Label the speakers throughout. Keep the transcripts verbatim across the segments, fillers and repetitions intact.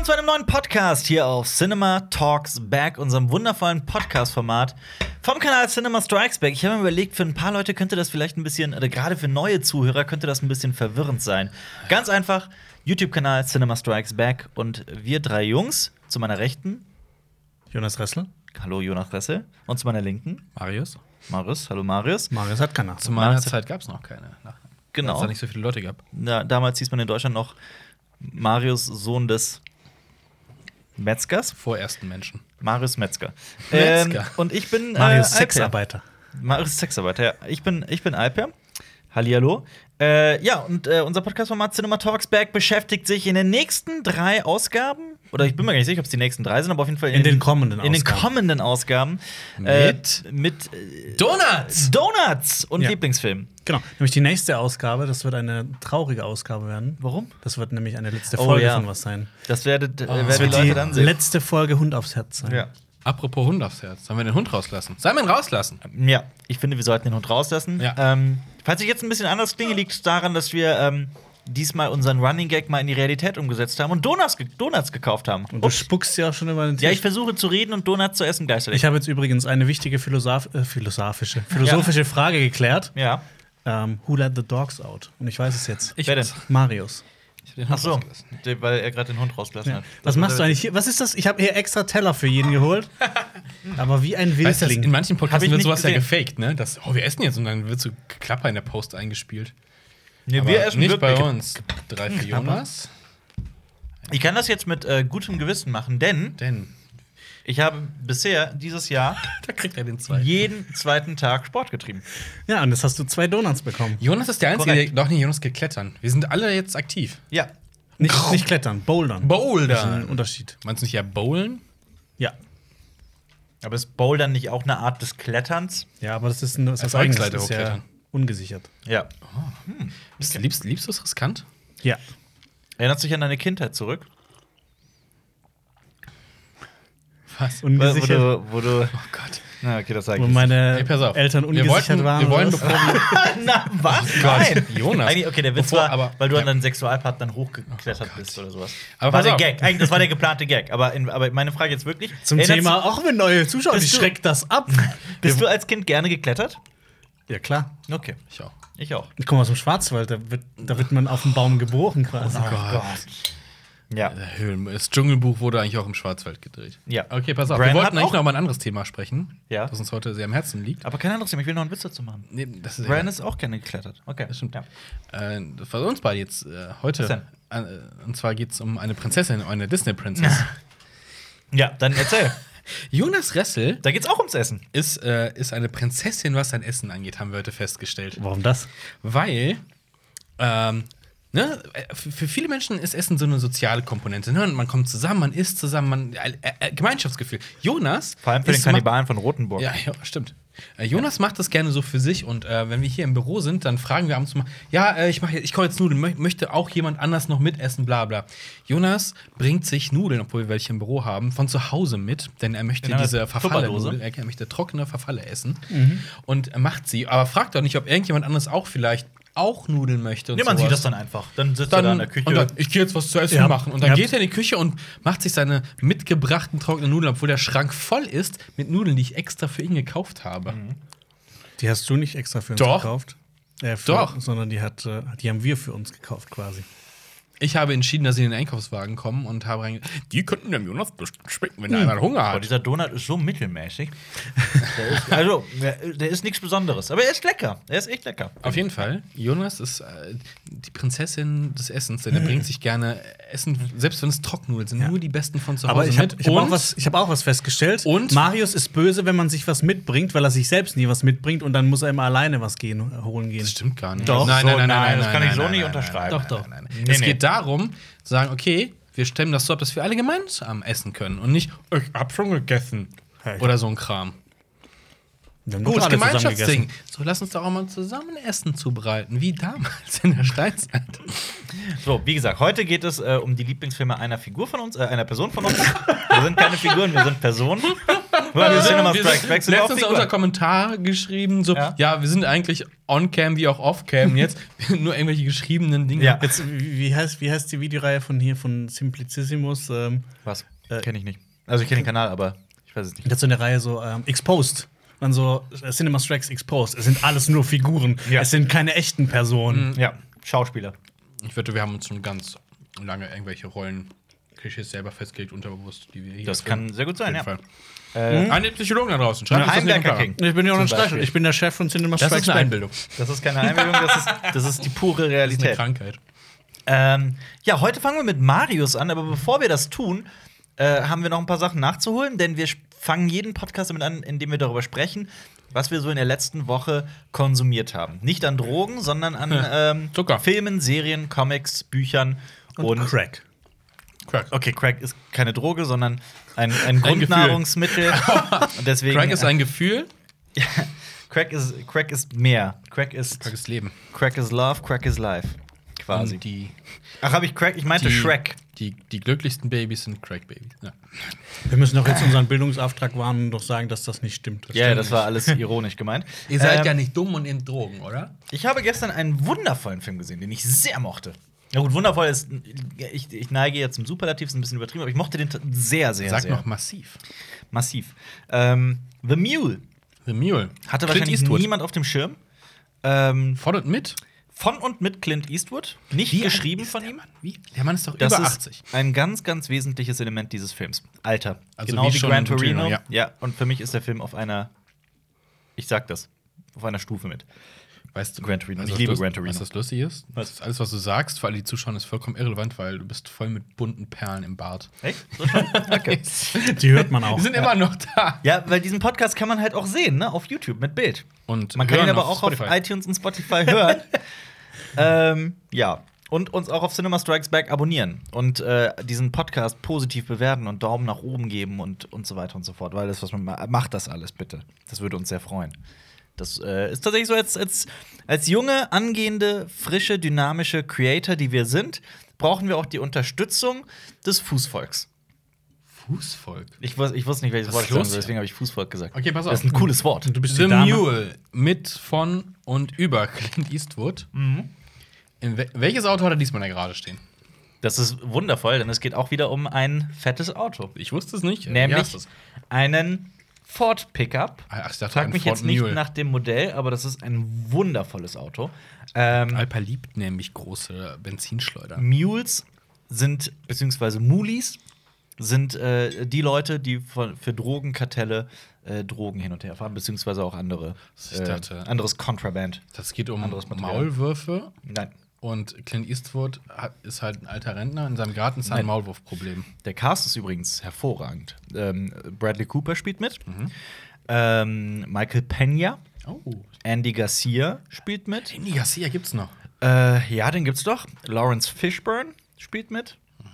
Speaker 1: zu einem neuen Podcast hier auf Cinema Talks Back, unserem wundervollen Podcast-Format vom Kanal Cinema Strikes Back. Ich habe mir überlegt, für ein paar Leute könnte das vielleicht ein bisschen, oder gerade für neue Zuhörer könnte das ein bisschen verwirrend sein. Ganz einfach, YouTube-Kanal Cinema Strikes Back und wir drei Jungs, zu meiner Rechten
Speaker 2: Jonas Ressel.
Speaker 1: Hallo Jonas Ressel. Und zu meiner Linken
Speaker 3: Marius.
Speaker 1: Marius. Hallo Marius.
Speaker 2: Marius hat keine.
Speaker 3: Zu meiner Zeit gab es noch keine Nachnamen.
Speaker 1: Genau.
Speaker 3: Weil es da nicht so viele Leute gab.
Speaker 1: Na, damals hieß man in Deutschland noch Marius, Sohn des Metzgers.
Speaker 3: Vor ersten Menschen.
Speaker 1: Marius Metzger.
Speaker 3: Metzger.
Speaker 1: Ähm, und ich bin äh,
Speaker 2: Marius
Speaker 1: Alper.
Speaker 2: Sexarbeiter.
Speaker 1: Marius Sexarbeiter, ja. Ich bin, ich bin Alper. Hallihallo. Äh, ja, und äh, unser Podcast-Format Cinema Talks Back beschäftigt sich in den nächsten drei Ausgaben, oder ich bin mir gar nicht sicher, ob es die nächsten drei sind, aber auf jeden Fall in,
Speaker 2: In den kommenden
Speaker 1: in den
Speaker 2: Ausgaben.
Speaker 1: kommenden Ausgaben
Speaker 3: Mit?
Speaker 1: äh, mit äh,
Speaker 3: Donuts!
Speaker 1: Donuts und
Speaker 2: Ja.
Speaker 1: Lieblingsfilmen.
Speaker 2: Genau. Nämlich die nächste Ausgabe, das wird eine traurige Ausgabe werden.
Speaker 1: Warum?
Speaker 2: Das wird nämlich eine letzte
Speaker 1: Oh,
Speaker 2: Folge
Speaker 1: ja.
Speaker 2: von was sein.
Speaker 1: Das werdet, äh,
Speaker 3: Oh.
Speaker 1: werden
Speaker 2: Das
Speaker 1: die
Speaker 2: wird
Speaker 1: Leute
Speaker 2: die
Speaker 1: dann sehen.
Speaker 2: letzte Folge Hund aufs Herz sein.
Speaker 1: Ja.
Speaker 3: Apropos Hund aufs Herz. Sollen wir den Hund rauslassen? Sollen wir ihn rauslassen?
Speaker 1: Ja, ich finde, wir sollten den Hund rauslassen.
Speaker 3: Ja.
Speaker 1: Ähm, falls ich jetzt ein bisschen anders klinge, liegt es daran, dass wir ähm, diesmal unseren Running Gag mal in die Realität umgesetzt haben und Donuts, ge Donuts gekauft haben.
Speaker 2: Und du
Speaker 1: Ups.
Speaker 2: spuckst ja auch schon über den Tisch.
Speaker 1: Ja, ich versuche zu reden und Donuts zu essen gleichzeitig.
Speaker 2: Ich habe jetzt übrigens eine wichtige Philosoph äh, philosophische, philosophische Frage geklärt.
Speaker 1: ja.
Speaker 2: Ähm, who let the dogs out? Und ich weiß es jetzt.
Speaker 3: Ich
Speaker 1: Wer denn?
Speaker 2: Marius.
Speaker 3: Ich hab den
Speaker 1: Ach
Speaker 3: Hund
Speaker 1: so,
Speaker 3: rausgelassen.
Speaker 1: der- weil er gerade den Hund rausgelassen
Speaker 2: Ja.
Speaker 1: hat.
Speaker 2: Was machst du eigentlich hier? Was ist das? Ich habe hier extra Teller für jeden geholt. Aber wie ein
Speaker 3: Weißt du, das-
Speaker 2: Wildling.
Speaker 3: in manchen
Speaker 1: Hab
Speaker 3: Podcasts
Speaker 1: ich
Speaker 3: wird
Speaker 1: nicht
Speaker 3: sowas ja
Speaker 1: gesehen.
Speaker 3: gefaked, ne? Das, oh, wir essen jetzt und dann wird so Klapper in der Post eingespielt.
Speaker 1: Nee,
Speaker 3: Aber
Speaker 1: wir essen
Speaker 3: nicht
Speaker 1: wirklich.
Speaker 3: bei uns. Drei für Jonas.
Speaker 1: Ich kann das jetzt mit äh, gutem Gewissen machen, denn
Speaker 3: Denn
Speaker 1: ich habe bisher dieses Jahr
Speaker 3: da kriegt er den zweiten.
Speaker 1: jeden zweiten Tag Sport getrieben.
Speaker 2: Ja, und jetzt hast du zwei Donuts bekommen.
Speaker 3: Jonas ist der Einzige,
Speaker 1: Korrekt.
Speaker 3: der. Doch, nee, Jonas geht klettern. Wir sind alle jetzt aktiv.
Speaker 1: Ja.
Speaker 2: Nicht, nicht klettern, bouldern.
Speaker 3: Bouldern.
Speaker 2: Das ist ein Unterschied.
Speaker 3: Meinst du nicht eher bowlen?
Speaker 2: Ja.
Speaker 1: Aber ist Bouldern nicht auch eine Art des Kletterns?
Speaker 2: Ja, aber das ist ein das ist
Speaker 3: Erfolgsleiter
Speaker 2: eigenes, das ist ja
Speaker 3: hochklettern.
Speaker 2: ungesichert.
Speaker 1: Ja.
Speaker 3: Bist du liebst, liebst du es riskant?
Speaker 2: Ja.
Speaker 1: Erinnerst du dich an deine Kindheit zurück?
Speaker 3: Was?
Speaker 1: Wo
Speaker 2: Ungesichert.
Speaker 1: du, wo du
Speaker 3: Oh Gott.
Speaker 1: Na, okay, das sage
Speaker 2: Wo
Speaker 1: ich.
Speaker 2: meine
Speaker 3: Ey, pass auf.
Speaker 2: Eltern
Speaker 3: Wir
Speaker 2: ungesichert
Speaker 3: wollten-
Speaker 2: waren.
Speaker 3: wir wollen,
Speaker 2: oder was?
Speaker 3: bevor wir
Speaker 1: Na, was?
Speaker 3: Gott,
Speaker 1: Nein.
Speaker 3: Jonas.
Speaker 1: Eigentlich, okay, der Witz
Speaker 3: Bevor-
Speaker 1: war,
Speaker 3: aber-
Speaker 1: weil du
Speaker 3: ja.
Speaker 1: an deinen Sexualpartnern hochgeklettert bist oder sowas.
Speaker 3: Aber
Speaker 1: war
Speaker 3: pass
Speaker 1: der
Speaker 3: auf.
Speaker 1: Gag. Eigentlich, das war der geplante Gag. Aber, in, aber meine Frage jetzt wirklich:
Speaker 2: Zum
Speaker 1: erinnerst
Speaker 2: Thema, auch wenn neue Zuschauer, die
Speaker 1: Bist du-
Speaker 2: schreckt das ab.
Speaker 1: Du, bist du als Kind gerne geklettert?
Speaker 2: Ja, klar.
Speaker 1: Okay.
Speaker 3: Ich auch.
Speaker 1: Ich auch.
Speaker 2: Ich komme aus dem Schwarzwald, da wird, da wird man auf dem Baum geboren quasi.
Speaker 1: Oh Gott. Ja.
Speaker 3: Der Höhlen- Das Dschungelbuch wurde eigentlich auch im Schwarzwald gedreht.
Speaker 1: Ja.
Speaker 3: Okay, pass auf.
Speaker 1: Brian
Speaker 3: wir wollten
Speaker 1: hat
Speaker 3: eigentlich
Speaker 1: auch-
Speaker 3: noch über ein anderes Thema sprechen,
Speaker 1: Ja.
Speaker 3: das uns heute sehr am Herzen liegt.
Speaker 1: Aber kein anderes Thema. Ich will noch einen Witz dazu machen.
Speaker 3: Nee, das ist
Speaker 1: Brian ist auch gerne geklettert. Okay.
Speaker 3: Das stimmt.
Speaker 1: Ja.
Speaker 3: Äh, das war uns beide jetzt äh, heute.
Speaker 1: Was denn?
Speaker 3: Äh, und zwar geht es um eine Prinzessin, eine Disney-Prinzess.
Speaker 1: Ja, dann erzähl.
Speaker 3: Jonas Ressel
Speaker 1: Da geht's auch ums Essen.
Speaker 3: ist, äh, ist eine Prinzessin, was sein Essen angeht, haben wir heute festgestellt.
Speaker 2: Warum das?
Speaker 3: Weil, ähm, ne, für für viele Menschen ist Essen so eine soziale Komponente. Ne? Man kommt zusammen, man isst zusammen, man, äh, äh, Gemeinschaftsgefühl. Jonas.
Speaker 1: Vor allem für den
Speaker 3: ist-
Speaker 1: Kannibalen von Rotenburg.
Speaker 3: Ja, ja, stimmt. Äh, Jonas macht das gerne so für sich und äh, wenn wir hier im Büro sind, dann fragen wir abends mal, ja, äh, ich, mach jetzt- ich koche jetzt Nudeln, mö möchte auch jemand anders noch mitessen, bla bla. Jonas bringt sich Nudeln, obwohl wir welche im Büro haben, von zu Hause mit, denn er möchte
Speaker 1: In einer
Speaker 3: diese verfalle
Speaker 1: Tupperdose?
Speaker 3: Nudel, er möchte trockene Verfalle essen und er macht sie, aber fragt doch nicht, ob irgendjemand anderes auch vielleicht auch Nudeln möchte. Und
Speaker 1: Nee, man
Speaker 3: sowas.
Speaker 1: sieht das dann einfach. Dann sitzt er
Speaker 3: Dann,
Speaker 1: da in der Küche.
Speaker 3: und dann, ich gehe jetzt was zu essen
Speaker 2: Ja.
Speaker 3: machen. Und dann
Speaker 2: Ja.
Speaker 3: geht er in die Küche und macht sich seine mitgebrachten trockenen Nudeln, obwohl der Schrank voll ist mit Nudeln, die ich extra für ihn gekauft habe.
Speaker 2: Die hast du nicht extra für uns
Speaker 3: Doch.
Speaker 2: gekauft? Äh, für,
Speaker 3: Doch.
Speaker 2: Sondern die, hat, äh, die haben wir für uns gekauft quasi.
Speaker 3: Ich habe entschieden, dass sie in den Einkaufswagen kommen und habe reinge Die könnten dem Jonas bestimmt schmecken, wenn er einmal Hunger
Speaker 1: Aber
Speaker 3: hat.
Speaker 1: dieser Donut ist so mittelmäßig. Der ist, also, der, der ist nichts Besonderes. Aber er ist lecker. Er ist echt lecker.
Speaker 3: Auf jeden Fall, Jonas ist äh, die Prinzessin des Essens, denn er bringt sich gerne Essen, selbst wenn es Trockennudeln sind,
Speaker 2: Ja.
Speaker 3: nur die besten von zu Hause
Speaker 2: Aber ich habe
Speaker 3: mit.
Speaker 2: ich hab auch,
Speaker 3: Und-
Speaker 2: was- ich hab auch was festgestellt.
Speaker 3: Und?
Speaker 2: Marius ist böse, wenn man sich was mitbringt, weil er sich selbst nie was mitbringt und dann muss er immer alleine was gehen, äh, holen gehen.
Speaker 3: Das stimmt gar nicht.
Speaker 1: Doch,
Speaker 3: nein,
Speaker 1: so,
Speaker 3: nein, nein,
Speaker 1: nein,
Speaker 3: nein,
Speaker 1: das
Speaker 3: nein,
Speaker 1: kann ich
Speaker 3: nein,
Speaker 1: so
Speaker 3: nein,
Speaker 1: nicht
Speaker 3: nein,
Speaker 1: unterschreiben.
Speaker 3: Nein,
Speaker 2: Doch,
Speaker 3: nein,
Speaker 2: doch.
Speaker 3: nein, nein.
Speaker 1: Nee,
Speaker 3: Es
Speaker 1: nee.
Speaker 3: geht darum, zu sagen, okay, wir stemmen das so ab, dass wir alle gemeinsam essen können und nicht, ich hab schon gegessen
Speaker 2: Hey.
Speaker 3: oder so ein Kram.
Speaker 2: Wir haben
Speaker 3: Gut,
Speaker 2: doch alle zusammen
Speaker 3: Gemeinschaftsding.
Speaker 2: gegessen.
Speaker 3: So, lass uns doch auch mal zusammen Essen zubereiten, wie damals in der Steinzeit.
Speaker 1: So, wie gesagt, heute geht es äh, um die Lieblingsfilme einer Figur von uns, äh, einer Person von uns. Wir sind keine Figuren, wir sind Personen. Wir
Speaker 3: Wir
Speaker 1: Cinema
Speaker 3: sind,
Speaker 1: Strikes Back sind wir auch
Speaker 3: letztens unter
Speaker 1: Figuren.
Speaker 3: Kommentar geschrieben, so,
Speaker 1: Ja.
Speaker 3: ja. wir sind eigentlich on-cam wie auch off-cam jetzt. Nur irgendwelche geschriebenen Dinge.
Speaker 1: Ja.
Speaker 2: Jetzt, wie, wie, heißt, wie heißt die Videoreihe von hier, von Simplicissimus? Ähm,
Speaker 1: Was?
Speaker 2: Äh,
Speaker 1: Kenne ich nicht. Also ich kenne den Kanal, aber ich weiß es nicht.
Speaker 2: das ist so eine Reihe, so ähm, Exposed. Dann so äh, Cinema Strikes Exposed. Es sind alles nur Figuren.
Speaker 1: Ja.
Speaker 2: Es sind keine echten Personen.
Speaker 1: Ja, Schauspieler.
Speaker 3: Ich wette, wir haben uns schon ganz lange irgendwelche Rollen Klischees selber festgelegt, unterbewusst, die wir hier
Speaker 1: Das
Speaker 3: erfüllen.
Speaker 1: kann sehr gut sein,
Speaker 3: Auf
Speaker 1: ja.
Speaker 3: jeden Fall.
Speaker 1: Äh,
Speaker 3: Eine Psychologen da draußen. Schreibt uns das in die
Speaker 1: Heimwerker
Speaker 3: Kommentare.
Speaker 1: King.
Speaker 2: Ich bin ja auch ein
Speaker 1: Zum
Speaker 2: Streichel.
Speaker 1: Beispiel.
Speaker 2: Ich bin der Chef von Cinema
Speaker 3: Das
Speaker 2: Strikes
Speaker 3: ist eine
Speaker 2: Back.
Speaker 3: Einbildung.
Speaker 1: Das ist keine Einbildung, das ist, das ist die pure
Speaker 3: Das ist eine
Speaker 1: Realität.
Speaker 3: Krankheit.
Speaker 1: Ähm, ja, heute fangen wir mit Marius an, aber bevor wir das tun, äh, haben wir noch ein paar Sachen nachzuholen, denn wir fangen jeden Podcast damit an, indem wir darüber sprechen, was wir so in der letzten Woche konsumiert haben. Nicht an Drogen, sondern an ähm,
Speaker 3: Zucker.
Speaker 1: Filmen, Serien, Comics, Büchern
Speaker 2: Und,
Speaker 1: und,
Speaker 2: Crack.
Speaker 3: Crack.
Speaker 1: Okay, Crack ist keine Droge, sondern ein, ein Grundnahrungsmittel. Und deswegen,
Speaker 3: Crack ist ein Gefühl.
Speaker 1: Crack ist Crack ist mehr. Crack ist
Speaker 3: Crack ist Leben.
Speaker 1: Crack is Love, Crack is Life. Quasi.
Speaker 3: Und die,
Speaker 1: Ach, habe ich Crack? Ich meinte
Speaker 3: die,
Speaker 1: Shrek.
Speaker 3: Die, die glücklichsten Babys sind Crack-Babys. Ja.
Speaker 2: Wir müssen doch jetzt unseren Bildungsauftrag wahren und doch sagen, dass das nicht stimmt.
Speaker 1: Ja, yeah, das war alles ironisch gemeint.
Speaker 3: Ihr seid
Speaker 1: Ähm,
Speaker 3: ja nicht dumm und in Drogen, oder?
Speaker 1: Ich habe gestern einen wundervollen Film gesehen, den ich sehr mochte. Ja gut, wundervoll ist, ich, ich neige jetzt zum Superlativ, ist ein bisschen übertrieben, aber ich mochte den t- sehr, sehr,
Speaker 3: Sag
Speaker 1: sehr.
Speaker 3: noch massiv.
Speaker 1: Massiv. Ähm, The Mule
Speaker 3: The Mule.
Speaker 1: hatte
Speaker 3: Clint
Speaker 1: wahrscheinlich
Speaker 3: Eastwood.
Speaker 1: niemand auf dem Schirm. Ähm,
Speaker 3: Fordert mit.
Speaker 1: von und mit Clint Eastwood, nicht
Speaker 3: Wie
Speaker 1: geschrieben
Speaker 3: alt ist
Speaker 1: von
Speaker 3: der
Speaker 1: ihm.
Speaker 3: Mann? Wie? Der Mann ist doch
Speaker 1: Das
Speaker 3: über
Speaker 1: ist
Speaker 3: achtzig.
Speaker 1: ein ganz, ganz wesentliches Element dieses Films. Alter.
Speaker 3: Also
Speaker 1: genau
Speaker 3: wie
Speaker 1: wie
Speaker 3: schon
Speaker 1: Gran
Speaker 3: in Torino,
Speaker 1: Torino.
Speaker 3: ja.
Speaker 1: Ja, und für mich ist der Film auf einer, ich sag das, auf einer Stufe mit.
Speaker 3: Weißt du,
Speaker 1: Gran Torino.
Speaker 3: weißt
Speaker 1: Ich
Speaker 3: du, was
Speaker 1: liebe
Speaker 3: lust-
Speaker 1: Gran Torino.
Speaker 3: Weißt du, was lustig ist?
Speaker 1: Was?
Speaker 3: Das ist alles, was du sagst, für alle, die zuschauen, ist vollkommen irrelevant, weil du bist voll mit bunten Perlen im Bart.
Speaker 1: Echt? So schon? Okay.
Speaker 2: Die hört man auch.
Speaker 3: Die sind immer noch da.
Speaker 1: Ja, weil diesen Podcast kann man halt auch sehen, ne? Auf YouTube mit Bild.
Speaker 3: Und
Speaker 1: Man kann ihn
Speaker 3: hören
Speaker 1: aber
Speaker 3: auf
Speaker 1: auch auf
Speaker 3: Spotify.
Speaker 1: iTunes und Spotify hören. ähm, ja. Und uns auch auf Cinema Strikes Back abonnieren. Und äh, diesen Podcast positiv bewerten und Daumen nach oben geben und, und so weiter und so fort. Weil das, was man ma- macht, das alles bitte. Das würde uns sehr freuen. Das äh, ist tatsächlich so, als, als, als junge, angehende, frische, dynamische Creator, die wir sind, brauchen wir auch die Unterstützung des Fußvolks.
Speaker 3: Fußvolk.
Speaker 1: Ich, wus ich wusste nicht, welches
Speaker 3: Was
Speaker 1: Wort
Speaker 3: ist
Speaker 1: ich sagen
Speaker 3: los
Speaker 1: soll,
Speaker 3: hier?
Speaker 1: deswegen habe ich Fußvolk gesagt.
Speaker 3: Okay, pass auf.
Speaker 1: Das ist ein cooles Wort.
Speaker 2: Und du bist
Speaker 3: The
Speaker 2: die Dame.
Speaker 3: Mule mit, von und über Clint Eastwood.
Speaker 1: Mhm.
Speaker 3: In wel welches Auto hat er diesmal da gerade stehen?
Speaker 1: Das ist wundervoll, denn es geht auch wieder um ein fettes Auto.
Speaker 3: Ich wusste es nicht. Wie
Speaker 1: Nämlich
Speaker 3: heißt es?
Speaker 1: einen Ford Pickup.
Speaker 3: Ach, ich dachte,
Speaker 1: Frag
Speaker 3: ein
Speaker 1: mich
Speaker 3: Ford
Speaker 1: jetzt nicht
Speaker 3: Mule.
Speaker 1: nach dem Modell, aber das ist ein wundervolles Auto. Ähm,
Speaker 3: Alpa liebt nämlich große Benzinschleudern.
Speaker 1: Mules sind, beziehungsweise Mulis, sind äh, die Leute, die von, für Drogenkartelle äh, Drogen hin und her fahren, beziehungsweise auch andere,
Speaker 3: Ich
Speaker 1: äh,
Speaker 3: dachte-
Speaker 1: anderes Contraband.
Speaker 3: Das geht um
Speaker 1: Anderes Material.
Speaker 3: Maulwürfe.
Speaker 1: Nein.
Speaker 3: Und Clint Eastwood hat, ist halt ein alter Rentner. In seinem Garten ist ein
Speaker 1: Nein.
Speaker 3: Maulwurfproblem.
Speaker 1: Der Cast ist übrigens hervorragend. Ähm, Bradley Cooper spielt mit. Ähm, Michael Peña,
Speaker 3: Oh.
Speaker 1: Andy Garcia spielt mit.
Speaker 3: Andy Garcia gibt's noch.
Speaker 1: Äh, ja, den gibt's doch. Lawrence Fishburne spielt mit.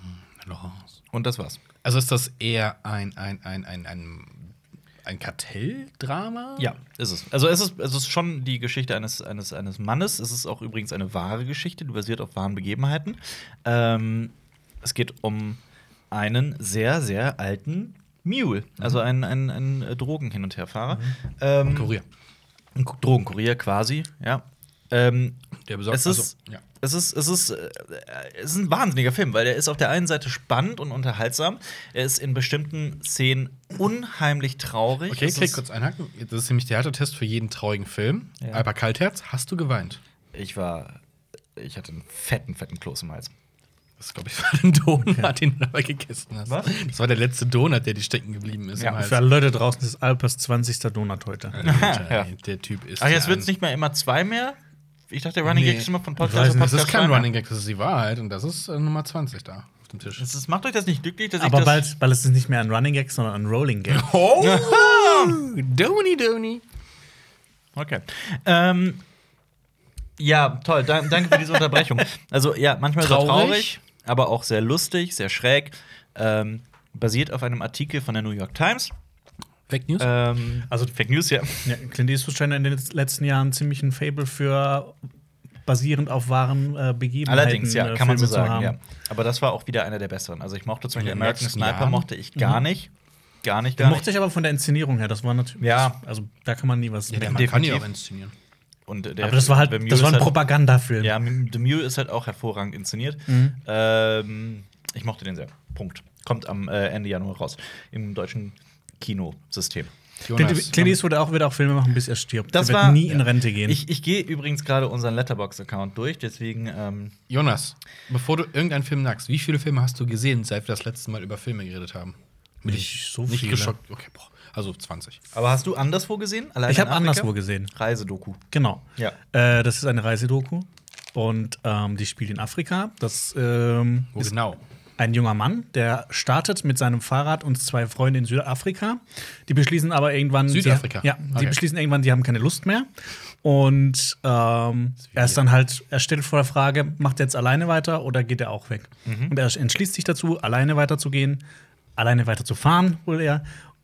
Speaker 1: Und das war's.
Speaker 3: Also ist das eher ein, ein, ein, ein, ein, ein Kartelldrama?
Speaker 1: Ja, ist es. Also es ist, es ist schon die Geschichte eines, eines, eines Mannes. Es ist auch übrigens eine wahre Geschichte, die basiert auf wahren Begebenheiten. Ähm, es geht um einen sehr, sehr alten Mule, also einen, einen, einen Drogen-Hin- und Herfahrer. Ähm,
Speaker 3: Kurier.
Speaker 1: Ein K- Drogenkurier quasi, ja. Ähm,
Speaker 3: Der besorgt
Speaker 1: es ist,
Speaker 3: also, ja.
Speaker 1: es ist, es ist, äh, es ist ein wahnsinniger Film, weil der ist auf der einen Seite spannend und unterhaltsam. Er ist in bestimmten Szenen unheimlich traurig.
Speaker 3: Okay,
Speaker 1: Es
Speaker 3: okay,
Speaker 1: ist-
Speaker 3: kurz einhaken. Das ist nämlich der Härtetest für jeden traurigen Film.
Speaker 1: Ja.
Speaker 3: Alpa Kaltherz, hast du geweint?
Speaker 1: Ich war, ich hatte einen fetten, fetten Kloß im Hals.
Speaker 3: Das glaube ich war der Donut, den du dabei gegessen hast.
Speaker 1: Was?
Speaker 3: Das war der letzte Donut, der dir stecken geblieben ist
Speaker 1: Ja,
Speaker 3: im Hals.
Speaker 2: Für alle Leute draußen ist Alpers zwanzigster Donut heute.
Speaker 3: Alter,
Speaker 1: Ja.
Speaker 3: ey, der Typ ist.
Speaker 1: Ach, jetzt
Speaker 3: ja
Speaker 1: wird es
Speaker 3: ein-
Speaker 1: nicht mehr immer zwei mehr? Ich dachte, der Running
Speaker 3: Nee.
Speaker 1: Gag ist immer von
Speaker 2: Ich
Speaker 1: Podcast
Speaker 2: weiß
Speaker 1: zu
Speaker 2: nicht,
Speaker 3: Das
Speaker 1: Podcast.
Speaker 3: ist kein
Speaker 1: zwei mehr.
Speaker 3: Running Gag, das ist die Wahrheit. Und das ist äh, Nummer zwanzig da auf dem Tisch.
Speaker 1: Das ist, macht euch das nicht glücklich, dass ich
Speaker 2: Aber
Speaker 1: das
Speaker 2: bald, weil es ist nicht mehr ein Running Gag, sondern ein Rolling Gag.
Speaker 3: Oh! Doni, Doni.
Speaker 1: Okay. Ähm, ja, toll. Da, danke für diese Unterbrechung. Also, ja, manchmal
Speaker 3: Traurig.
Speaker 1: sehr traurig, aber auch sehr lustig, sehr schräg. Ähm, basiert auf einem Artikel von der New York Times.
Speaker 3: Fake News?
Speaker 1: Ähm, also Fake News, ja.
Speaker 2: Ja, Clint Eastwood scheint in den letzten Jahren ziemlich ein Fable für basierend auf wahren äh, Begebenheiten.
Speaker 1: Allerdings, ja,
Speaker 2: äh,
Speaker 1: kann man so
Speaker 2: Filme zu
Speaker 1: sagen,
Speaker 2: haben.
Speaker 1: ja. Aber das war auch wieder einer der besseren. Also ich mochte zum
Speaker 3: In
Speaker 1: Beispiel
Speaker 3: den
Speaker 1: American
Speaker 3: letzten
Speaker 1: Sniper
Speaker 3: Jahren?
Speaker 1: mochte ich gar nicht. Gar nicht,
Speaker 2: Den
Speaker 1: gar
Speaker 2: mochte
Speaker 1: nicht.
Speaker 2: ich aber von der Inszenierung her. Das war natürlich.
Speaker 1: Ja.
Speaker 2: Also da kann man nie was.
Speaker 3: Ja, der
Speaker 2: meckern.
Speaker 3: Mann kann die
Speaker 1: definitiv.
Speaker 3: auch inszenieren.
Speaker 1: Und der,
Speaker 2: aber das war halt,
Speaker 1: The Mule
Speaker 2: das war
Speaker 1: ist
Speaker 2: ein
Speaker 1: halt,
Speaker 2: Propagandafilm.
Speaker 1: Ja, The Mule ist halt auch hervorragend inszeniert.
Speaker 2: Mhm.
Speaker 1: Ähm, ich mochte den sehr. Punkt. Kommt am äh, Ende Januar raus. Im deutschen Kinosystem.
Speaker 3: Jonas,
Speaker 2: Clint Eastwood auch, wird auch Filme machen, bis er stirbt.
Speaker 1: Das
Speaker 2: er wird
Speaker 1: war-
Speaker 2: nie in Rente gehen.
Speaker 1: Ich, ich gehe übrigens gerade unseren Letterboxd-Account durch, deswegen ähm,
Speaker 3: Jonas, bevor du irgendeinen Film sagst, wie viele Filme hast du gesehen, seit wir das letzte Mal über Filme geredet haben? Damit
Speaker 2: Nicht
Speaker 3: ich
Speaker 2: so
Speaker 3: nicht
Speaker 2: viele.
Speaker 3: geschockt. Okay, boah. Also zwanzig.
Speaker 1: Aber hast du anderswo gesehen? Alleine
Speaker 2: ich habe
Speaker 1: in Afrika?
Speaker 2: anderswo gesehen.
Speaker 1: Reisedoku.
Speaker 2: Genau.
Speaker 1: Ja.
Speaker 2: Äh, das ist eine Reisedoku. Und ähm, die spielt in Afrika. Das ähm,
Speaker 3: Wo
Speaker 2: ist
Speaker 3: genau?
Speaker 2: ein junger Mann, der startet mit seinem Fahrrad und zwei Freunden in Südafrika. Die beschließen aber irgendwann.
Speaker 3: Südafrika?
Speaker 2: Sie, ja, die
Speaker 3: Okay.
Speaker 2: beschließen irgendwann, die haben keine Lust mehr. Und ähm, er ist dann halt, er stellt vor der Frage, macht er jetzt alleine weiter oder geht er auch weg? Und er entschließt sich dazu, alleine weiterzugehen, alleine weiter zu fahren, wohl er,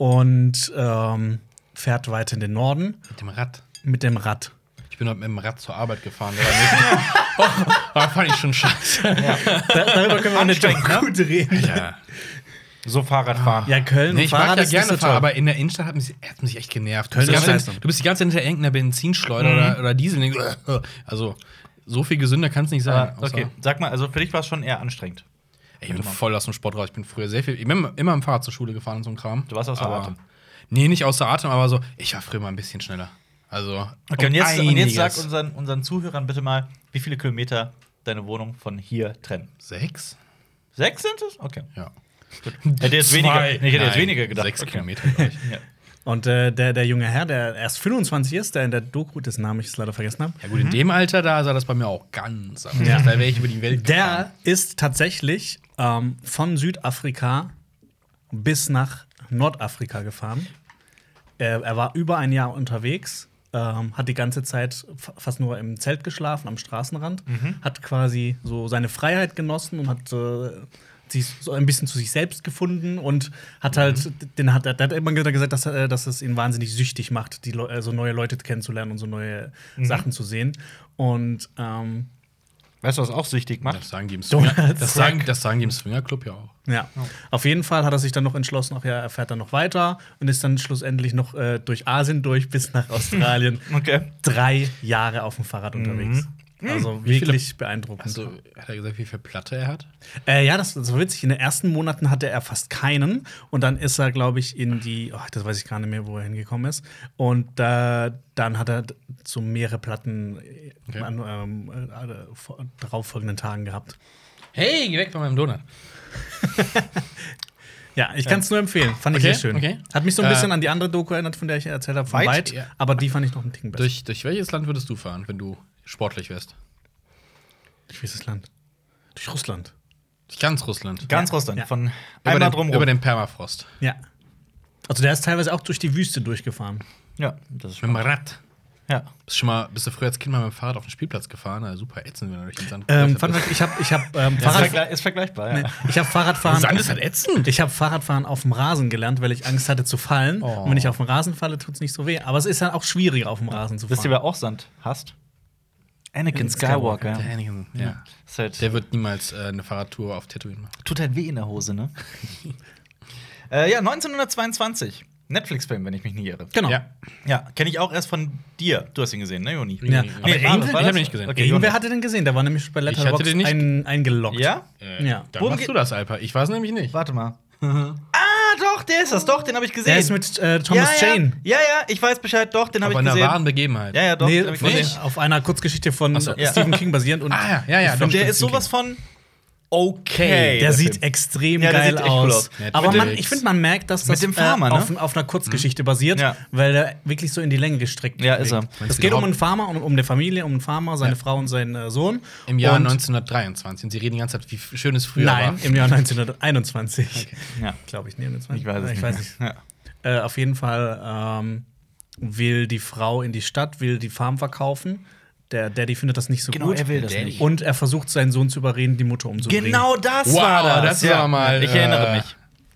Speaker 2: und ähm, fährt weiter in den Norden
Speaker 3: Mit dem Rad.
Speaker 2: mit dem Rad.
Speaker 3: Ich bin heute mit dem Rad zur Arbeit gefahren. Der war nicht- oh, oh, fand ich schon scheiße.
Speaker 2: Da, darüber können wir nicht
Speaker 1: Anstrengend, ne?
Speaker 2: gut reden.
Speaker 3: Ja.
Speaker 1: So Fahrradfahren.
Speaker 2: Ja, Köln
Speaker 3: Nee,
Speaker 2: und
Speaker 3: ich mag
Speaker 2: Fahrrad
Speaker 3: ja
Speaker 2: ist
Speaker 3: gerne
Speaker 2: nicht so
Speaker 3: fahren,
Speaker 2: toll.
Speaker 3: aber in der Innenstadt hat mich, hat mich echt genervt.
Speaker 2: Köln
Speaker 3: du, bist die
Speaker 2: ist
Speaker 3: ganze
Speaker 2: scheiße.
Speaker 3: Zeit, du bist die ganze Zeit hinter irgendeiner Benzinschleuder oder, oder Diesel. Und denkst, äh, äh. Also, so viel gesünder kann es nicht sein.
Speaker 1: Ah, okay, sag mal, also für dich war es schon eher anstrengend.
Speaker 3: Ey, ich bin voll aus dem Sport raus. Ich bin früher sehr viel. Ich bin immer- immer im Fahrrad zur Schule gefahren und so ein Kram.
Speaker 1: Du warst außer
Speaker 3: aber,
Speaker 1: Atem.
Speaker 3: Nee, nicht außer Atem, aber so. Ich war früher mal ein bisschen schneller. Also.
Speaker 1: Okay, und jetzt, und
Speaker 3: einiges.
Speaker 1: jetzt sag unseren, unseren Zuhörern bitte mal, wie viele Kilometer deine Wohnung von hier trennen.
Speaker 3: Sechs?
Speaker 1: Sechs sind es? Okay.
Speaker 3: Ja.
Speaker 1: Hätte jetzt
Speaker 3: Zwei.
Speaker 1: weniger, ich hätte jetzt
Speaker 3: Nein,
Speaker 1: weniger gedacht.
Speaker 3: Sechs
Speaker 1: Okay.
Speaker 3: Kilometer, glaub ich.
Speaker 1: Ja.
Speaker 2: Und äh, der, der junge Herr, der erst fünfundzwanzig ist, der in der Doku, dessen Namen ich jetzt leider vergessen habe,
Speaker 3: Ja, gut, in dem Alter, da sah das bei mir auch ganz anders.
Speaker 2: Ja.
Speaker 3: Da wäre ich über die Welt gefahren.
Speaker 2: der ist tatsächlich ähm, von Südafrika bis nach Nordafrika gefahren. Er, er war über ein Jahr unterwegs, ähm, hat die ganze Zeit fa- fast nur im Zelt geschlafen, am Straßenrand, hat quasi so seine Freiheit genossen und hat äh, sich so ein bisschen zu sich selbst gefunden und hat halt, den hat, der hat immer gesagt, dass, äh, dass es ihn wahnsinnig süchtig macht, die Leu- äh, so neue Leute kennenzulernen und so neue Sachen zu sehen. Und ähm,
Speaker 1: Weißt du, was auch süchtig macht?
Speaker 3: Das sagen die im
Speaker 2: Donuts.
Speaker 3: Swinger, das sagen, das sagen die im Swingerclub ja auch.
Speaker 2: Ja, auf jeden Fall hat er sich dann noch entschlossen, ach ja, er fährt dann noch weiter und ist dann schlussendlich noch äh, durch Asien durch bis nach Australien.
Speaker 1: Okay.
Speaker 2: Drei Jahre auf dem Fahrrad unterwegs. Also
Speaker 3: Wie viele-
Speaker 2: wirklich beeindruckend.
Speaker 3: Also, hat er gesagt, wie viel Platte er hat?
Speaker 2: Äh, ja, das, das war witzig. In den ersten Monaten hatte er fast keinen. Und dann ist er, glaube ich, in die, oh, das weiß ich gar nicht mehr, wo er hingekommen ist. Und äh, dann hat er so mehrere Platten äh,
Speaker 3: Okay.
Speaker 2: an ähm, äh, vor- darauffolgenden Tagen gehabt.
Speaker 3: Hey, geh weg von meinem Donut.
Speaker 2: Ja, ich kann es nur empfehlen. Fand ich
Speaker 3: Okay,
Speaker 2: sehr schön.
Speaker 3: okay.
Speaker 2: Hat mich so ein
Speaker 3: Äh,
Speaker 2: bisschen an die andere Doku erinnert, von der ich erzählt habe, von
Speaker 1: Weit?
Speaker 2: Weit.
Speaker 3: Ja.
Speaker 2: Aber die fand ich noch einen Ticken besser.
Speaker 3: Durch, durch welches Land würdest du fahren, wenn du sportlich wärst?
Speaker 2: Durch welches Land? Durch Russland.
Speaker 3: Durch ganz Russland.
Speaker 1: Ganz Russland.
Speaker 2: Ja.
Speaker 1: Von
Speaker 3: Über
Speaker 1: einmal
Speaker 3: den,
Speaker 1: drumrum.
Speaker 3: über den Permafrost.
Speaker 2: Ja. Also der ist teilweise auch durch die Wüste durchgefahren.
Speaker 1: Ja, das ist
Speaker 3: Mit dem
Speaker 1: schon.
Speaker 3: Rad.
Speaker 1: Ja.
Speaker 3: Bist, schon mal, bist du früher als Kind mal mit dem Fahrrad auf den Spielplatz gefahren? Also super ätzend, wenn du durch den Sand
Speaker 2: Ähm,
Speaker 3: gefahren
Speaker 2: Fun
Speaker 3: bist.
Speaker 2: Fact, ich habe ich hab, ähm,
Speaker 1: Ist,
Speaker 2: Fahrrad,
Speaker 1: vergle ist vergleichbar, ja.
Speaker 2: nee, ich hab Fahrradfahren.
Speaker 3: Sand ist halt ätzend.
Speaker 2: Ich habe Fahrradfahren auf dem Rasen gelernt, weil ich Angst hatte zu fallen.
Speaker 3: Oh.
Speaker 2: Und wenn ich auf dem Rasen falle, tut es nicht so weh. Aber es ist dann auch schwieriger, auf dem Rasen zu fahren.
Speaker 1: Wisst ihr, wer auch Sand hasst? Anakin
Speaker 2: Skywalker.
Speaker 1: Skywalker.
Speaker 3: Der, Henning, ja.
Speaker 1: Ist halt,
Speaker 3: Der wird niemals äh, eine Fahrradtour auf Tatooine machen.
Speaker 1: tut halt weh in der Hose, ne? äh, ja, neunzehnhundertzweiundzwanzig. Netflix-Film, wenn ich mich nie irre.
Speaker 2: Genau.
Speaker 3: Ja.
Speaker 1: Ja, kenne ich auch erst von dir. Du hast ihn gesehen, ne, Joni?
Speaker 2: Ja.
Speaker 3: Nee,
Speaker 2: Aber
Speaker 1: Nee,
Speaker 2: irgendwer-
Speaker 1: war das- war
Speaker 3: ich
Speaker 1: das?
Speaker 3: hab ihn nicht gesehen.
Speaker 1: Okay,
Speaker 2: Irgendwer
Speaker 1: Jonas.
Speaker 2: hatte den gesehen, der war nämlich bei
Speaker 3: hatte
Speaker 2: Letterboxd
Speaker 3: den nicht-
Speaker 2: ein, eingeloggt.
Speaker 1: Ja?
Speaker 3: Äh,
Speaker 2: Ja.
Speaker 3: Dann
Speaker 1: Worum
Speaker 3: machst
Speaker 1: geht-
Speaker 3: du das, Alper. Ich weiß nämlich nicht.
Speaker 1: Warte mal. Ah, doch, der ist das. Doch, den habe ich gesehen.
Speaker 2: Der ist mit äh, Thomas
Speaker 1: ja,
Speaker 2: Jane.
Speaker 1: Ja, ja, ich weiß Bescheid. Doch, den habe
Speaker 3: Auf
Speaker 1: ich
Speaker 3: einer
Speaker 1: gesehen.
Speaker 3: wahren Begebenheit.
Speaker 1: Ja, ja, doch.
Speaker 2: Nee,
Speaker 1: den hab ich
Speaker 2: von,
Speaker 1: gesehen.
Speaker 2: auf einer Kurzgeschichte von
Speaker 3: Ach so,
Speaker 2: äh,
Speaker 1: ja.
Speaker 2: Stephen King basierend. Und
Speaker 3: Ah, ja, ja, ja.
Speaker 2: Und
Speaker 3: doch,
Speaker 1: Und der
Speaker 3: stimmt,
Speaker 1: ist sowas
Speaker 3: Stephen
Speaker 1: von okay.
Speaker 2: Der sieht
Speaker 1: Film.
Speaker 2: extrem
Speaker 1: Ja, der
Speaker 2: geil
Speaker 1: sieht echt cool
Speaker 2: aus.
Speaker 1: aus.
Speaker 2: Aber
Speaker 3: Netflix.
Speaker 2: man, ich finde, man merkt, dass
Speaker 1: Mit
Speaker 2: das
Speaker 1: dem Farmer,
Speaker 2: äh,
Speaker 1: ne?
Speaker 2: auf, auf einer Kurzgeschichte basiert,
Speaker 1: Ja.
Speaker 2: weil er wirklich so in die Länge gestreckt
Speaker 1: Ja, ist er.
Speaker 2: wirkt.
Speaker 3: Meinst
Speaker 2: Es
Speaker 3: du
Speaker 2: geht
Speaker 3: die
Speaker 2: um
Speaker 3: Haupt-
Speaker 2: einen Farmer, um, um eine Familie, um einen Farmer, seine
Speaker 3: Ja.
Speaker 2: Frau und seinen äh, Sohn.
Speaker 3: Im Jahr
Speaker 2: Und-
Speaker 3: neunzehnhundertdreiundzwanzig. Und sie reden die ganze Zeit, wie f- schön es früher
Speaker 2: Nein,
Speaker 3: war.
Speaker 2: im Jahr neunzehnhunderteinundzwanzig.
Speaker 1: Ja.
Speaker 2: Glaube ich, nee, einundzwanzig.
Speaker 1: Ich weiß es
Speaker 2: ich
Speaker 1: nicht.
Speaker 2: weiß
Speaker 1: mehr.
Speaker 2: nicht.
Speaker 1: Ja.
Speaker 2: Äh, auf jeden Fall ähm, will die Frau in die Stadt, will die Farm verkaufen. Der Daddy findet das nicht so
Speaker 1: Genau,
Speaker 2: gut.
Speaker 1: er will das
Speaker 3: Daddy.
Speaker 1: nicht.
Speaker 2: Und er versucht, seinen Sohn zu überreden, die Mutter umzubringen.
Speaker 1: Genau das
Speaker 3: Wow,
Speaker 1: war das.
Speaker 3: das war mal,
Speaker 1: Ich erinnere
Speaker 3: äh,
Speaker 1: mich. Ja.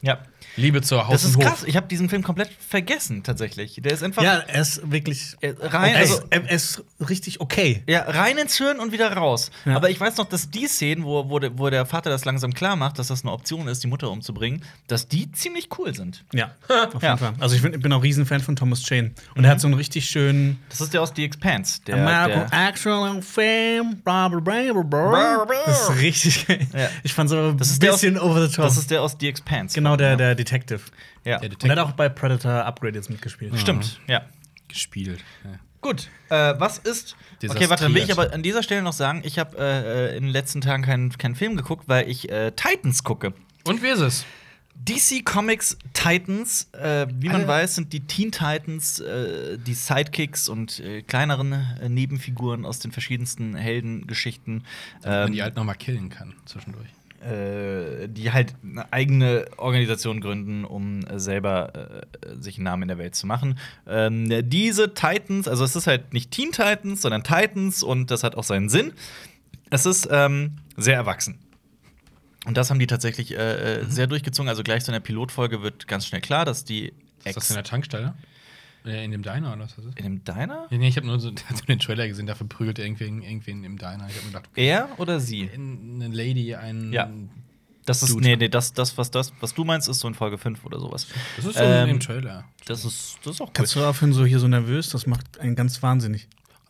Speaker 3: Liebe zur Haus
Speaker 1: Das ist
Speaker 3: und Hof.
Speaker 1: krass. Ich habe diesen Film komplett vergessen, tatsächlich. Der ist einfach
Speaker 2: Ja, er ist wirklich.
Speaker 1: äh, rein,
Speaker 2: Er
Speaker 1: also,
Speaker 2: ist, er ist richtig okay.
Speaker 1: ja, rein ins Hirn und wieder raus.
Speaker 2: Ja.
Speaker 1: Aber ich weiß noch, dass die Szenen, wo, wo, der, wo der Vater das langsam klar macht, dass das eine Option ist, die Mutter umzubringen, dass die ziemlich cool sind.
Speaker 2: Ja, auf
Speaker 1: Ja.
Speaker 2: jeden Fall. Also ich bin, ich bin auch Riesenfan von Thomas Jane. Und er hat so einen richtig schönen
Speaker 1: Das ist der aus The Expanse. Der,
Speaker 2: American
Speaker 1: der,
Speaker 2: Actual Fame. Blah, blah, blah, blah, blah. Das ist richtig geil.
Speaker 1: Ja.
Speaker 2: Ich fand so ein
Speaker 1: Das ist der
Speaker 2: bisschen over the top.
Speaker 1: das ist der aus The Expanse.
Speaker 2: genau der,
Speaker 1: ja.
Speaker 2: der Detective.
Speaker 1: Ja.
Speaker 3: Der
Speaker 2: Und er hat auch bei Predator Upgrade jetzt mitgespielt.
Speaker 1: Stimmt, ja.
Speaker 3: gespielt. Ja.
Speaker 1: Gut, äh, was ist. Okay, warte, dann will ich aber an dieser Stelle noch sagen, ich habe äh, in den letzten Tagen keinen keinen Film geguckt, weil ich äh, Titans gucke.
Speaker 3: Und wie ist es?
Speaker 1: D C Comics Titans, äh, wie man
Speaker 2: Alle-
Speaker 1: weiß, sind die Teen Titans äh, die Sidekicks und äh, kleineren äh, Nebenfiguren aus den verschiedensten Heldengeschichten.
Speaker 3: Damit man
Speaker 1: Ähm,
Speaker 3: die halt noch mal killen kann zwischendurch.
Speaker 1: äh, die halt eine eigene Organisation gründen, um äh, selber äh, sich einen Namen in der Welt zu machen. Ähm, diese Titans, also es ist halt nicht Teen Titans, sondern Titans und das hat auch seinen Sinn. Es ist ähm, sehr erwachsen. Und das haben die tatsächlich äh, äh, sehr durchgezogen. Also gleich so in der Pilotfolge wird ganz schnell klar, dass die
Speaker 3: Ist das in der Tankstelle? Äh, in dem Diner oder was das ist?
Speaker 1: in dem Diner?
Speaker 3: Nee, ich habe nur so hab den Trailer gesehen, da verprügelt irgendwen, irgendwen im Diner. Ich habe mir gedacht, okay,
Speaker 1: Er oder sie?
Speaker 3: eine Lady, ein.
Speaker 1: Ja. Das ist,
Speaker 3: Dude.
Speaker 1: nee, nee, das, das, was, das, was du meinst, ist so in Folge fünf oder sowas.
Speaker 3: Das ist so
Speaker 1: Ähm,
Speaker 3: im Trailer.
Speaker 1: Das ist, das ist auch cool.
Speaker 2: Kannst du aufhören, so hier so nervös? Das macht einen ganz wahnsinnig.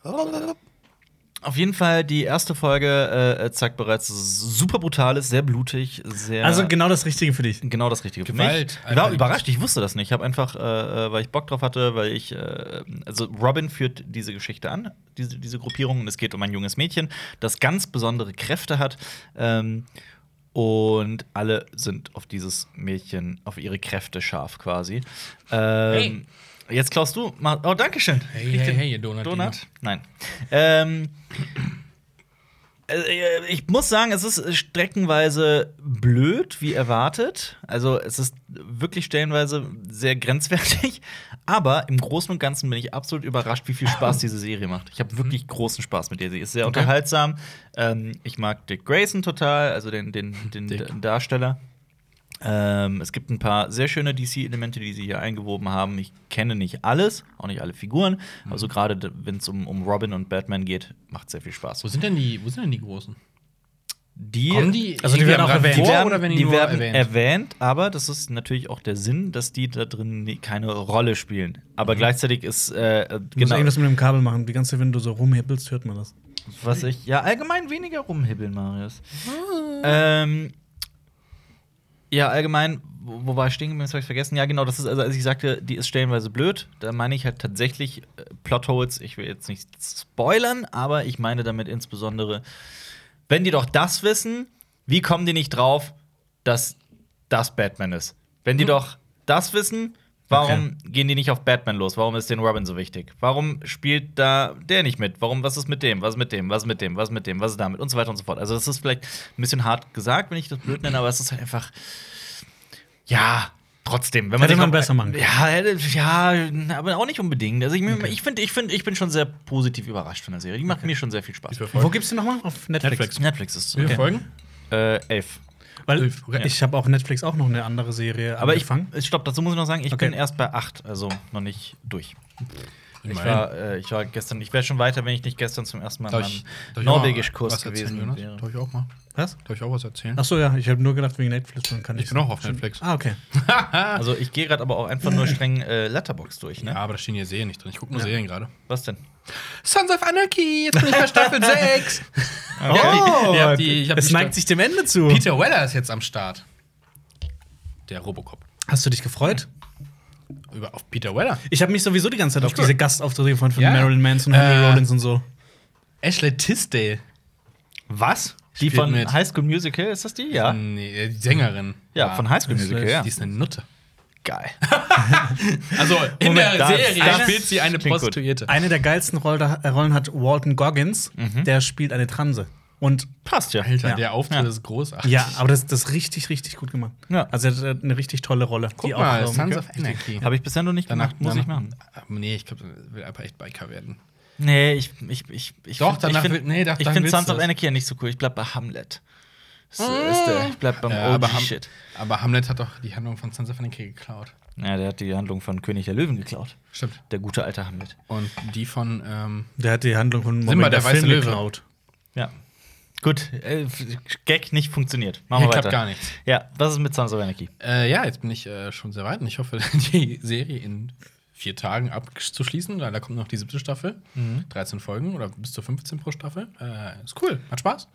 Speaker 1: Auf jeden Fall, die erste Folge äh, zeigt bereits, dass es super brutal ist, sehr blutig, sehr.
Speaker 2: Also genau das Richtige für dich.
Speaker 1: genau das Richtige für
Speaker 3: Gewalt.
Speaker 1: mich. Ich war überrascht, ich wusste das nicht. Ich habe einfach, äh, äh, weil ich Bock drauf hatte, weil ich. Äh, also, Robin führt diese Geschichte an, diese, diese Gruppierung. Und es geht um ein junges Mädchen, das ganz besondere Kräfte hat. Ähm, und alle sind auf dieses Mädchen, auf ihre Kräfte scharf quasi. Ähm, Jetzt klaust du. Mal, oh, danke schön.
Speaker 3: Hey, hey, hey, ihr Donut.
Speaker 1: Donut? Nein. Ähm, äh, ich muss sagen, es ist streckenweise blöd, wie erwartet. Also, es ist wirklich stellenweise sehr grenzwertig. Aber im Großen und Ganzen bin ich absolut überrascht, wie viel Spaß diese Serie macht. Ich habe wirklich großen Spaß mit der. Sie ist sehr
Speaker 3: Okay.
Speaker 1: unterhaltsam. Ähm, ich mag Dick Grayson total, also den, den, den
Speaker 3: Dick.
Speaker 1: Darsteller. Ähm, es gibt ein paar sehr schöne D C-Elemente, die sie hier eingewoben haben. Ich kenne nicht alles, auch nicht alle Figuren.
Speaker 3: Mhm.
Speaker 1: Also gerade wenn es um, um Robin und Batman geht, macht sehr viel Spaß.
Speaker 3: Wo sind denn die, wo sind denn die Großen?
Speaker 1: Die,
Speaker 3: Kommen die
Speaker 2: Also die
Speaker 3: irgendwie
Speaker 2: werden
Speaker 3: am
Speaker 2: auch
Speaker 3: Rand
Speaker 2: erwähnt.
Speaker 1: die
Speaker 3: vor,
Speaker 1: werden,
Speaker 3: oder werden die,
Speaker 1: die
Speaker 3: nur
Speaker 1: werden
Speaker 3: erwähnt?
Speaker 1: erwähnt, aber das ist natürlich auch der Sinn, dass die da drin nie- keine Rolle spielen. Aber
Speaker 3: Mhm.
Speaker 1: gleichzeitig ist äh,
Speaker 2: Du musst
Speaker 1: genau,
Speaker 2: irgendwas mit dem Kabel machen. Die ganze Zeit, wenn du so rumhebelst, hört man das.
Speaker 1: was ich ja allgemein weniger rumhibbeln, Marius.
Speaker 3: Ah.
Speaker 1: Ähm, ja, allgemein, wo, wo war ich stehen geblieben? Das habe ich vergessen. Ja, genau, das ist, also als ich sagte, die ist stellenweise blöd, da meine ich halt tatsächlich äh, Plotholes. Ich will jetzt nicht spoilern, aber ich meine damit insbesondere, wenn die doch das wissen, wie kommen die nicht drauf, dass das Batman ist? Wenn die
Speaker 3: Hm.
Speaker 1: doch das wissen, warum gehen die nicht auf Batman los? Warum ist den Robin so wichtig? Warum spielt da der nicht mit? Warum, was ist mit dem? Was ist mit dem? Was ist mit dem? Was ist mit dem? Was ist damit? Und so weiter und so fort. Also, das ist vielleicht ein bisschen hart gesagt, wenn ich das blöd nenne, aber es ist halt einfach. Ja, trotzdem. Wenn man
Speaker 2: Hätte
Speaker 1: sich
Speaker 2: man
Speaker 1: noch-
Speaker 2: besser machen können.
Speaker 1: Ja, hätte- ja, aber auch nicht unbedingt. Also, ich, ich finde, ich, find, ich bin schon sehr positiv überrascht von der Serie. Die macht mir schon sehr viel Spaß.
Speaker 3: Wie viele
Speaker 2: Wo
Speaker 3: Folgen?
Speaker 2: gibt's die nochmal? Auf Netflix.
Speaker 3: Netflix.
Speaker 1: Netflix ist
Speaker 3: Wie viele
Speaker 1: okay.
Speaker 3: Folgen?
Speaker 1: Äh, elf.
Speaker 2: Weil
Speaker 3: Elf, okay.
Speaker 2: ich habe auf Netflix auch noch eine andere Serie
Speaker 1: Aber ich,
Speaker 2: angefangen.
Speaker 1: ich stopp, dazu muss ich noch sagen, ich
Speaker 2: Okay.
Speaker 1: bin erst bei acht, also noch nicht durch. Ich
Speaker 3: Immerhin.
Speaker 1: war, äh, ich war gestern, ich wäre schon weiter, wenn ich nicht gestern zum ersten Mal in
Speaker 3: Darf
Speaker 1: meinem
Speaker 3: ich, darf ich auch mal
Speaker 1: Norwegisch-Kurs
Speaker 3: was erzählen,
Speaker 1: gewesen
Speaker 3: Jonas?
Speaker 1: wäre.
Speaker 3: Darf ich auch mal?
Speaker 2: Was?
Speaker 3: Darf ich auch was erzählen?
Speaker 2: Ach so, ja, ich habe nur gedacht wegen Netflix, dann kann ich.
Speaker 3: Ich bin auch auf Netflix.
Speaker 2: Ah, okay.
Speaker 1: Also ich gehe gerade aber auch einfach nur streng äh, Letterbox durch, ne?
Speaker 3: Ja, aber da stehen hier Serien nicht drin. Ich gucke nur
Speaker 2: Ja.
Speaker 3: Serien gerade.
Speaker 1: Was denn?
Speaker 3: Sons of Anarchy, jetzt bin ich bei Staffel sechs.
Speaker 1: Okay.
Speaker 3: die, ich hab die, ich hab
Speaker 2: es
Speaker 3: die
Speaker 2: neigt
Speaker 3: Sta-
Speaker 2: sich dem Ende zu.
Speaker 3: Peter Weller ist jetzt am Start. Der Robocop.
Speaker 2: Hast du dich gefreut?
Speaker 3: Über, auf Peter Weller.
Speaker 2: Ich habe mich sowieso die ganze Zeit auf
Speaker 3: Ist gut.
Speaker 2: diese Gastauftritte von, von
Speaker 3: Ja.
Speaker 2: Marilyn Manson und Henry
Speaker 3: Äh.
Speaker 2: Rollins und so.
Speaker 3: Ashley Tisdale.
Speaker 1: Was? Die
Speaker 3: Spielt
Speaker 1: von
Speaker 3: mit.
Speaker 1: High School Musical, ist das die? Ja.
Speaker 3: Nee, äh, die Sängerin.
Speaker 1: Ja, von High School
Speaker 2: Das
Speaker 1: Musical,
Speaker 2: ist-
Speaker 1: ja.
Speaker 3: Die ist eine Nutte.
Speaker 1: Geil.
Speaker 3: Also in
Speaker 1: Moment,
Speaker 3: der
Speaker 1: das-
Speaker 3: Serie
Speaker 1: das
Speaker 3: spielt sie eine
Speaker 1: klingt gut.
Speaker 3: Prostituierte.
Speaker 2: Eine der geilsten Roll äh, Rollen hat Walton Goggins,
Speaker 1: Mhm.
Speaker 2: der spielt eine Transe. Und
Speaker 1: Passt ja.
Speaker 3: Alter,
Speaker 2: Ja.
Speaker 3: der Auftritt
Speaker 1: Ja.
Speaker 3: ist großartig.
Speaker 2: ja, aber das, das ist richtig, richtig gut gemacht.
Speaker 1: Ja.
Speaker 2: Also er hat äh, eine richtig tolle Rolle.
Speaker 3: Guck
Speaker 2: die
Speaker 3: mal,
Speaker 2: auch, ähm,
Speaker 3: Sons of Anarchy.
Speaker 1: Habe ich bisher noch nicht gemacht, muss ich machen.
Speaker 3: Nee, ich glaube, will einfach echt Biker werden.
Speaker 1: Nee, ich, ich, ich, ich
Speaker 3: Doch,
Speaker 1: find-
Speaker 3: danach
Speaker 1: ich
Speaker 3: will- nee, doch,
Speaker 1: Ich
Speaker 3: dann
Speaker 1: finde
Speaker 3: willst
Speaker 1: Sons
Speaker 3: du
Speaker 1: of
Speaker 3: das.
Speaker 1: Anarchy ja nicht so cool. Ich bleib bei Hamlet. Das ist der, ich bleib beim
Speaker 3: Ja,
Speaker 1: O G
Speaker 3: aber, Ham
Speaker 1: Shit.
Speaker 3: aber Hamlet hat doch die Handlung von Sansa von den Krieg geklaut.
Speaker 1: Ja, der hat die Handlung von König der Löwen geklaut.
Speaker 3: Stimmt.
Speaker 1: Der gute alte Hamlet.
Speaker 3: Und die von ähm,
Speaker 2: Der hat die Handlung von
Speaker 3: Simba, der weiße
Speaker 2: Film
Speaker 3: Löwe.
Speaker 2: geklaut.
Speaker 1: Ja. Gut, äh, Gag nicht funktioniert. Machen
Speaker 3: Hier
Speaker 1: wir
Speaker 3: klappt
Speaker 1: weiter.
Speaker 3: gar nichts.
Speaker 1: Ja, was ist mit Sons of Anarchy?
Speaker 3: Äh, ja, jetzt bin ich äh, schon sehr weit und ich hoffe, die Serie in vier Tagen abzuschließen. Da kommt noch die siebte Staffel.
Speaker 1: Mhm.
Speaker 3: dreizehn Folgen oder bis zu fünfzehn pro Staffel. Äh, ist cool, hat Spaß.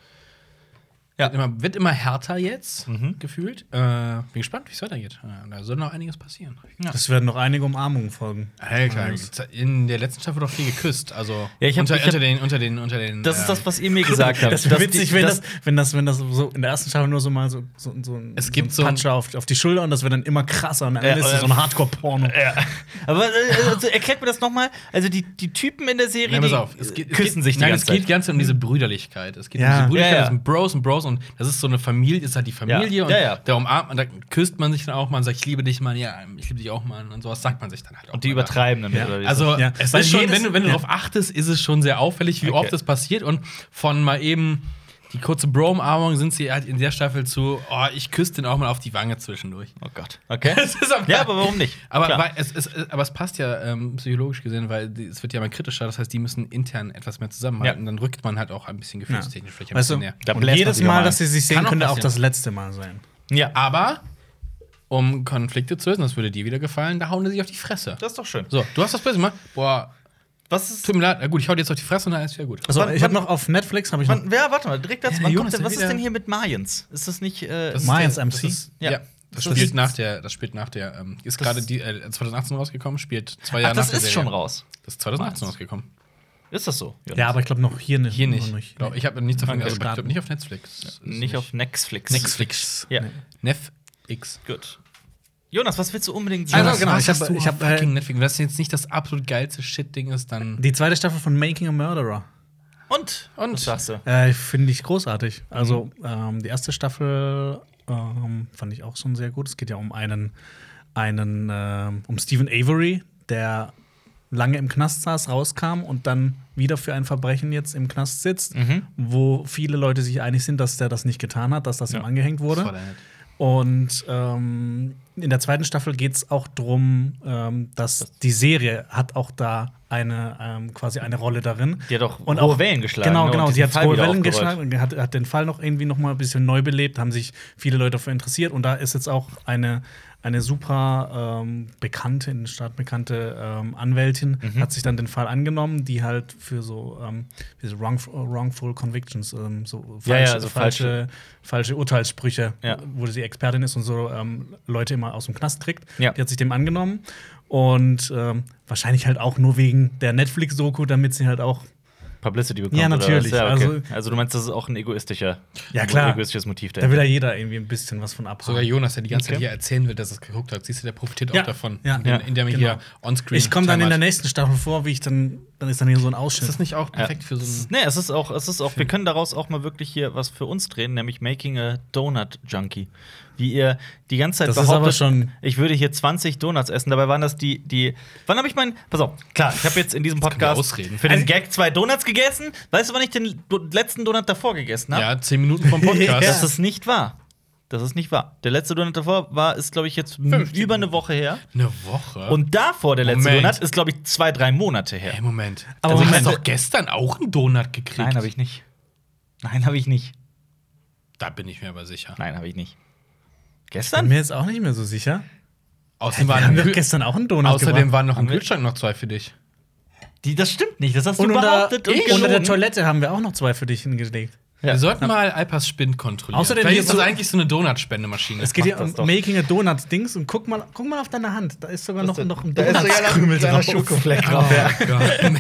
Speaker 1: Ja.
Speaker 3: Wird, immer, wird immer härter jetzt,
Speaker 1: Mhm.
Speaker 3: gefühlt. Äh, bin gespannt, wie es weitergeht. Äh, da soll noch einiges passieren.
Speaker 1: Ja.
Speaker 2: Es werden noch einige Umarmungen folgen.
Speaker 3: Alter, in der letzten Staffel doch viel geküsst. Also
Speaker 1: Ja, ich hab-
Speaker 3: unter,
Speaker 1: ich hab-
Speaker 3: unter den, unter den, unter den.
Speaker 1: Das ist das,
Speaker 3: ähm,
Speaker 1: was ihr mir gesagt habt.
Speaker 2: Das wäre
Speaker 1: Dass
Speaker 2: witzig,
Speaker 1: die-
Speaker 2: wenn
Speaker 1: dass-
Speaker 2: das, wenn, das, wenn das so in der ersten Staffel nur so mal so, so, so ein,
Speaker 3: Es gibt
Speaker 2: so
Speaker 3: so
Speaker 2: ein
Speaker 3: ein-
Speaker 2: Patscher auf, auf die Schulter und das wird dann immer krasser und am
Speaker 1: Ja,
Speaker 2: Ende ist es so ein Hardcore-Porno.
Speaker 1: Ja. Aber äh, also, erklärt mir das nochmal. Also die, die Typen in der Serie,
Speaker 3: Nein, pass
Speaker 1: die
Speaker 3: auf. Es geht, es
Speaker 1: küssen
Speaker 3: geht,
Speaker 1: sich die
Speaker 3: nein,
Speaker 1: ganze
Speaker 3: es geht
Speaker 1: Zeit.
Speaker 3: ganz um diese Brüderlichkeit. Es geht
Speaker 2: Ja.
Speaker 3: um diese Brüderlichkeit,
Speaker 1: Ja, ja.
Speaker 3: das sind Bros und Bros und das ist so eine Familie, ist halt die Familie
Speaker 1: Ja.
Speaker 3: und
Speaker 1: Ja, ja.
Speaker 3: da umarmt man, da küsst man sich dann auch mal und sagt, ich liebe dich, Mann, ja, ich liebe dich auch, Mann und sowas sagt man sich dann halt auch.
Speaker 1: Und die
Speaker 3: mal.
Speaker 1: übertreiben damit.
Speaker 2: Ja.
Speaker 1: Oder wie
Speaker 3: Also,
Speaker 2: Ja,
Speaker 3: es
Speaker 2: weil
Speaker 3: ist schon,
Speaker 2: jedes-
Speaker 3: wenn du, wenn du
Speaker 2: ja.
Speaker 3: darauf achtest, ist es schon sehr auffällig, wie
Speaker 1: Okay.
Speaker 3: oft das passiert und von mal eben die kurze Bro-Umarmung sind sie halt in der Staffel zu, oh, ich küsse den auch mal auf die Wange zwischendurch.
Speaker 1: Oh Gott. Okay.
Speaker 3: Es ist aber-
Speaker 1: Ja, aber warum nicht?
Speaker 3: Aber,
Speaker 1: Klar.
Speaker 3: weil es, es, aber es passt ja ähm, psychologisch gesehen, weil die, es wird ja mal kritischer. Das heißt, die müssen intern etwas mehr zusammenhalten.
Speaker 1: Ja.
Speaker 3: Und dann rückt man halt auch ein bisschen gefühlstechnisch vielleicht ein
Speaker 2: Weißt du,
Speaker 3: bisschen näher.
Speaker 1: Da
Speaker 2: und
Speaker 1: bläst man
Speaker 2: jedes
Speaker 1: sich auch
Speaker 2: Mal,
Speaker 1: mal.
Speaker 2: dass sie sich sehen,
Speaker 3: Kann auch
Speaker 2: könnte auch
Speaker 3: passieren.
Speaker 2: das letzte Mal sein.
Speaker 1: Ja.
Speaker 3: Aber um Konflikte zu lösen, das würde dir wieder gefallen, da hauen die sich auf die Fresse.
Speaker 1: Das ist doch schön.
Speaker 3: So, du hast das böse gemacht. Boah,
Speaker 1: Was ist.
Speaker 3: tut mir leid. Na gut, ich hau dir jetzt auf die Fresse und dann ist wieder gut.
Speaker 2: Also,
Speaker 1: Wann-
Speaker 2: ich habe
Speaker 1: wann-
Speaker 2: noch auf Netflix habe ich noch
Speaker 1: Wann, ja, warte mal, direkt dazu.
Speaker 3: Ja,
Speaker 1: Wann
Speaker 3: Jonas,
Speaker 1: kommt denn, was
Speaker 3: wieder-
Speaker 1: ist denn hier mit Mayans? Ist das nicht. Äh,
Speaker 3: Das ist
Speaker 2: Mayans
Speaker 3: der-
Speaker 2: M
Speaker 3: das
Speaker 2: C?
Speaker 3: ist-
Speaker 1: Ja.
Speaker 3: Ja. Das
Speaker 1: Das
Speaker 3: spielt
Speaker 1: ist-
Speaker 3: nach der, das spielt nach der, ähm, ist
Speaker 1: Das-
Speaker 3: gerade die äh, zwanzig achtzehn rausgekommen, spielt zwei Jahre
Speaker 1: Ach, das
Speaker 3: nach der
Speaker 1: ist
Speaker 3: Serie.
Speaker 1: schon raus.
Speaker 3: Das ist zwanzig achtzehn
Speaker 1: Mayans.
Speaker 3: rausgekommen.
Speaker 1: Ist das so? Jonas?
Speaker 2: Ja, aber ich glaube noch hier nicht.
Speaker 3: Hier nicht.
Speaker 2: Noch
Speaker 3: Glaub, ich habe nichts davon
Speaker 1: Okay.
Speaker 3: also, ich glaub,
Speaker 2: Starten.
Speaker 3: nicht auf Netflix. Ist
Speaker 1: Nicht auf Netflix.
Speaker 3: Netflix.
Speaker 1: Ja.
Speaker 3: Netflix.
Speaker 1: Gut. Jonas, was willst du unbedingt sehen?
Speaker 2: Also, genau, ich hab-
Speaker 3: du
Speaker 2: ich hab,
Speaker 3: auf
Speaker 2: äh,
Speaker 3: fucking Netflix. Wenn das jetzt nicht das absolut geilste Shit-Ding ist, dann.
Speaker 2: Die zweite Staffel von Making a Murderer.
Speaker 1: Und?
Speaker 3: Und?
Speaker 1: Was sagst du?
Speaker 2: Äh, Finde ich großartig. Also, ähm, die erste Staffel ähm, fand ich auch schon sehr gut. Es geht ja um einen, einen ähm, um Stephen Avery, der lange im Knast saß, rauskam und dann wieder für ein Verbrechen jetzt im Knast sitzt,
Speaker 1: Mhm.
Speaker 2: wo viele Leute sich einig sind, dass der das nicht getan hat, dass das
Speaker 1: Ja.
Speaker 2: ihm angehängt wurde.
Speaker 3: Das war der nett.
Speaker 2: Und ähm, in der zweiten Staffel geht es auch darum, ähm, dass die Serie hat auch da eine ähm, quasi eine Rolle darin.
Speaker 1: Die hat auch
Speaker 2: Und
Speaker 1: hohe
Speaker 2: auch-
Speaker 1: Wellen geschlagen.
Speaker 2: Genau,
Speaker 1: ne?
Speaker 2: genau.
Speaker 1: Und
Speaker 2: Sie
Speaker 1: diesen
Speaker 2: hat
Speaker 1: Fall
Speaker 2: hohe
Speaker 1: wieder
Speaker 2: Wellen
Speaker 1: aufgerollt.
Speaker 2: geschlagen und hat, hat den Fall noch irgendwie noch mal ein bisschen neu belebt, haben sich viele Leute dafür interessiert. Und da ist jetzt auch eine, eine super ähm, bekannte, in den Staat bekannte ähm, Anwältin,
Speaker 1: Mhm.
Speaker 2: hat sich dann den Fall angenommen, die halt für so ähm, diese wrongful, wrongful Convictions, ähm, so
Speaker 1: Ja, ja,
Speaker 2: falsche,
Speaker 1: also
Speaker 2: falsche, falsche Urteilssprüche,
Speaker 1: Ja.
Speaker 2: wo sie Expertin ist und so ähm, Leute immer aus dem Knast kriegt.
Speaker 1: Ja.
Speaker 2: Die hat sich dem angenommen. Und ähm, wahrscheinlich halt auch nur wegen der Netflix-Doku, damit sie halt auch.
Speaker 1: Publicity bekommt.
Speaker 2: Ja,
Speaker 1: oder
Speaker 2: natürlich.
Speaker 1: was? Ja, okay.
Speaker 2: Also-
Speaker 1: also, du meinst, das ist auch ein egoistischer,
Speaker 2: Ja, klar.
Speaker 1: ein egoistisches Motiv
Speaker 2: Da will ja jeder irgendwie ein bisschen was von abhaben.
Speaker 3: Sogar Jonas, der die ganze
Speaker 1: Okay.
Speaker 3: Zeit hier erzählen will, dass er es geguckt hat. Siehst du, der profitiert
Speaker 2: Ja.
Speaker 3: auch davon.
Speaker 2: Ja.
Speaker 3: In, in der mir
Speaker 2: Genau.
Speaker 3: hier onscreen.
Speaker 2: Ich komme dann in
Speaker 3: Time
Speaker 2: der
Speaker 3: hat.
Speaker 2: nächsten Staffel vor, wie ich dann, dann ist dann hier so ein
Speaker 3: Ist
Speaker 2: Ausschnitt.
Speaker 3: das nicht auch perfekt für so ein.
Speaker 1: Nee, es ist auch, es ist auch, wir können daraus auch mal wirklich hier was für uns drehen, nämlich Making a Donut Junkie. Wie ihr die ganze Zeit
Speaker 2: Das ist aber schon-
Speaker 1: ich würde hier zwanzig Donuts essen. Dabei waren das die, die. Wann habe ich meinen. Pass auf, klar, ich habe jetzt in diesem
Speaker 3: können wir
Speaker 1: Podcast
Speaker 3: ausreden.
Speaker 1: für den
Speaker 2: Also-
Speaker 1: Gag zwei Donuts gegessen. Weißt du, wann ich den Do letzten Donut davor gegessen habe?
Speaker 3: Ja, zehn Minuten vom Podcast.
Speaker 1: Das ist nicht wahr. Das ist nicht wahr. Der letzte Donut davor war, ist, glaube ich, jetzt
Speaker 3: fünfzehn
Speaker 1: über eine Woche her.
Speaker 3: Eine Woche.
Speaker 1: Und davor, der letzte
Speaker 3: Moment.
Speaker 1: Donut, ist, glaube ich, zwei, drei Monate her.
Speaker 3: Hey, Moment.
Speaker 2: Aber
Speaker 3: also,
Speaker 2: Moment.
Speaker 3: du hast doch gestern auch einen Donut gekriegt.
Speaker 1: Nein, habe ich nicht. Nein, habe ich nicht.
Speaker 3: Da bin ich mir aber sicher.
Speaker 1: Nein, habe ich nicht.
Speaker 2: Bin
Speaker 1: Gestern?
Speaker 2: mir jetzt auch nicht mehr so sicher.
Speaker 3: Außerdem,
Speaker 2: Wir
Speaker 3: waren
Speaker 2: haben
Speaker 3: im
Speaker 2: doch
Speaker 3: Kühl-
Speaker 2: gestern auch einen Donut
Speaker 3: Außerdem
Speaker 2: gebracht.
Speaker 3: waren noch im
Speaker 1: Haben wir-
Speaker 3: Kühlschrank noch zwei für dich.
Speaker 1: Die, das stimmt nicht. Das hast
Speaker 2: Und
Speaker 1: du
Speaker 2: unter,
Speaker 1: behauptet und
Speaker 2: unter der
Speaker 1: gelogen.
Speaker 2: Toilette haben wir auch noch zwei für dich hingelegt.
Speaker 1: Ja.
Speaker 3: Wir sollten mal Alpas Spind kontrollieren.
Speaker 2: Außerdem
Speaker 3: Vielleicht
Speaker 2: hier
Speaker 3: ist das
Speaker 2: so-
Speaker 3: eigentlich so eine Donutspendemaschine.
Speaker 2: Es geht hier
Speaker 1: mach das
Speaker 2: um
Speaker 1: doch.
Speaker 2: Making a Donut-Dings und guck mal, guck mal auf deine Hand. Da ist sogar noch,
Speaker 1: denn?
Speaker 2: noch ein
Speaker 1: Da ist sogar noch ein
Speaker 2: Donutskrümel
Speaker 1: kleiner
Speaker 2: drauf.
Speaker 1: Schokofleck
Speaker 3: Oh,
Speaker 1: drauf. Ja.
Speaker 3: Gott.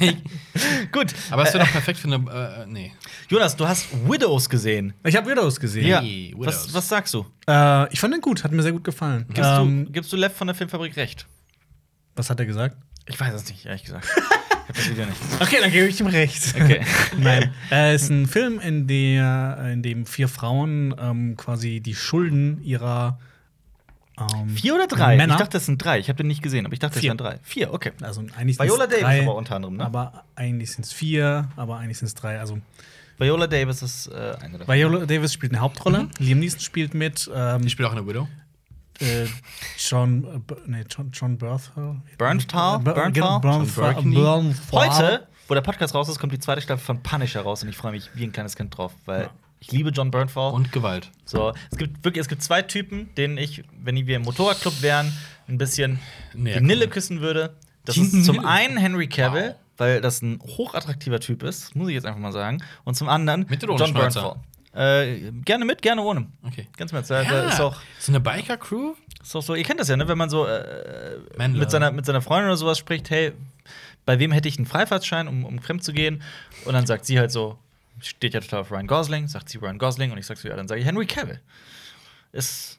Speaker 1: Gut.
Speaker 3: Aber es wäre doch perfekt für eine. Äh, nee.
Speaker 1: Jonas, du hast Widows gesehen.
Speaker 2: Ich habe Widows gesehen.
Speaker 1: Ja.
Speaker 3: Hey,
Speaker 1: Was,
Speaker 3: Widows.
Speaker 1: was sagst du?
Speaker 2: Äh, ich fand den gut, hat mir sehr gut gefallen.
Speaker 1: Gibst,
Speaker 2: Ähm,
Speaker 1: du gibst du Lev von der Filmfabrik recht?
Speaker 2: was hat er gesagt?
Speaker 1: Ich weiß es nicht, ehrlich gesagt. Ich hab das Video nicht.
Speaker 2: Okay, dann gebe ich ihm recht.
Speaker 1: Okay.
Speaker 2: Nein. Es ist ein Film, in, der, in dem vier Frauen ähm, quasi die Schulden ihrer Ähm,
Speaker 1: Vier oder drei?
Speaker 2: Männer.
Speaker 1: Ich dachte, das sind drei. Ich habe den nicht gesehen, aber ich dachte, das
Speaker 2: Vier.
Speaker 1: wären drei. Vier, okay.
Speaker 2: Also eigentlich
Speaker 1: Viola
Speaker 2: sind's
Speaker 1: Davis
Speaker 2: drei,
Speaker 1: aber unter anderem, ne?
Speaker 2: Aber eigentlich sind es vier, aber eigentlich sind es drei. Also
Speaker 1: Viola Davis ist äh, eine davon.
Speaker 2: Viola Davis spielt eine Hauptrolle.
Speaker 1: Mhm.
Speaker 2: Liam Neeson spielt mit. Ähm,
Speaker 3: Ich spiele auch eine Widow.
Speaker 2: äh, John, äh, B- nee, John, John Berthal.
Speaker 1: Bernthal?
Speaker 2: Ber-
Speaker 1: Bernthal?
Speaker 2: Bernthal?
Speaker 3: John Burkney?
Speaker 2: Bernthal.
Speaker 1: Heute, wo der Podcast raus ist, kommt die zweite Staffel von Punisher raus und ich freue mich wie ein kleines Kind drauf, weil
Speaker 2: Ja.
Speaker 1: ich liebe John Bernthal.
Speaker 3: Und Gewalt.
Speaker 1: So, es gibt wirklich, es gibt zwei Typen, denen ich, wenn wir im Motorradclub wären, ein bisschen
Speaker 3: Näher
Speaker 1: die Nille
Speaker 3: kommen.
Speaker 1: küssen würde. Das
Speaker 3: Die
Speaker 1: ist zum
Speaker 3: Nille?
Speaker 1: einen Henry Cavill,
Speaker 3: Wow.
Speaker 1: weil das ein hochattraktiver Typ ist, muss ich jetzt einfach mal sagen. Und zum anderen
Speaker 3: Mit oder ohne
Speaker 1: John
Speaker 3: Schnauzer?
Speaker 1: Bernthal. Äh, gerne mit, gerne ohne.
Speaker 3: Okay.
Speaker 1: Ganz im Ernst. Da- da ist auch,
Speaker 3: so eine Biker-Crew?
Speaker 1: ist auch so, ihr kennt das ja, ne? Wenn man so äh,
Speaker 3: Männle.
Speaker 1: mit, seiner, mit seiner Freundin oder sowas spricht, hey, bei wem hätte ich einen Freifahrtschein, um, um fremd zu gehen? Und dann sagt sie halt so, steht ja total auf Ryan Gosling, sagt sie Ryan Gosling und ich sag so, ja, dann sage ich Henry Cavill. Ist,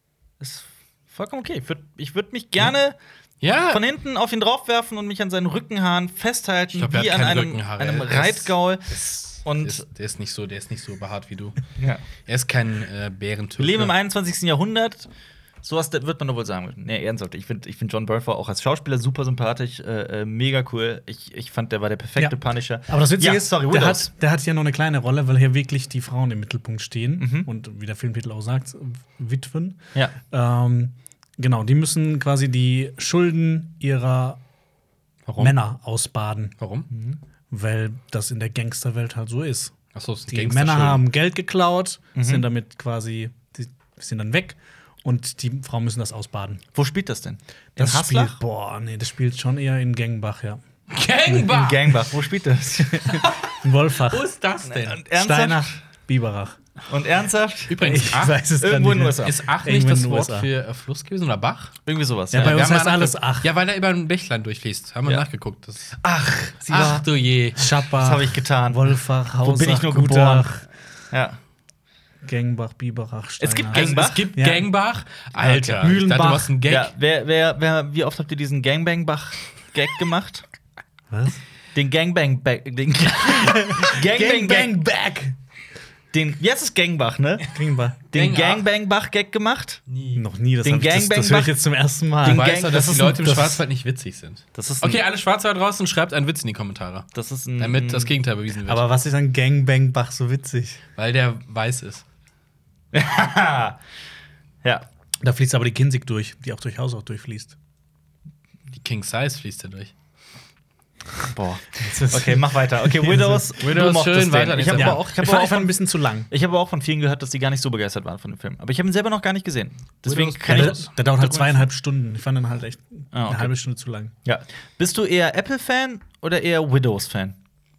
Speaker 1: ist vollkommen okay. Ich würde ich würd mich gerne
Speaker 3: Ja.
Speaker 1: von hinten auf ihn draufwerfen und mich an seinen Rückenhaaren festhalten,
Speaker 3: Ich glaub, er
Speaker 1: wie
Speaker 3: hat
Speaker 1: an
Speaker 3: keine
Speaker 1: einem,
Speaker 3: Rückenhaare.
Speaker 1: einem
Speaker 3: Er ist-
Speaker 1: Reitgaul.
Speaker 3: Das-
Speaker 1: Und-
Speaker 3: der ist, der ist nicht so, der ist nicht so behaart wie du.
Speaker 1: Ja.
Speaker 3: Er ist kein äh, Bärentürke.
Speaker 1: Wir leben im einundzwanzigsten Jahrhundert. Sowas wird man doch wohl sagen. Nee, ernsthaft. Ich finde ich find John Bernthal auch als Schauspieler super sympathisch, äh, äh, mega cool. Ich, ich fand, der war der perfekte
Speaker 2: Ja.
Speaker 1: Punisher.
Speaker 2: Aber das Witzige
Speaker 1: Ja,
Speaker 2: ist,
Speaker 1: sorry,
Speaker 2: der,
Speaker 1: Widows.
Speaker 2: hat, der hat ja nur eine kleine Rolle, weil hier wirklich die Frauen im Mittelpunkt stehen.
Speaker 1: Mhm.
Speaker 2: Und wie der Filmtitel auch sagt, Witwen.
Speaker 1: Ja.
Speaker 2: Ähm, genau, die müssen quasi die Schulden ihrer
Speaker 3: Warum?
Speaker 2: Männer ausbaden,
Speaker 3: Warum?
Speaker 2: weil das in der Gangsterwelt halt so ist.
Speaker 3: Achso, es ist ein
Speaker 2: Die
Speaker 3: Gangster
Speaker 2: Männer
Speaker 3: Schulden.
Speaker 2: haben Geld geklaut,
Speaker 1: Mhm.
Speaker 2: sind damit quasi, die sind dann weg und die Frauen müssen das ausbaden.
Speaker 1: Wo spielt das denn?
Speaker 2: Das
Speaker 1: in Haslach?
Speaker 2: spielt, boah, nee, das spielt schon eher in Gangbach, ja.
Speaker 1: In
Speaker 3: Gangbach!
Speaker 1: Gangbach. Wo spielt das?
Speaker 2: In Wolfach,
Speaker 3: Wo ist das denn?
Speaker 1: Und ernsthaft?
Speaker 2: Steinach, Biberach.
Speaker 1: Und ernsthaft?
Speaker 3: Übrigens,
Speaker 2: Ich
Speaker 3: Ach,
Speaker 2: weiß es
Speaker 1: irgendwo
Speaker 2: gar
Speaker 1: in den
Speaker 2: nicht.
Speaker 1: U S A.
Speaker 3: ist Ach nicht
Speaker 2: Irgendwo in
Speaker 3: das
Speaker 2: den
Speaker 3: Wort
Speaker 2: U S A.
Speaker 3: für äh, Fluss gewesen oder Bach?
Speaker 1: Irgendwie sowas.
Speaker 2: Ja, bei uns
Speaker 3: Wir
Speaker 2: heißt
Speaker 3: haben
Speaker 2: alles
Speaker 3: nachge-
Speaker 2: Ach.
Speaker 3: Ja, weil er über ein Bächlein durchfließt. Haben wir
Speaker 1: Ja.
Speaker 3: nachgeguckt. Das
Speaker 1: Ach, sie
Speaker 3: Ach
Speaker 1: war.
Speaker 3: du je.
Speaker 2: Schappach,
Speaker 1: Das habe ich getan.
Speaker 2: Wolfach, Hausach,
Speaker 1: Wo bin ich nur
Speaker 2: Gutach,
Speaker 1: geboren? Ja.
Speaker 2: Gangbach, Biberach, Steinach.
Speaker 1: Es gibt
Speaker 3: Also,
Speaker 1: Gangbach?
Speaker 3: es gibt
Speaker 2: Ja.
Speaker 3: Gangbach. Alter,
Speaker 2: Okay.
Speaker 3: ich dachte, du hast einen Gag.
Speaker 1: Ja, wer, wer, wer, wie oft habt ihr diesen Gangbang-Bach-Gag gemacht?
Speaker 2: Was?
Speaker 1: Den Gangbang-Back. Den Gangbang-Gang.
Speaker 2: back!
Speaker 1: Den, wie heißt es Gangbach, ne?
Speaker 2: Gangbach.
Speaker 1: Den
Speaker 3: Gangbach.
Speaker 1: Gangbang-Bach-Gag gemacht?
Speaker 3: Nie.
Speaker 2: Noch nie, das,
Speaker 1: Den
Speaker 2: hab ich, das, das
Speaker 1: Gangbang
Speaker 2: höre ich jetzt zum ersten Mal.
Speaker 1: Den
Speaker 3: Du weißt
Speaker 1: Gang-
Speaker 3: doch, dass
Speaker 2: das
Speaker 3: die
Speaker 2: ist
Speaker 3: Leute im
Speaker 2: ein- das-
Speaker 3: Schwarzwald nicht witzig sind.
Speaker 1: Das ist ein,
Speaker 3: Okay, alle Schwarzwald draußen, schreibt einen Witz in die Kommentare.
Speaker 1: das ist ein,
Speaker 3: Damit das Gegenteil bewiesen wird.
Speaker 2: Aber was ist an Gangbangbach so witzig?
Speaker 3: Weil der weiß ist.
Speaker 1: ja.
Speaker 2: Da fließt aber die Kinzig durch, die auch durch Haus auch durchfließt.
Speaker 3: Die King Size fließt da durch.
Speaker 1: Boah. Okay, mach weiter. Okay, Widows.
Speaker 3: Widows,
Speaker 1: du mochtest
Speaker 3: schön,
Speaker 1: den.
Speaker 3: weiter.
Speaker 1: Ich habe
Speaker 3: Ja,
Speaker 1: aber auch, ich
Speaker 2: Ich
Speaker 1: hab
Speaker 2: fand,
Speaker 1: aber
Speaker 2: ich
Speaker 1: auch
Speaker 2: fand ein
Speaker 1: von,
Speaker 2: bisschen zu lang.
Speaker 1: ich habe auch von vielen gehört, dass die gar nicht so begeistert waren von dem Film. Aber ich habe ihn selber noch gar nicht gesehen. Deswegen
Speaker 3: Widows-
Speaker 1: kann
Speaker 2: Der,
Speaker 1: ich.
Speaker 2: der dauert halt zweieinhalb Stunden. Ich fand den halt echt
Speaker 1: Ah, okay.
Speaker 2: eine halbe Stunde zu lang.
Speaker 1: Ja. Bist du eher Apple-Fan oder eher Widows-Fan?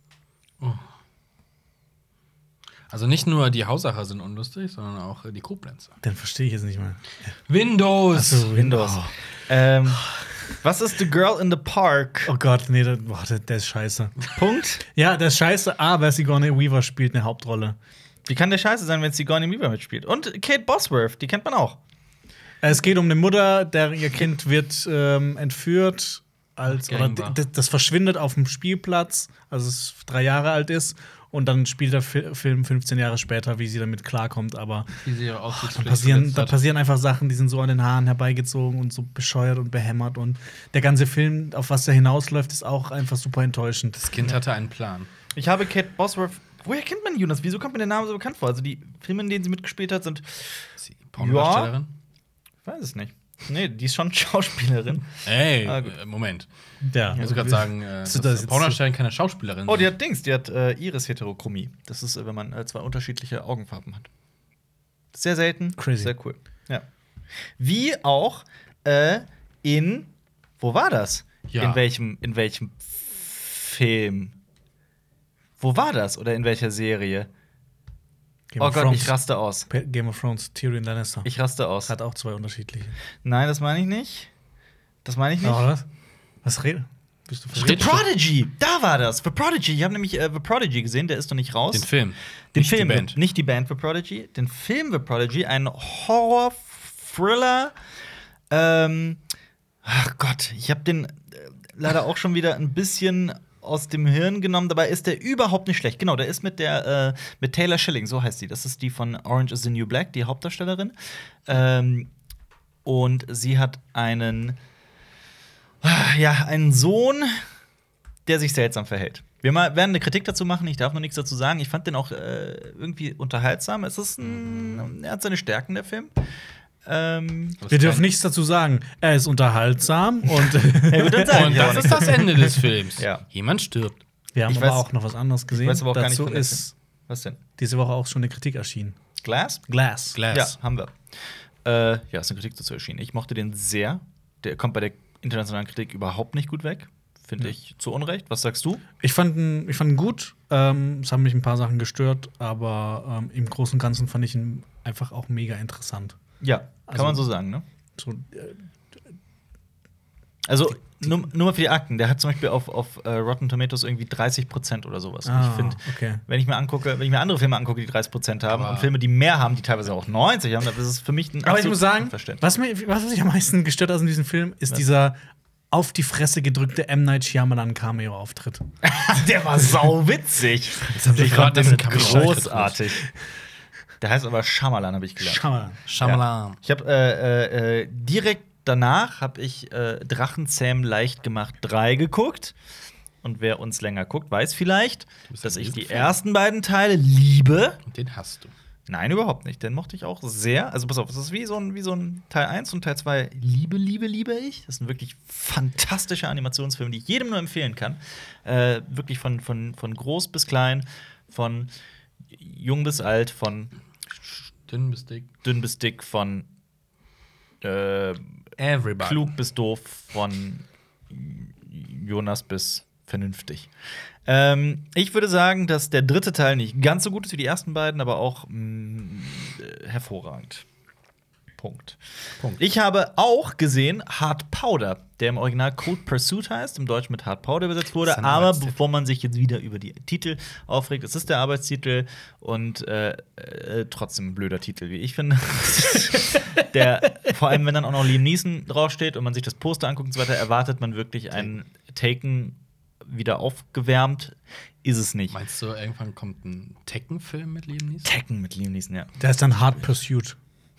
Speaker 3: Also nicht nur die Hausacher sind unlustig, sondern auch äh, die Koblenzer.
Speaker 2: Den verstehe ich jetzt nicht mal.
Speaker 3: Windows!
Speaker 2: Achso,
Speaker 1: Windows.
Speaker 2: Oh,
Speaker 1: Ähm, was ist The Girl in the Park?
Speaker 2: oh Gott, nee, der, boah, der, der ist scheiße.
Speaker 1: Punkt.
Speaker 2: Ja, der ist scheiße, aber Sigourney Weaver spielt eine Hauptrolle.
Speaker 1: Wie kann der scheiße sein, wenn Sigourney Weaver mitspielt? Und Kate Bosworth, die kennt man auch.
Speaker 2: Es geht um eine Mutter, der ihr Kind wird ähm, entführt, als, oder
Speaker 3: Gangbach.
Speaker 2: d- das verschwindet auf dem Spielplatz, als es drei Jahre alt ist. Und dann spielt der Fi- Film fünfzehn Jahre später, wie sie damit klarkommt. Aber
Speaker 3: Wie sie ihre
Speaker 2: da
Speaker 3: Aufsichtspflicht
Speaker 2: passieren,
Speaker 3: verletzt
Speaker 2: da
Speaker 3: hat.
Speaker 2: passieren einfach Sachen, die sind so an den Haaren herbeigezogen und so bescheuert und behämmert. Und der ganze Film, auf was er hinausläuft, ist auch einfach super enttäuschend.
Speaker 3: Das Kind hatte einen Plan.
Speaker 1: Ich habe Kate Bosworth. Woher kennt man Jonas? Wieso kommt mir der Name so bekannt vor? Also die Filme, in denen sie mitgespielt hat, sind.
Speaker 3: Ist sie Pornodarstellerin?
Speaker 1: Ich weiß es nicht. Nee, die ist schon Schauspielerin.
Speaker 3: Ey,
Speaker 1: Ah, gut.
Speaker 3: äh, Moment.
Speaker 2: Ja,
Speaker 3: Ich muss gerade sagen, äh,
Speaker 2: So,
Speaker 3: dass
Speaker 2: das ist-
Speaker 3: Pornodarstellerin keine Schauspielerin
Speaker 1: Oh, die
Speaker 3: sind.
Speaker 1: hat Dings, die hat äh, Iris-Heterochromie. Das ist, äh, wenn man äh, zwei unterschiedliche Augenfarben hat. Sehr selten.
Speaker 2: Crazy.
Speaker 1: Sehr cool. Ja. Wie auch äh, in. Wo war das?
Speaker 3: Ja.
Speaker 1: In welchem, in welchem Film? Wo war das? Oder in welcher Serie?
Speaker 2: Game
Speaker 1: Oh
Speaker 2: of
Speaker 1: Gott,
Speaker 2: Thrones.
Speaker 1: ich raste aus.
Speaker 2: Pa- Game of Thrones, Tyrion Lannister.
Speaker 1: Ich raste aus.
Speaker 2: Hat auch zwei unterschiedliche.
Speaker 1: Nein, das meine ich nicht. Das meine ich nicht.
Speaker 2: Oh, was? Was redet? Bist du
Speaker 1: The
Speaker 2: verrückt?
Speaker 1: Prodigy! Da war das! The Prodigy! Ich habe nämlich äh, The Prodigy gesehen, der ist noch nicht raus.
Speaker 3: Den Film.
Speaker 1: Den
Speaker 3: nicht
Speaker 1: Film,
Speaker 3: die Band.
Speaker 1: nicht die Band The Prodigy, den Film The Prodigy, ein Horror-Thriller. Ähm, ach Gott, ich habe den äh, leider auch schon wieder ein bisschen aus dem Hirn genommen. Dabei ist der überhaupt nicht schlecht. Genau, der ist mit der äh, mit Taylor Schilling, so heißt sie. Das ist die von Orange Is the New Black, die Hauptdarstellerin. Ähm, Und sie hat einen, ja, einen Sohn, der sich seltsam verhält. Wir mal, werden eine Kritik dazu machen, ich darf noch nichts dazu sagen. Ich fand den auch äh, irgendwie unterhaltsam. Es ist ein, er hat seine Stärken, der Film. Ähm,
Speaker 2: Wir dürfen nichts dazu sagen. Er ist unterhaltsam und,
Speaker 1: ja, gut, dann sagen
Speaker 3: Und
Speaker 1: wir auch
Speaker 3: das
Speaker 1: nichts.
Speaker 3: ist das Ende des Films.
Speaker 1: Ja.
Speaker 3: Jemand stirbt.
Speaker 2: wir haben
Speaker 1: Ich
Speaker 2: aber
Speaker 1: weiß-
Speaker 2: auch noch was anderes gesehen.
Speaker 1: weiß aber auch gar nicht
Speaker 2: Dazu
Speaker 1: von der
Speaker 2: ist
Speaker 1: Was denn?
Speaker 2: diese Woche auch schon eine Kritik erschienen.
Speaker 1: Glass?
Speaker 2: Glass.
Speaker 3: Glass.
Speaker 1: Ja, haben wir. Äh, ja, ist eine Kritik dazu erschienen. Ich mochte den sehr. Der kommt bei der internationalen Kritik überhaupt nicht gut weg. Finde ich zu Unrecht. Was sagst du?
Speaker 2: Ich fand ihn, ich fand ihn gut. Ähm, es haben mich ein paar Sachen gestört, aber ähm, im Großen und Ganzen fand ich ihn einfach auch mega interessant.
Speaker 1: Ja, kann
Speaker 2: Also-
Speaker 1: man so sagen, ne?
Speaker 2: So, äh,
Speaker 1: Also, nur, nur mal für die Akten. Der hat zum Beispiel auf, auf äh, Rotten Tomatoes irgendwie dreißig Prozent oder sowas. Und
Speaker 2: ah,
Speaker 1: ich finde,
Speaker 2: okay.
Speaker 1: wenn ich mir angucke, wenn ich mir andere Filme angucke, die dreißig Prozent haben
Speaker 3: Aber-
Speaker 1: und Filme, die mehr haben, die teilweise auch neunzig haben, das ist für mich ein
Speaker 2: Aber ich
Speaker 1: absolut
Speaker 2: muss sagen,
Speaker 1: Unverständnis.
Speaker 2: was, mir, was mich am meisten gestört hat in diesem Film, ist
Speaker 1: Was?
Speaker 2: dieser auf die Fresse gedrückte M. Night Shyamalan Cameo-Auftritt.
Speaker 1: Der war sau witzig.
Speaker 3: haben Sie
Speaker 1: Ich
Speaker 3: gerade
Speaker 1: fand den
Speaker 3: diesen Cameo-Auftritt
Speaker 1: großartig. Der heißt aber Shyamalan, habe ich gelernt.
Speaker 2: Shyamalan.
Speaker 3: Shyamalan.
Speaker 1: Ich habe äh, äh, direkt danach habe ich äh, Drachenzähm leicht gemacht drei geguckt. Und wer uns länger guckt, weiß vielleicht,
Speaker 3: bist
Speaker 1: dass
Speaker 3: ein
Speaker 1: ich die
Speaker 3: Riesenfan.
Speaker 1: ersten beiden Teile liebe.
Speaker 3: Und den hast du.
Speaker 1: Nein, überhaupt nicht. Den mochte ich auch sehr. Also pass auf, es ist wie so ein, wie so ein Teil eins und Teil zwei liebe, liebe, liebe ich. Das sind wirklich fantastische Animationsfilme, die ich jedem nur empfehlen kann. Äh, wirklich von, von, von groß bis klein, von jung bis alt, von
Speaker 3: Dünn bis dick.
Speaker 1: dünn bis dick, von äh,
Speaker 3: Everybody.
Speaker 1: klug bis doof, von Jonas bis vernünftig. Ähm, ich würde sagen, dass der dritte Teil nicht ganz so gut ist wie die ersten beiden, aber auch mh, äh, hervorragend. Punkt.
Speaker 3: Punkt.
Speaker 1: Ich habe auch gesehen Hard Powder, der im Original Cold Pursuit heißt, im Deutsch mit Hard Powder übersetzt
Speaker 3: Das
Speaker 1: wurde.
Speaker 3: ist ein
Speaker 1: Aber
Speaker 3: Arbeitstitel.
Speaker 1: bevor man sich jetzt wieder über die Titel aufregt, es ist der Arbeitstitel und äh, äh, trotzdem ein blöder Titel, wie ich finde. der, vor allem, wenn dann auch noch Liam Neeson draufsteht und man sich das Poster anguckt und so weiter, erwartet man wirklich einen Taken wieder aufgewärmt. Ist es nicht.
Speaker 3: Meinst du, irgendwann kommt ein Tekken-Film mit Liam Neeson?
Speaker 1: Taken mit Liam Neeson, ja.
Speaker 2: Der ist dann Hard Pursuit.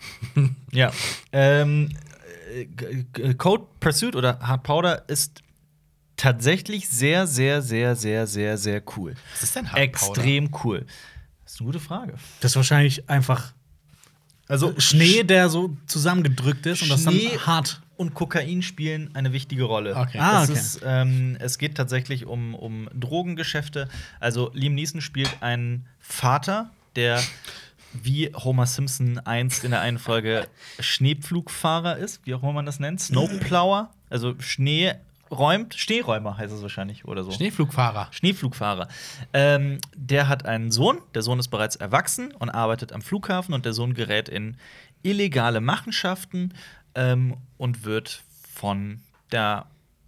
Speaker 1: Ja. Ähm, äh, G- Code Pursuit oder Hard Powder ist tatsächlich sehr, sehr, sehr, sehr, sehr, sehr cool.
Speaker 3: Was ist denn Hard Powder?
Speaker 1: Extrem cool. Das ist eine gute Frage.
Speaker 2: Das ist wahrscheinlich einfach
Speaker 1: Also
Speaker 2: Schnee, der so zusammengedrückt ist und das
Speaker 1: Schnee
Speaker 2: dann hart.
Speaker 1: und Kokain spielen eine wichtige Rolle.
Speaker 3: Okay.
Speaker 2: Ah,
Speaker 1: Es,
Speaker 2: okay.
Speaker 1: ist, ähm, es geht tatsächlich um, um Drogengeschäfte. Also Liam Neeson spielt einen Vater, der wie Homer Simpson einst in der einen Folge Schneepflugfahrer ist, wie auch immer man das nennt, Snowplower, also Schnee räumt, Schneeräumer heißt es wahrscheinlich oder so.
Speaker 3: Schneeflugfahrer.
Speaker 1: Schneeflugfahrer. Ähm, der hat einen Sohn. Der Sohn ist bereits erwachsen und arbeitet am Flughafen. Und der Sohn gerät in illegale Machenschaften ähm, und wird von der.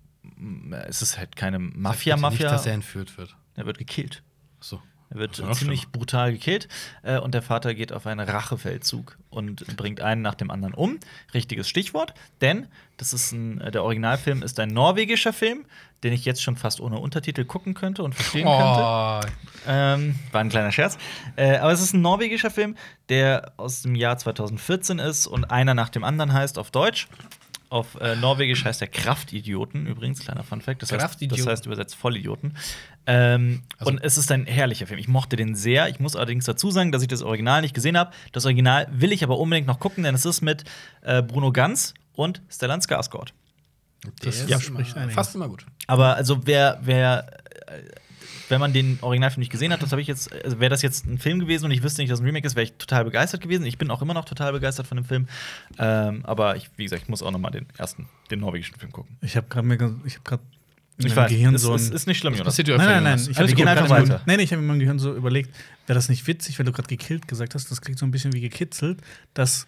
Speaker 1: Es ist halt keine
Speaker 3: Sag bitte
Speaker 1: Mafia-Mafia.
Speaker 3: Nicht, dass er entführt wird.
Speaker 1: Er wird gekillt.
Speaker 3: So.
Speaker 1: Er wird
Speaker 3: Das ist noch
Speaker 1: ziemlich
Speaker 3: schlimmer.
Speaker 1: brutal gekillt. Äh, und der Vater geht auf einen Rachefeldzug und bringt einen nach dem anderen um. Richtiges Stichwort. Denn das ist ein, äh, der Originalfilm ist ein norwegischer Film, den ich jetzt schon fast ohne Untertitel gucken könnte und verstehen könnte.
Speaker 3: Oh,
Speaker 1: Ähm, war ein kleiner Scherz. Äh, aber es ist ein norwegischer Film, der aus dem Jahr zweitausendvierzehn ist und einer nach dem anderen heißt auf Deutsch. Auf äh, Norwegisch heißt er Kraftidioten, übrigens, kleiner Funfact. Das heißt,
Speaker 3: Kraftidioten.
Speaker 1: das heißt übersetzt Vollidioten. Ähm,
Speaker 3: Also-
Speaker 1: und es ist ein herrlicher Film. Ich mochte den sehr. Ich muss allerdings dazu sagen, dass ich das Original nicht gesehen habe. Das Original will ich aber unbedingt noch gucken, denn es ist mit äh, Bruno Ganz und Stellan Skarsgård.
Speaker 3: der
Speaker 2: Das
Speaker 3: ist
Speaker 2: ja,
Speaker 3: immer,
Speaker 2: spricht einiges.
Speaker 3: fast immer gut.
Speaker 1: Aber also wer, wer, äh, wenn man den Originalfilm nicht gesehen hat, das habe ich jetzt, also wäre das jetzt ein Film gewesen und ich wüsste nicht, dass es ein Remake ist, wäre ich total begeistert gewesen. Ich bin auch immer noch total begeistert von dem Film. Ähm, aber ich, wie gesagt, ich muss auch noch mal den ersten, den norwegischen Film gucken.
Speaker 2: Ich habe gerade mir, ich habe gerade in
Speaker 1: Ich
Speaker 2: meinem
Speaker 1: weiß,
Speaker 2: Gehirn
Speaker 1: es,
Speaker 2: so ein.
Speaker 1: es ist nicht schlimm,
Speaker 3: Das
Speaker 1: Jonas.
Speaker 3: passiert ja
Speaker 2: Nein,
Speaker 3: öfter,
Speaker 2: nein, nein.
Speaker 3: Jonas.
Speaker 2: Ich
Speaker 1: Alles
Speaker 2: hab-
Speaker 1: gut,
Speaker 2: ich hab
Speaker 1: einfach
Speaker 2: grad in meinem-
Speaker 1: weiter.
Speaker 2: Nein, nein, ich habe in meinem Gehirn so überlegt, wäre das nicht witzig, weil du gerade gekillt gesagt hast, das klingt so ein bisschen wie gekitzelt, dass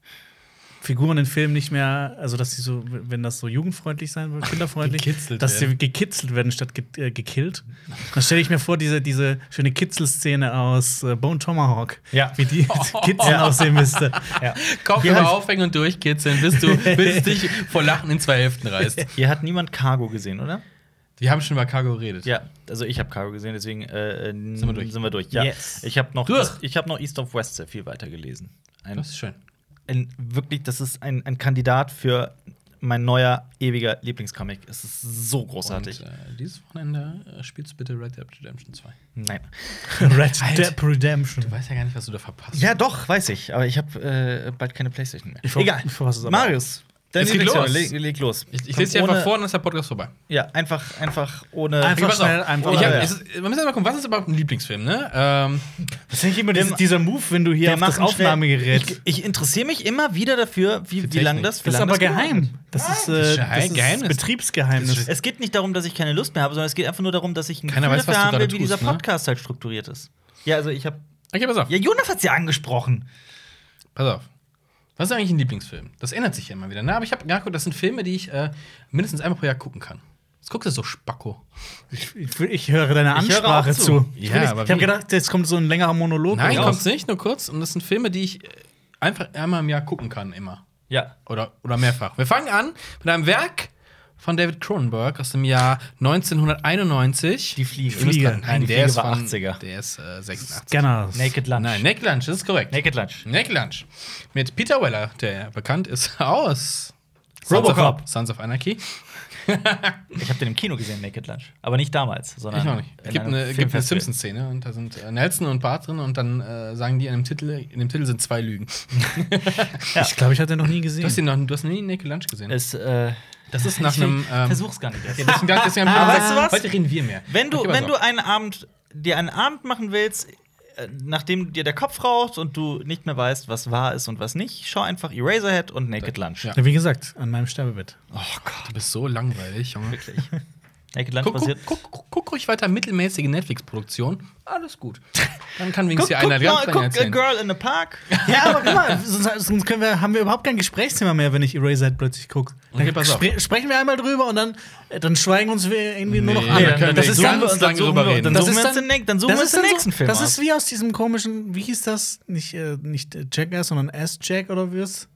Speaker 2: Figuren in Filmen nicht mehr, also dass sie so, wenn das so jugendfreundlich sein will, kinderfreundlich,
Speaker 3: Gekitzelt
Speaker 2: dass
Speaker 3: werden.
Speaker 2: sie gekitzelt werden statt ge äh, gekillt. Dann stelle ich mir vor, diese, diese schöne Kitzelszene aus äh, Bone Tomahawk,
Speaker 1: Ja.
Speaker 2: wie die Kitzeln aussehen müsste.
Speaker 1: Ja.
Speaker 3: Kopf
Speaker 1: Hier
Speaker 3: über
Speaker 1: hat-
Speaker 3: aufhängen und durchkitzeln, bis du bis es dich vor Lachen in zwei Hälften reißt.
Speaker 1: Hier hat niemand Cargo gesehen, oder?
Speaker 3: Wir haben schon über Cargo geredet.
Speaker 1: Ja, also ich habe Cargo gesehen, deswegen äh, sind,
Speaker 3: wir durch.
Speaker 1: Sind wir durch. Ja.
Speaker 2: Yes.
Speaker 1: Ich habe noch,
Speaker 3: Durch.
Speaker 1: ich hab noch East of West sehr viel weiter gelesen. Ein
Speaker 3: Das ist schön.
Speaker 1: ein wirklich, das ist ein, ein Kandidat für mein neuer, ewiger Lieblingscomic. Es ist so großartig.
Speaker 3: Und äh, dieses Wochenende äh, spielst du bitte Red Dead Redemption zwei.
Speaker 1: Nein.
Speaker 2: Red
Speaker 3: Alter.
Speaker 2: Dead Redemption.
Speaker 3: Du weißt ja gar nicht, was du da verpasst.
Speaker 1: Ja, doch, weiß ich. Aber ich habe äh, bald keine Playstation mehr.
Speaker 2: Ich ver-
Speaker 1: Egal.
Speaker 2: ich verpasse es aber.
Speaker 1: Marius, dein
Speaker 3: Es geht
Speaker 1: Lieblingsfilm.
Speaker 3: los.
Speaker 1: Leg, leg los.
Speaker 3: Ich, ich
Speaker 1: Komm,
Speaker 3: lese dir einfach
Speaker 1: ohne-
Speaker 3: vor und dann ist der Podcast vorbei.
Speaker 1: Ja, einfach, einfach ohne.
Speaker 2: Einfach
Speaker 3: Pass auf.
Speaker 2: schnell, einfach
Speaker 3: Ich hab,
Speaker 1: ja.
Speaker 3: es ist, wir müssen mal gucken, was ist überhaupt ein Lieblingsfilm, ne? Ähm,
Speaker 2: Das ist nicht immer dieser, dieser Move, wenn du hier
Speaker 1: Wir
Speaker 2: auf das
Speaker 1: machen schnell-
Speaker 2: Aufnahmegerät.
Speaker 1: Ich, ich interessiere mich immer wieder dafür, wie,
Speaker 3: Für
Speaker 1: wie lange
Speaker 3: Technik.
Speaker 1: das, wie
Speaker 2: Das ist
Speaker 1: lang
Speaker 2: aber
Speaker 1: das
Speaker 2: geheim.
Speaker 1: gedauert
Speaker 2: Das ist,
Speaker 3: Das ist
Speaker 2: äh,
Speaker 3: Geheim-
Speaker 2: das ist
Speaker 3: Geheimnis.
Speaker 2: Betriebsgeheimnis.
Speaker 1: hat. Es geht nicht darum, dass ich keine Lust mehr habe, sondern es geht einfach nur darum, dass ich ein
Speaker 3: Keiner
Speaker 1: Gefühl
Speaker 3: weiß, was
Speaker 1: dafür
Speaker 3: du
Speaker 1: haben will,
Speaker 3: gerade
Speaker 1: wie dieser
Speaker 3: tust, ne?
Speaker 1: Podcast halt strukturiert ist. Ja, also ich habe.
Speaker 3: okay, pass auf.
Speaker 1: Ja, Jonas hat's ja angesprochen.
Speaker 3: Pass auf. Was ist eigentlich ein Lieblingsfilm? Das ändert sich ja immer wieder. Ne? Aber ich habe nachgeguckt, das sind Filme, die ich äh, mindestens einmal pro Jahr gucken kann. Was guckst du so, Spacko?
Speaker 2: Ich, ich, ich höre deine
Speaker 1: Ich höre
Speaker 2: Ansprache
Speaker 1: auch zu.
Speaker 2: zu.
Speaker 3: Ja,
Speaker 2: Ich, will nicht-
Speaker 3: aber
Speaker 2: ich habe
Speaker 3: wie?
Speaker 2: gedacht, jetzt kommt so ein längerer Monolog.
Speaker 3: Nein,
Speaker 2: raus.
Speaker 3: kommt's nicht, nur kurz. Und das sind Filme, die ich äh, einfach einmal im Jahr gucken kann, immer.
Speaker 1: Ja.
Speaker 3: Oder, oder mehrfach. Wir fangen an mit einem Werk von David Cronenberg aus dem Jahr neunzehnhunderteinundneunzig.
Speaker 1: Die Fliege.
Speaker 3: Ihr müsst
Speaker 2: Fliege.
Speaker 3: dran-
Speaker 1: Nein,
Speaker 3: Nein,
Speaker 1: die
Speaker 3: der
Speaker 1: Fliege
Speaker 3: ist
Speaker 1: war
Speaker 3: von
Speaker 1: achtziger.
Speaker 3: Der ist äh, sechsundachtzig.
Speaker 2: Scanners.
Speaker 1: Naked Lunch.
Speaker 3: Nein, Naked Lunch, das ist korrekt.
Speaker 1: Naked Lunch.
Speaker 3: Naked Lunch. Mit Peter Weller, der bekannt ist aus
Speaker 1: Robocop.
Speaker 3: Sons of, Sons of Anarchy.
Speaker 1: Ich habe den im Kino gesehen, Naked Lunch. Aber nicht damals, sondern.
Speaker 3: Ich noch nicht.
Speaker 1: in
Speaker 3: Es gibt
Speaker 1: einem
Speaker 3: eine, gibt eine
Speaker 1: Filmfestival.
Speaker 3: Simpsons-Szene und da sind äh, Nelson und Bart drin und dann äh, sagen die in dem Titel, in dem Titel sind zwei Lügen.
Speaker 1: Ja.
Speaker 2: Ich glaube, ich hatte den noch nie
Speaker 3: Du
Speaker 2: gesehen.
Speaker 3: hast, den noch, du hast nie Naked Lunch gesehen.
Speaker 1: Es, äh,
Speaker 3: Das ist nach
Speaker 1: ich
Speaker 3: einem. Ähm,
Speaker 1: Versuch's gar nicht erst.
Speaker 3: ja, deswegen, deswegen haben wir
Speaker 1: Aber
Speaker 3: gesagt,
Speaker 1: weißt du was?
Speaker 3: Heute reden wir mehr.
Speaker 1: Wenn du,
Speaker 3: Okay, pass
Speaker 1: wenn
Speaker 3: auf.
Speaker 1: du einen Abend, dir einen Abend machen willst, äh, nachdem dir der Kopf raucht und du nicht mehr weißt, was wahr ist und was nicht, schau einfach Eraserhead und Naked Lunch.
Speaker 3: Ja.
Speaker 2: Ja, wie gesagt, an meinem Sterbebett.
Speaker 1: Oh Gott,
Speaker 3: Du bist so langweilig, Junge.
Speaker 1: wirklich. Naked Lunch
Speaker 3: Guck,
Speaker 1: basiert.
Speaker 3: guck, guck, guck, guck ruhig weiter mittelmäßige Netflix-Produktion. Alles gut. Dann kann
Speaker 1: Guck,
Speaker 3: wenigstens
Speaker 1: guck,
Speaker 3: hier einer ganz
Speaker 1: guck,
Speaker 3: lange
Speaker 1: guck A
Speaker 3: erzählen.
Speaker 1: Girl in a Park.
Speaker 2: Ja, aber guck mal, sonst, sonst können wir, haben wir überhaupt kein Gesprächsthema mehr, wenn ich Eraserhead plötzlich gucke. Dann
Speaker 3: Okay, pass auf.
Speaker 2: spre sprechen wir einmal drüber und dann, äh, dann schweigen uns wir irgendwie nur noch
Speaker 3: Nee,
Speaker 2: an.
Speaker 3: wir können
Speaker 2: das
Speaker 3: nicht
Speaker 2: ist
Speaker 3: ganz
Speaker 2: dann,
Speaker 1: dann
Speaker 3: lange
Speaker 1: suchen
Speaker 3: drüber
Speaker 1: wir-
Speaker 3: reden.
Speaker 1: Dann
Speaker 2: Das
Speaker 1: suchen
Speaker 2: ist
Speaker 1: wir uns
Speaker 2: dann-
Speaker 1: den, nächsten- dann suchen
Speaker 2: das
Speaker 1: wir uns
Speaker 2: ist
Speaker 1: den
Speaker 2: dann
Speaker 1: nächsten
Speaker 2: so,
Speaker 1: Film
Speaker 2: Das
Speaker 1: aus.
Speaker 2: ist wie aus diesem komischen, wie hieß das? Nicht, äh, nicht äh, Jackass, sondern Ass-Jack oder wie es?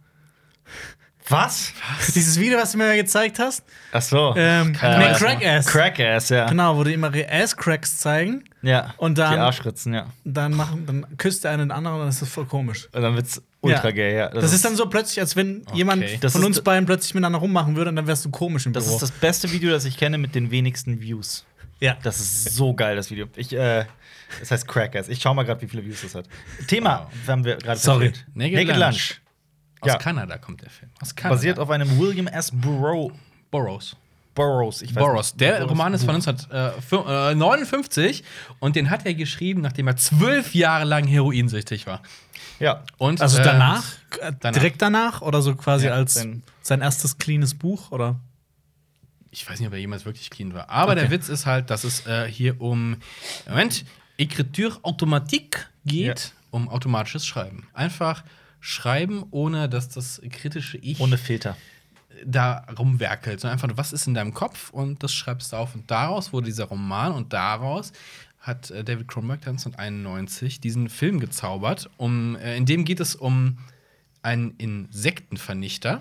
Speaker 1: Was?
Speaker 2: Dieses Video, was du mir gezeigt hast?
Speaker 1: Ach so.
Speaker 2: Ähm,
Speaker 1: Äh,
Speaker 2: nee, Crack-Ass.
Speaker 1: Crack-Ass, ja.
Speaker 2: Genau, wo die immer ihre Ass-Cracks zeigen.
Speaker 1: Ja.
Speaker 2: Und dann-
Speaker 1: Die Arschritzen, ja.
Speaker 2: Dann, machen, dann küsst der eine den anderen und das ist voll komisch.
Speaker 1: Und dann wird's ultra
Speaker 2: Ja.
Speaker 1: gay, ja.
Speaker 2: Das, ist dann so plötzlich, als wenn jemand
Speaker 1: Das
Speaker 2: von
Speaker 1: ist
Speaker 2: uns
Speaker 1: d-
Speaker 2: beiden plötzlich miteinander rummachen würde und dann wärst du komisch im
Speaker 1: Das
Speaker 2: Büro.
Speaker 1: ist das beste Video, das ich kenne mit den wenigsten Views.
Speaker 2: ja.
Speaker 1: Das ist so geil, das Video. Ich, äh, das heißt Crackers. Ich schau mal gerade, wie viele Views das hat. Thema haben wir gerade
Speaker 2: Sorry.
Speaker 1: verfehlt.
Speaker 3: Naked
Speaker 1: Naked
Speaker 3: Lunch.
Speaker 1: Lunch.
Speaker 3: Aus
Speaker 1: Ja.
Speaker 3: Kanada kommt der Film. Aus Kanada.
Speaker 1: Basiert auf einem William S. Burrow.
Speaker 3: Burroughs.
Speaker 1: Burroughs. Ich weiß
Speaker 3: Burroughs.
Speaker 1: nicht.
Speaker 3: Der
Speaker 1: Burroughs.
Speaker 3: Roman ist von neunzehnhundertneunundfünfzig und den hat er geschrieben, nachdem er zwölf Jahre lang heroinsüchtig war.
Speaker 1: Ja.
Speaker 3: Und,
Speaker 2: Also
Speaker 3: äh,
Speaker 2: danach, äh,
Speaker 3: danach.
Speaker 2: direkt danach oder so quasi
Speaker 1: Ja,
Speaker 2: als
Speaker 1: sein-
Speaker 2: sein erstes cleanes Buch oder?
Speaker 3: Ich weiß nicht, ob er jemals wirklich clean war. Aber
Speaker 2: Okay.
Speaker 3: der Witz ist halt, dass es äh, hier um Moment, Écriture automatique geht,
Speaker 1: Ja.
Speaker 3: um automatisches Schreiben. Einfach schreiben, ohne dass das kritische Ich
Speaker 1: Ohne Filter.
Speaker 3: da rumwerkelt, sondern einfach, was ist in deinem Kopf und das schreibst du auf. Und daraus wurde dieser Roman und daraus hat äh, David Cronenberg neunzehnhunderteinundneunzig diesen Film gezaubert. Um, äh, in dem geht es um einen Insektenvernichter.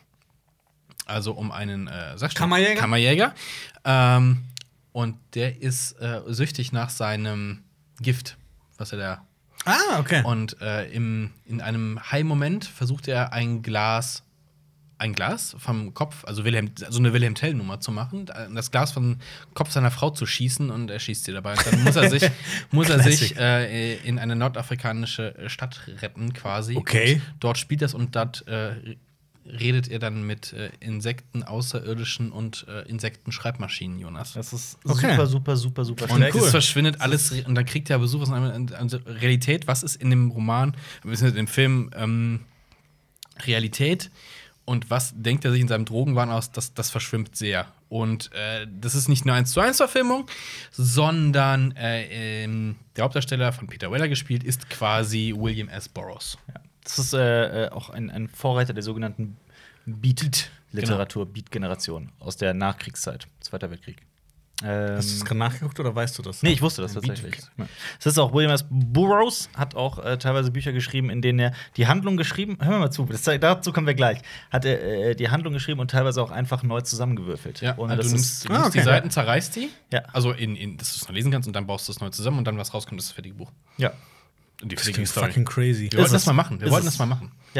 Speaker 3: Also um einen äh, sag schon,
Speaker 2: Kammerjäger?
Speaker 3: Kammerjäger. Ähm, und der ist äh, süchtig nach seinem Gift, was er da.
Speaker 2: Ah, okay.
Speaker 3: Und äh, im, in einem High-Moment versucht er ein Glas, ein Glas vom Kopf, also Wilhelm, so eine Wilhelm Tell-Nummer zu machen, das Glas vom Kopf seiner Frau zu schießen und er schießt sie dabei. Und dann muss er sich, muss er sich äh, in eine nordafrikanische Stadt retten, quasi.
Speaker 2: Okay.
Speaker 3: Und dort spielt das und dort äh, redet er dann mit äh, Insekten, Außerirdischen und äh, Insekten-Schreibmaschinen, Jonas.
Speaker 1: Das ist
Speaker 2: Okay.
Speaker 1: super, super, super, super
Speaker 3: Und
Speaker 1: schlecht.
Speaker 3: es verschwindet alles und dann kriegt der Besucher eine also Realität. Was ist in dem Roman, beziehungsweise im Film ähm, Realität und was denkt er sich in seinem Drogenwahn aus? Das, das verschwimmt sehr. Und äh, das ist nicht nur eins zu eins Verfilmung, sondern äh, ähm, der Hauptdarsteller von Peter Weller gespielt ist quasi William S. Burroughs.
Speaker 1: Ja. Das ist äh, äh, auch ein, ein Vorreiter der sogenannten Beat-Literatur, Beat-Generation aus der Nachkriegszeit, Zweiter Weltkrieg. Ähm,
Speaker 2: Hast du das gerade nachgeguckt oder weißt du das?
Speaker 1: Nee, ich wusste das tatsächlich. Ja. Es ist auch William S. Burroughs, hat auch äh, teilweise Bücher geschrieben, in denen er die Handlung geschrieben, hör mal zu, das, dazu kommen wir gleich, hat er äh, die Handlung geschrieben und teilweise auch einfach neu zusammengewürfelt.
Speaker 3: Ja,
Speaker 1: Ohne,
Speaker 3: also
Speaker 1: dass
Speaker 3: du
Speaker 1: es-
Speaker 3: nimmst, du
Speaker 2: Ah,
Speaker 3: nimmst
Speaker 2: okay.
Speaker 3: die Seiten, zerreißt die,
Speaker 1: Ja.
Speaker 3: also in, in, dass du es noch lesen kannst und dann baust du es neu zusammen und dann was rauskommt, ist das fertige Buch.
Speaker 1: Ja.
Speaker 3: Und die
Speaker 2: Das
Speaker 3: fertige
Speaker 2: klingt
Speaker 3: Story.
Speaker 2: fucking crazy.
Speaker 3: Wir wollten
Speaker 1: Ist
Speaker 3: das
Speaker 1: es-
Speaker 3: mal machen. Wir
Speaker 1: ist
Speaker 3: wollten
Speaker 1: es-
Speaker 3: das mal machen.
Speaker 1: Ja.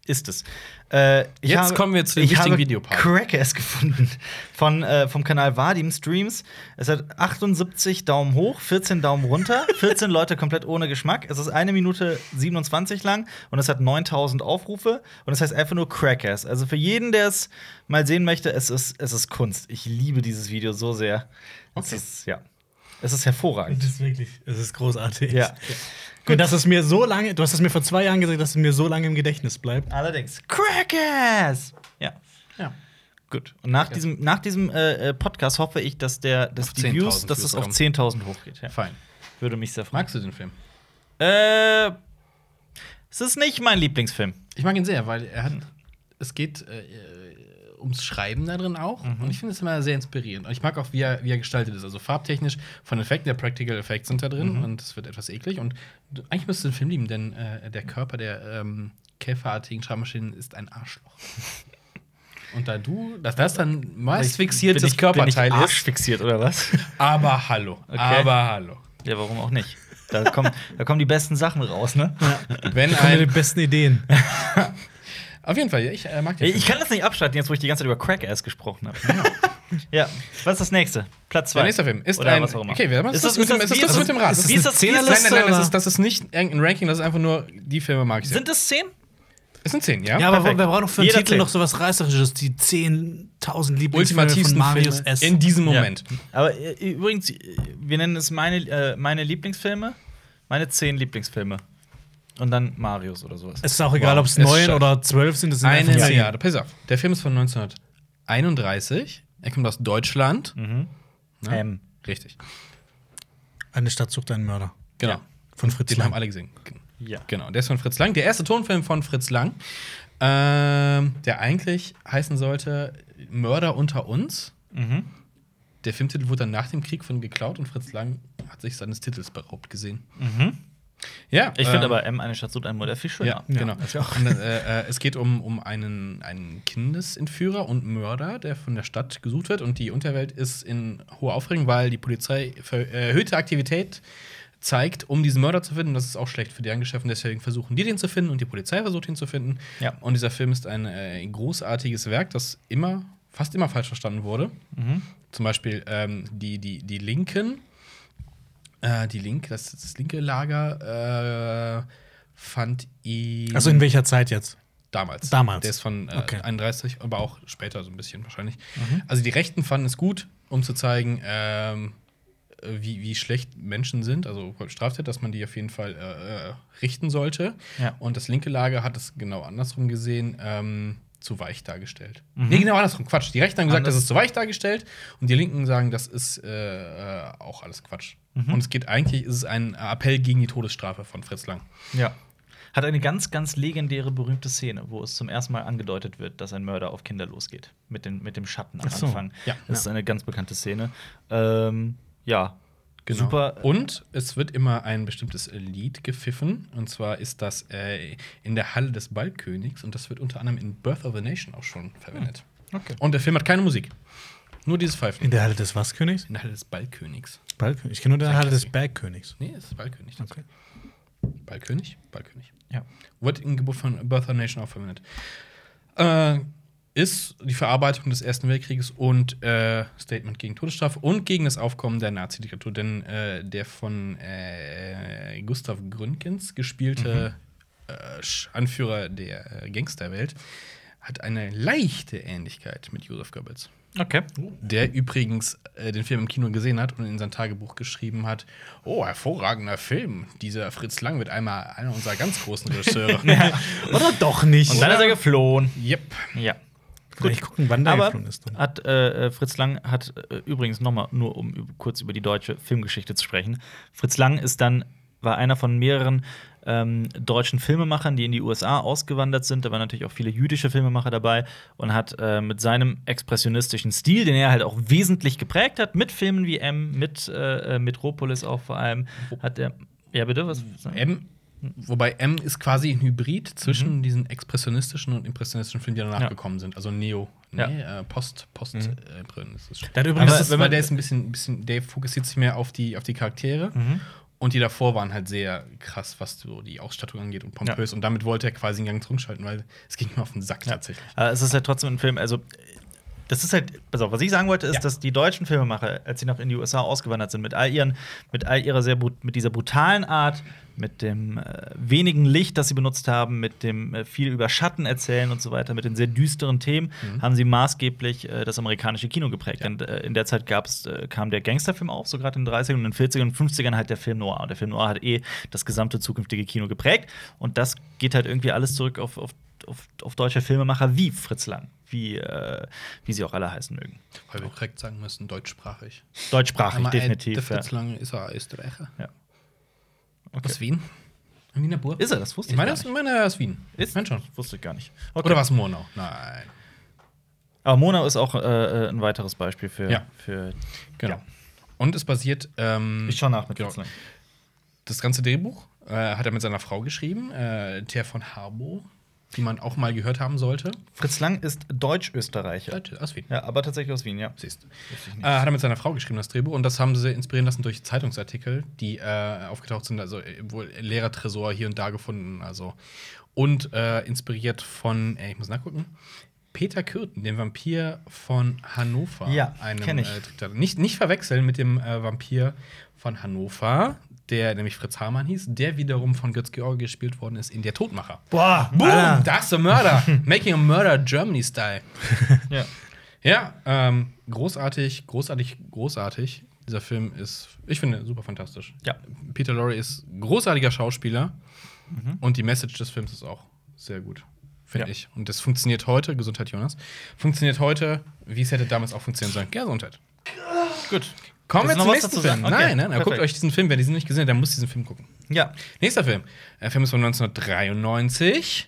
Speaker 1: Ist es. Äh, ich
Speaker 3: Jetzt
Speaker 1: habe,
Speaker 3: kommen wir zu dem
Speaker 1: ich
Speaker 3: wichtigen
Speaker 1: habe
Speaker 3: Videopart.
Speaker 1: Crackers gefunden von, äh, vom Kanal Vadim Streams. Es hat achtundsiebzig Daumen hoch, vierzehn Daumen runter, vierzehn Leute komplett ohne Geschmack. Es ist eine Minute siebenundzwanzig lang und es hat neuntausend Aufrufe. Und es heißt einfach nur Crackers. Also für jeden, der es mal sehen möchte, es ist, es ist Kunst. Ich liebe dieses Video so sehr.
Speaker 3: Okay.
Speaker 1: Es ist, ja. Es ist hervorragend.
Speaker 2: Das ist wirklich, es ist großartig.
Speaker 1: Ja.
Speaker 2: Und dass es mir so lange, du hast es mir vor zwei Jahren gesagt, dass es mir so lange im Gedächtnis bleibt.
Speaker 1: Allerdings. Crackers! Ja.
Speaker 3: Ja.
Speaker 1: Gut. Und nach diesem, nach diesem äh, Podcast hoffe ich, dass, der, dass
Speaker 3: Auf
Speaker 1: die Views,
Speaker 3: zehntausend
Speaker 1: dass
Speaker 3: Views
Speaker 1: es auf
Speaker 3: kommen.
Speaker 1: zehntausend hochgeht. Ja.
Speaker 3: Fein.
Speaker 1: Würde mich sehr freuen.
Speaker 3: Magst du den Film?
Speaker 1: Äh, es ist nicht mein Lieblingsfilm.
Speaker 3: Ich mag ihn sehr, weil er hat. Es geht äh, ums Schreiben da drin auch.
Speaker 1: Mhm.
Speaker 3: Und ich finde es immer sehr inspirierend. Und ich mag auch, wie er, wie er gestaltet ist. Also farbtechnisch, von Effekten, der Practical Effects sind da drin.
Speaker 1: Mhm.
Speaker 3: Und es wird etwas eklig. Und du, eigentlich müsstest du den Film lieben, denn äh, der Körper der ähm, käferartigen Schreibmaschinen ist ein Arschloch. Und da du, dass das dann meist fixiertes
Speaker 1: Bin ich-
Speaker 3: Körperteil
Speaker 1: bin ich
Speaker 3: ist.
Speaker 1: arschfixiert oder was?
Speaker 3: Aber hallo.
Speaker 1: Okay.
Speaker 3: Aber hallo.
Speaker 1: Ja, warum auch nicht? Da kommen, da kommen die besten Sachen raus, ne?
Speaker 3: Wenn
Speaker 2: Da kommen mir die
Speaker 3: ein,
Speaker 2: besten Ideen.
Speaker 3: auf jeden Fall, ja, ich äh, mag den
Speaker 1: Ich
Speaker 3: Film.
Speaker 1: kann das nicht abschalten, jetzt wo ich die ganze Zeit über Crackers gesprochen habe. Ja, was ist das nächste? Platz zwei.
Speaker 3: Der nächste Film ist
Speaker 1: Oder
Speaker 3: ein.
Speaker 1: was auch immer.
Speaker 3: Okay, wir haben
Speaker 1: Ist
Speaker 3: das,
Speaker 1: das-
Speaker 3: mit dem,
Speaker 1: ist
Speaker 3: ist
Speaker 1: das-
Speaker 3: das, das
Speaker 1: wie
Speaker 3: mit dem Rad.
Speaker 1: ist
Speaker 3: Das
Speaker 1: das-
Speaker 3: ist,
Speaker 1: wie ist das- wie ist
Speaker 3: nein,
Speaker 1: das-
Speaker 3: nein, nein, das
Speaker 2: oder?
Speaker 3: ist, das ist nicht irgendein Ranking, das ist einfach nur die Filme mag ich sehr.
Speaker 1: Sind es zehn?
Speaker 3: Es sind zehn, ja?
Speaker 2: Ja, aber
Speaker 1: perfekt.
Speaker 2: wir brauchen doch für einen
Speaker 1: Jeder
Speaker 2: Titel
Speaker 1: zählt.
Speaker 2: noch so was Reißerisches. Die zehntausend Lieblingsfilme von
Speaker 3: Ultimativsten
Speaker 2: Marius
Speaker 3: Filme
Speaker 2: S.
Speaker 3: in diesem Moment.
Speaker 1: Ja. Aber äh, übrigens, äh, wir nennen es meine, äh, meine Lieblingsfilme, meine zehn Lieblingsfilme. Und dann Marius oder sowas.
Speaker 2: Es ist auch egal,
Speaker 3: Wow.
Speaker 2: ob es
Speaker 3: Es
Speaker 2: neun
Speaker 3: schafft.
Speaker 2: oder zwölf sind. Das sind
Speaker 3: Eine
Speaker 2: einfach zehn.
Speaker 3: Milliarde. Pass auf. Der Film ist von neunzehnhunderteinunddreißig. Er kommt aus Deutschland.
Speaker 1: Mhm.
Speaker 3: Ne?
Speaker 1: Ähm.
Speaker 3: Richtig.
Speaker 2: Eine Stadt sucht einen Mörder.
Speaker 3: Genau.
Speaker 1: Ja.
Speaker 2: Von Fritz
Speaker 3: Den
Speaker 2: Lang.
Speaker 3: haben alle gesehen.
Speaker 1: Ja.
Speaker 3: Genau, der ist von Fritz Lang. Der erste Tonfilm von Fritz Lang, ähm, der eigentlich heißen sollte Mörder unter uns.
Speaker 1: Mhm.
Speaker 3: Der Filmtitel wurde dann nach dem Krieg von geklaut und Fritz Lang hat sich seines Titels beraubt gesehen.
Speaker 1: Mhm.
Speaker 3: Ja,
Speaker 1: Ich finde
Speaker 3: ähm,
Speaker 1: aber M, eine Stadt sucht einen Mörder viel schöner.
Speaker 3: Ja, genau.
Speaker 2: das auch.
Speaker 3: Und, äh, äh, es geht um, um einen, einen Kindesentführer und Mörder, der von der Stadt gesucht wird. Und die Unterwelt ist in hoher Aufregung, weil die Polizei ver- erhöhte Aktivität zeigt, um diesen Mörder zu finden. Das ist auch schlecht für deren Geschäft. Und deswegen versuchen die, den zu finden und die Polizei versucht, ihn zu finden.
Speaker 1: Ja.
Speaker 3: Und dieser Film ist ein äh, großartiges Werk, das immer, fast immer falsch verstanden wurde.
Speaker 1: Mhm.
Speaker 3: Zum Beispiel ähm, die, die, die Linken, äh, die Linke, das, das linke Lager, äh, fand ihn
Speaker 2: Also in welcher Zeit jetzt?
Speaker 3: damals.
Speaker 2: Damals.
Speaker 3: Der ist von äh,
Speaker 2: Okay.
Speaker 3: einunddreißig, aber auch später so ein bisschen wahrscheinlich. Also die Rechten fanden es gut, um zu zeigen, ähm, wie, wie schlecht Menschen sind, also Straftäter, dass man die auf jeden Fall äh, äh, richten sollte.
Speaker 1: Ja.
Speaker 3: Und das linke Lager hat es genau andersrum gesehen, ähm, zu weich dargestellt.
Speaker 1: Mhm.
Speaker 3: Nee, genau andersrum, Quatsch. Die Rechten haben gesagt,
Speaker 1: Anders.
Speaker 3: das ist zu weich dargestellt und die Linken sagen, das ist äh, äh, auch alles Quatsch.
Speaker 1: Mhm.
Speaker 3: Und es geht eigentlich, ist es ein Appell gegen die Todesstrafe von Fritz Lang.
Speaker 1: Ja. Hat eine ganz, ganz legendäre, berühmte Szene, wo es zum ersten Mal angedeutet wird, dass ein Mörder auf Kinder losgeht. Mit, den, mit dem Schatten am
Speaker 2: Ach so.
Speaker 1: Anfang.
Speaker 3: Ja.
Speaker 1: Das ist eine ganz bekannte Szene. Ähm, ja.
Speaker 3: Genau.
Speaker 1: Super.
Speaker 3: Und es wird immer ein bestimmtes Lied gepfiffen. Und zwar ist das äh, in der Halle des Ballkönigs. Und das wird unter anderem in Birth of a Nation auch schon verwendet.
Speaker 1: Okay.
Speaker 3: Und der Film hat keine Musik. Nur dieses Pfeifen.
Speaker 2: In der Halle des was Königs?
Speaker 3: In der Halle des Ballkönigs.
Speaker 2: Ballkönig. Ich kenne nur die Halle des Bergkönigs.
Speaker 3: Nee, es ist Ballkönig.
Speaker 2: Okay.
Speaker 3: Ballkönig? Ballkönig.
Speaker 1: Ja.
Speaker 3: Wird in Geburt von Birth of a Nation auch verwendet. Äh, ist die Verarbeitung des Ersten Weltkrieges und äh, Statement gegen Todesstrafe und gegen das Aufkommen der Nazi-Diktatur. Denn äh, der von äh, Gustav Gründgens gespielte äh, Sch- Anführer der äh, Gangsterwelt hat eine leichte Ähnlichkeit mit Joseph Goebbels.
Speaker 1: Okay.
Speaker 3: Der übrigens äh, den Film im Kino gesehen hat und in sein Tagebuch geschrieben hat: Oh, hervorragender Film. Dieser Fritz Lang wird einmal einer unserer ganz großen Regisseure.
Speaker 2: Oder doch nicht?
Speaker 1: Und dann ist er geflohen.
Speaker 3: Yep.
Speaker 1: Ja.
Speaker 2: Gut, ich gucken, wann der
Speaker 1: Aber
Speaker 2: geflogen ist. Dann.
Speaker 1: hat äh, Fritz Lang hat äh, übrigens noch mal, nur um üb- kurz über die deutsche Filmgeschichte zu sprechen. Fritz Lang ist dann war einer von mehreren ähm, deutschen Filmemachern, die in die U S A ausgewandert sind. Da waren natürlich auch viele jüdische Filmemacher dabei und hat äh, mit seinem expressionistischen Stil, den er halt auch wesentlich geprägt hat, mit Filmen wie M, mit äh, Metropolis auch vor allem, hat er. Ja, bitte, was?
Speaker 3: M, wobei M ist quasi ein Hybrid zwischen
Speaker 1: Mhm.
Speaker 3: diesen expressionistischen und impressionistischen Filmen, die danach
Speaker 1: Ja.
Speaker 3: gekommen sind. Also Neo,
Speaker 1: Ja.
Speaker 3: nee, äh, Post, Post,
Speaker 2: Mhm.
Speaker 3: äh, Impressionist ist schon.
Speaker 2: Der hat übrigens
Speaker 3: Aber
Speaker 1: das-
Speaker 3: wenn man, der ist ein bisschen, bisschen, der fokussiert sich mehr auf die, auf die Charaktere.
Speaker 1: Mhm.
Speaker 3: Und die davor waren halt sehr krass, was so die Ausstattung angeht und pompös.
Speaker 1: Ja.
Speaker 3: Und damit wollte er quasi einen Gang zurückschalten, weil es ging mir auf den Sack
Speaker 1: Ja.
Speaker 3: tatsächlich.
Speaker 1: Aber es ist halt trotzdem ein Film, also das ist halt, pass auf, was ich sagen wollte, ist,
Speaker 3: Ja.
Speaker 1: dass die deutschen Filmemacher, als sie noch in die U S A ausgewandert sind, mit all ihren, mit all ihrer sehr brut- mit dieser brutalen Art, mit dem äh, wenigen Licht, das sie benutzt haben, mit dem äh, viel über Schatten erzählen und so weiter, mit den sehr düsteren Themen,
Speaker 3: Mhm.
Speaker 1: haben sie maßgeblich äh, das amerikanische Kino geprägt.
Speaker 3: Ja.
Speaker 1: Und äh, in der Zeit gab's, äh, kam der Gangsterfilm auf, so gerade in den dreißigern und in den vierzigern und fünfzigern halt der Film Noir. Und der Film Noir hat eh das gesamte zukünftige Kino geprägt. Und das geht halt irgendwie alles zurück auf, auf, auf, auf deutsche Filmemacher wie Fritz Lang, wie, äh, wie sie auch alle heißen mögen.
Speaker 3: Weil wir korrekt sagen müssen, deutschsprachig.
Speaker 1: Deutschsprachig,
Speaker 3: Aber, äh,
Speaker 1: definitiv.
Speaker 3: Der
Speaker 1: ja.
Speaker 3: Fritz Lange ist er Österreicher.
Speaker 1: Ja.
Speaker 3: Aus Wien? Ein Wiener Bub?
Speaker 1: Ist er? Das wusste
Speaker 3: Ich
Speaker 1: ich
Speaker 3: meine,
Speaker 1: gar
Speaker 3: das- ich
Speaker 1: nicht.
Speaker 3: meine, er ist Wien.
Speaker 1: Ist?
Speaker 3: Mensch schon.
Speaker 1: Wusste ich gar nicht.
Speaker 3: Oder war es Murnau? Nein.
Speaker 1: Aber Mona ist auch äh, ein weiteres Beispiel für.
Speaker 3: Ja.
Speaker 1: für
Speaker 3: Genau.
Speaker 1: Ja.
Speaker 3: Und es basiert. Ähm,
Speaker 1: Ich schau nach mit
Speaker 3: genau.
Speaker 1: Fritz Lang.
Speaker 3: Das ganze Drehbuch äh, hat er mit seiner Frau geschrieben, äh, Thea von Harbo, die man auch mal gehört haben sollte.
Speaker 1: Fritz Lang ist Deutsch-Österreicher.
Speaker 3: Leute, aus Wien.
Speaker 1: Ja, aber tatsächlich aus Wien, ja.
Speaker 3: Siehst du.
Speaker 1: Wusste ich
Speaker 3: Äh,
Speaker 1: nicht.
Speaker 3: hat er mit seiner Frau geschrieben, das Drehbuch. Und das haben sie inspirieren lassen durch Zeitungsartikel, die äh, aufgetaucht sind. Also äh, wohl Lehrertresor hier und da gefunden. Also. Und äh, inspiriert von, äh, ich muss nachgucken, Peter Kürten, dem Vampir von Hannover.
Speaker 1: Ja,
Speaker 3: einem,
Speaker 1: kenn ich.
Speaker 3: Äh, Trickster. nicht, nicht verwechseln mit dem äh, Vampir von Hannover, der nämlich Fritz Hamann hieß, der wiederum von Götz George gespielt worden ist in Der Todmacher.
Speaker 1: Boah,
Speaker 3: Boom!
Speaker 1: Alter.
Speaker 3: Das ist der Mörder! Making a Murder Germany Style.
Speaker 1: Ja.
Speaker 3: Ja, ähm, großartig, großartig, großartig. Dieser Film ist, ich finde, super fantastisch.
Speaker 1: Ja.
Speaker 3: Peter Lorre ist großartiger Schauspieler und die Message des Films ist auch sehr gut, finde
Speaker 1: Ja.
Speaker 3: ich. Und das funktioniert heute, Gesundheit, Jonas, funktioniert heute, wie es hätte damals auch funktionieren sollen. Gesundheit.
Speaker 1: Gut.
Speaker 3: Kommen wir
Speaker 1: Willst du
Speaker 3: zum
Speaker 1: noch was
Speaker 3: nächsten
Speaker 1: dazu
Speaker 3: Film.
Speaker 1: sagen? Okay,
Speaker 3: Nein, nein, nein, guckt
Speaker 1: perfekt.
Speaker 3: euch diesen Film, wer diesen nicht gesehen hat, der muss diesen Film gucken.
Speaker 1: Ja.
Speaker 3: Nächster Film. Der Film ist von neunzehnhundertdreiundneunzig.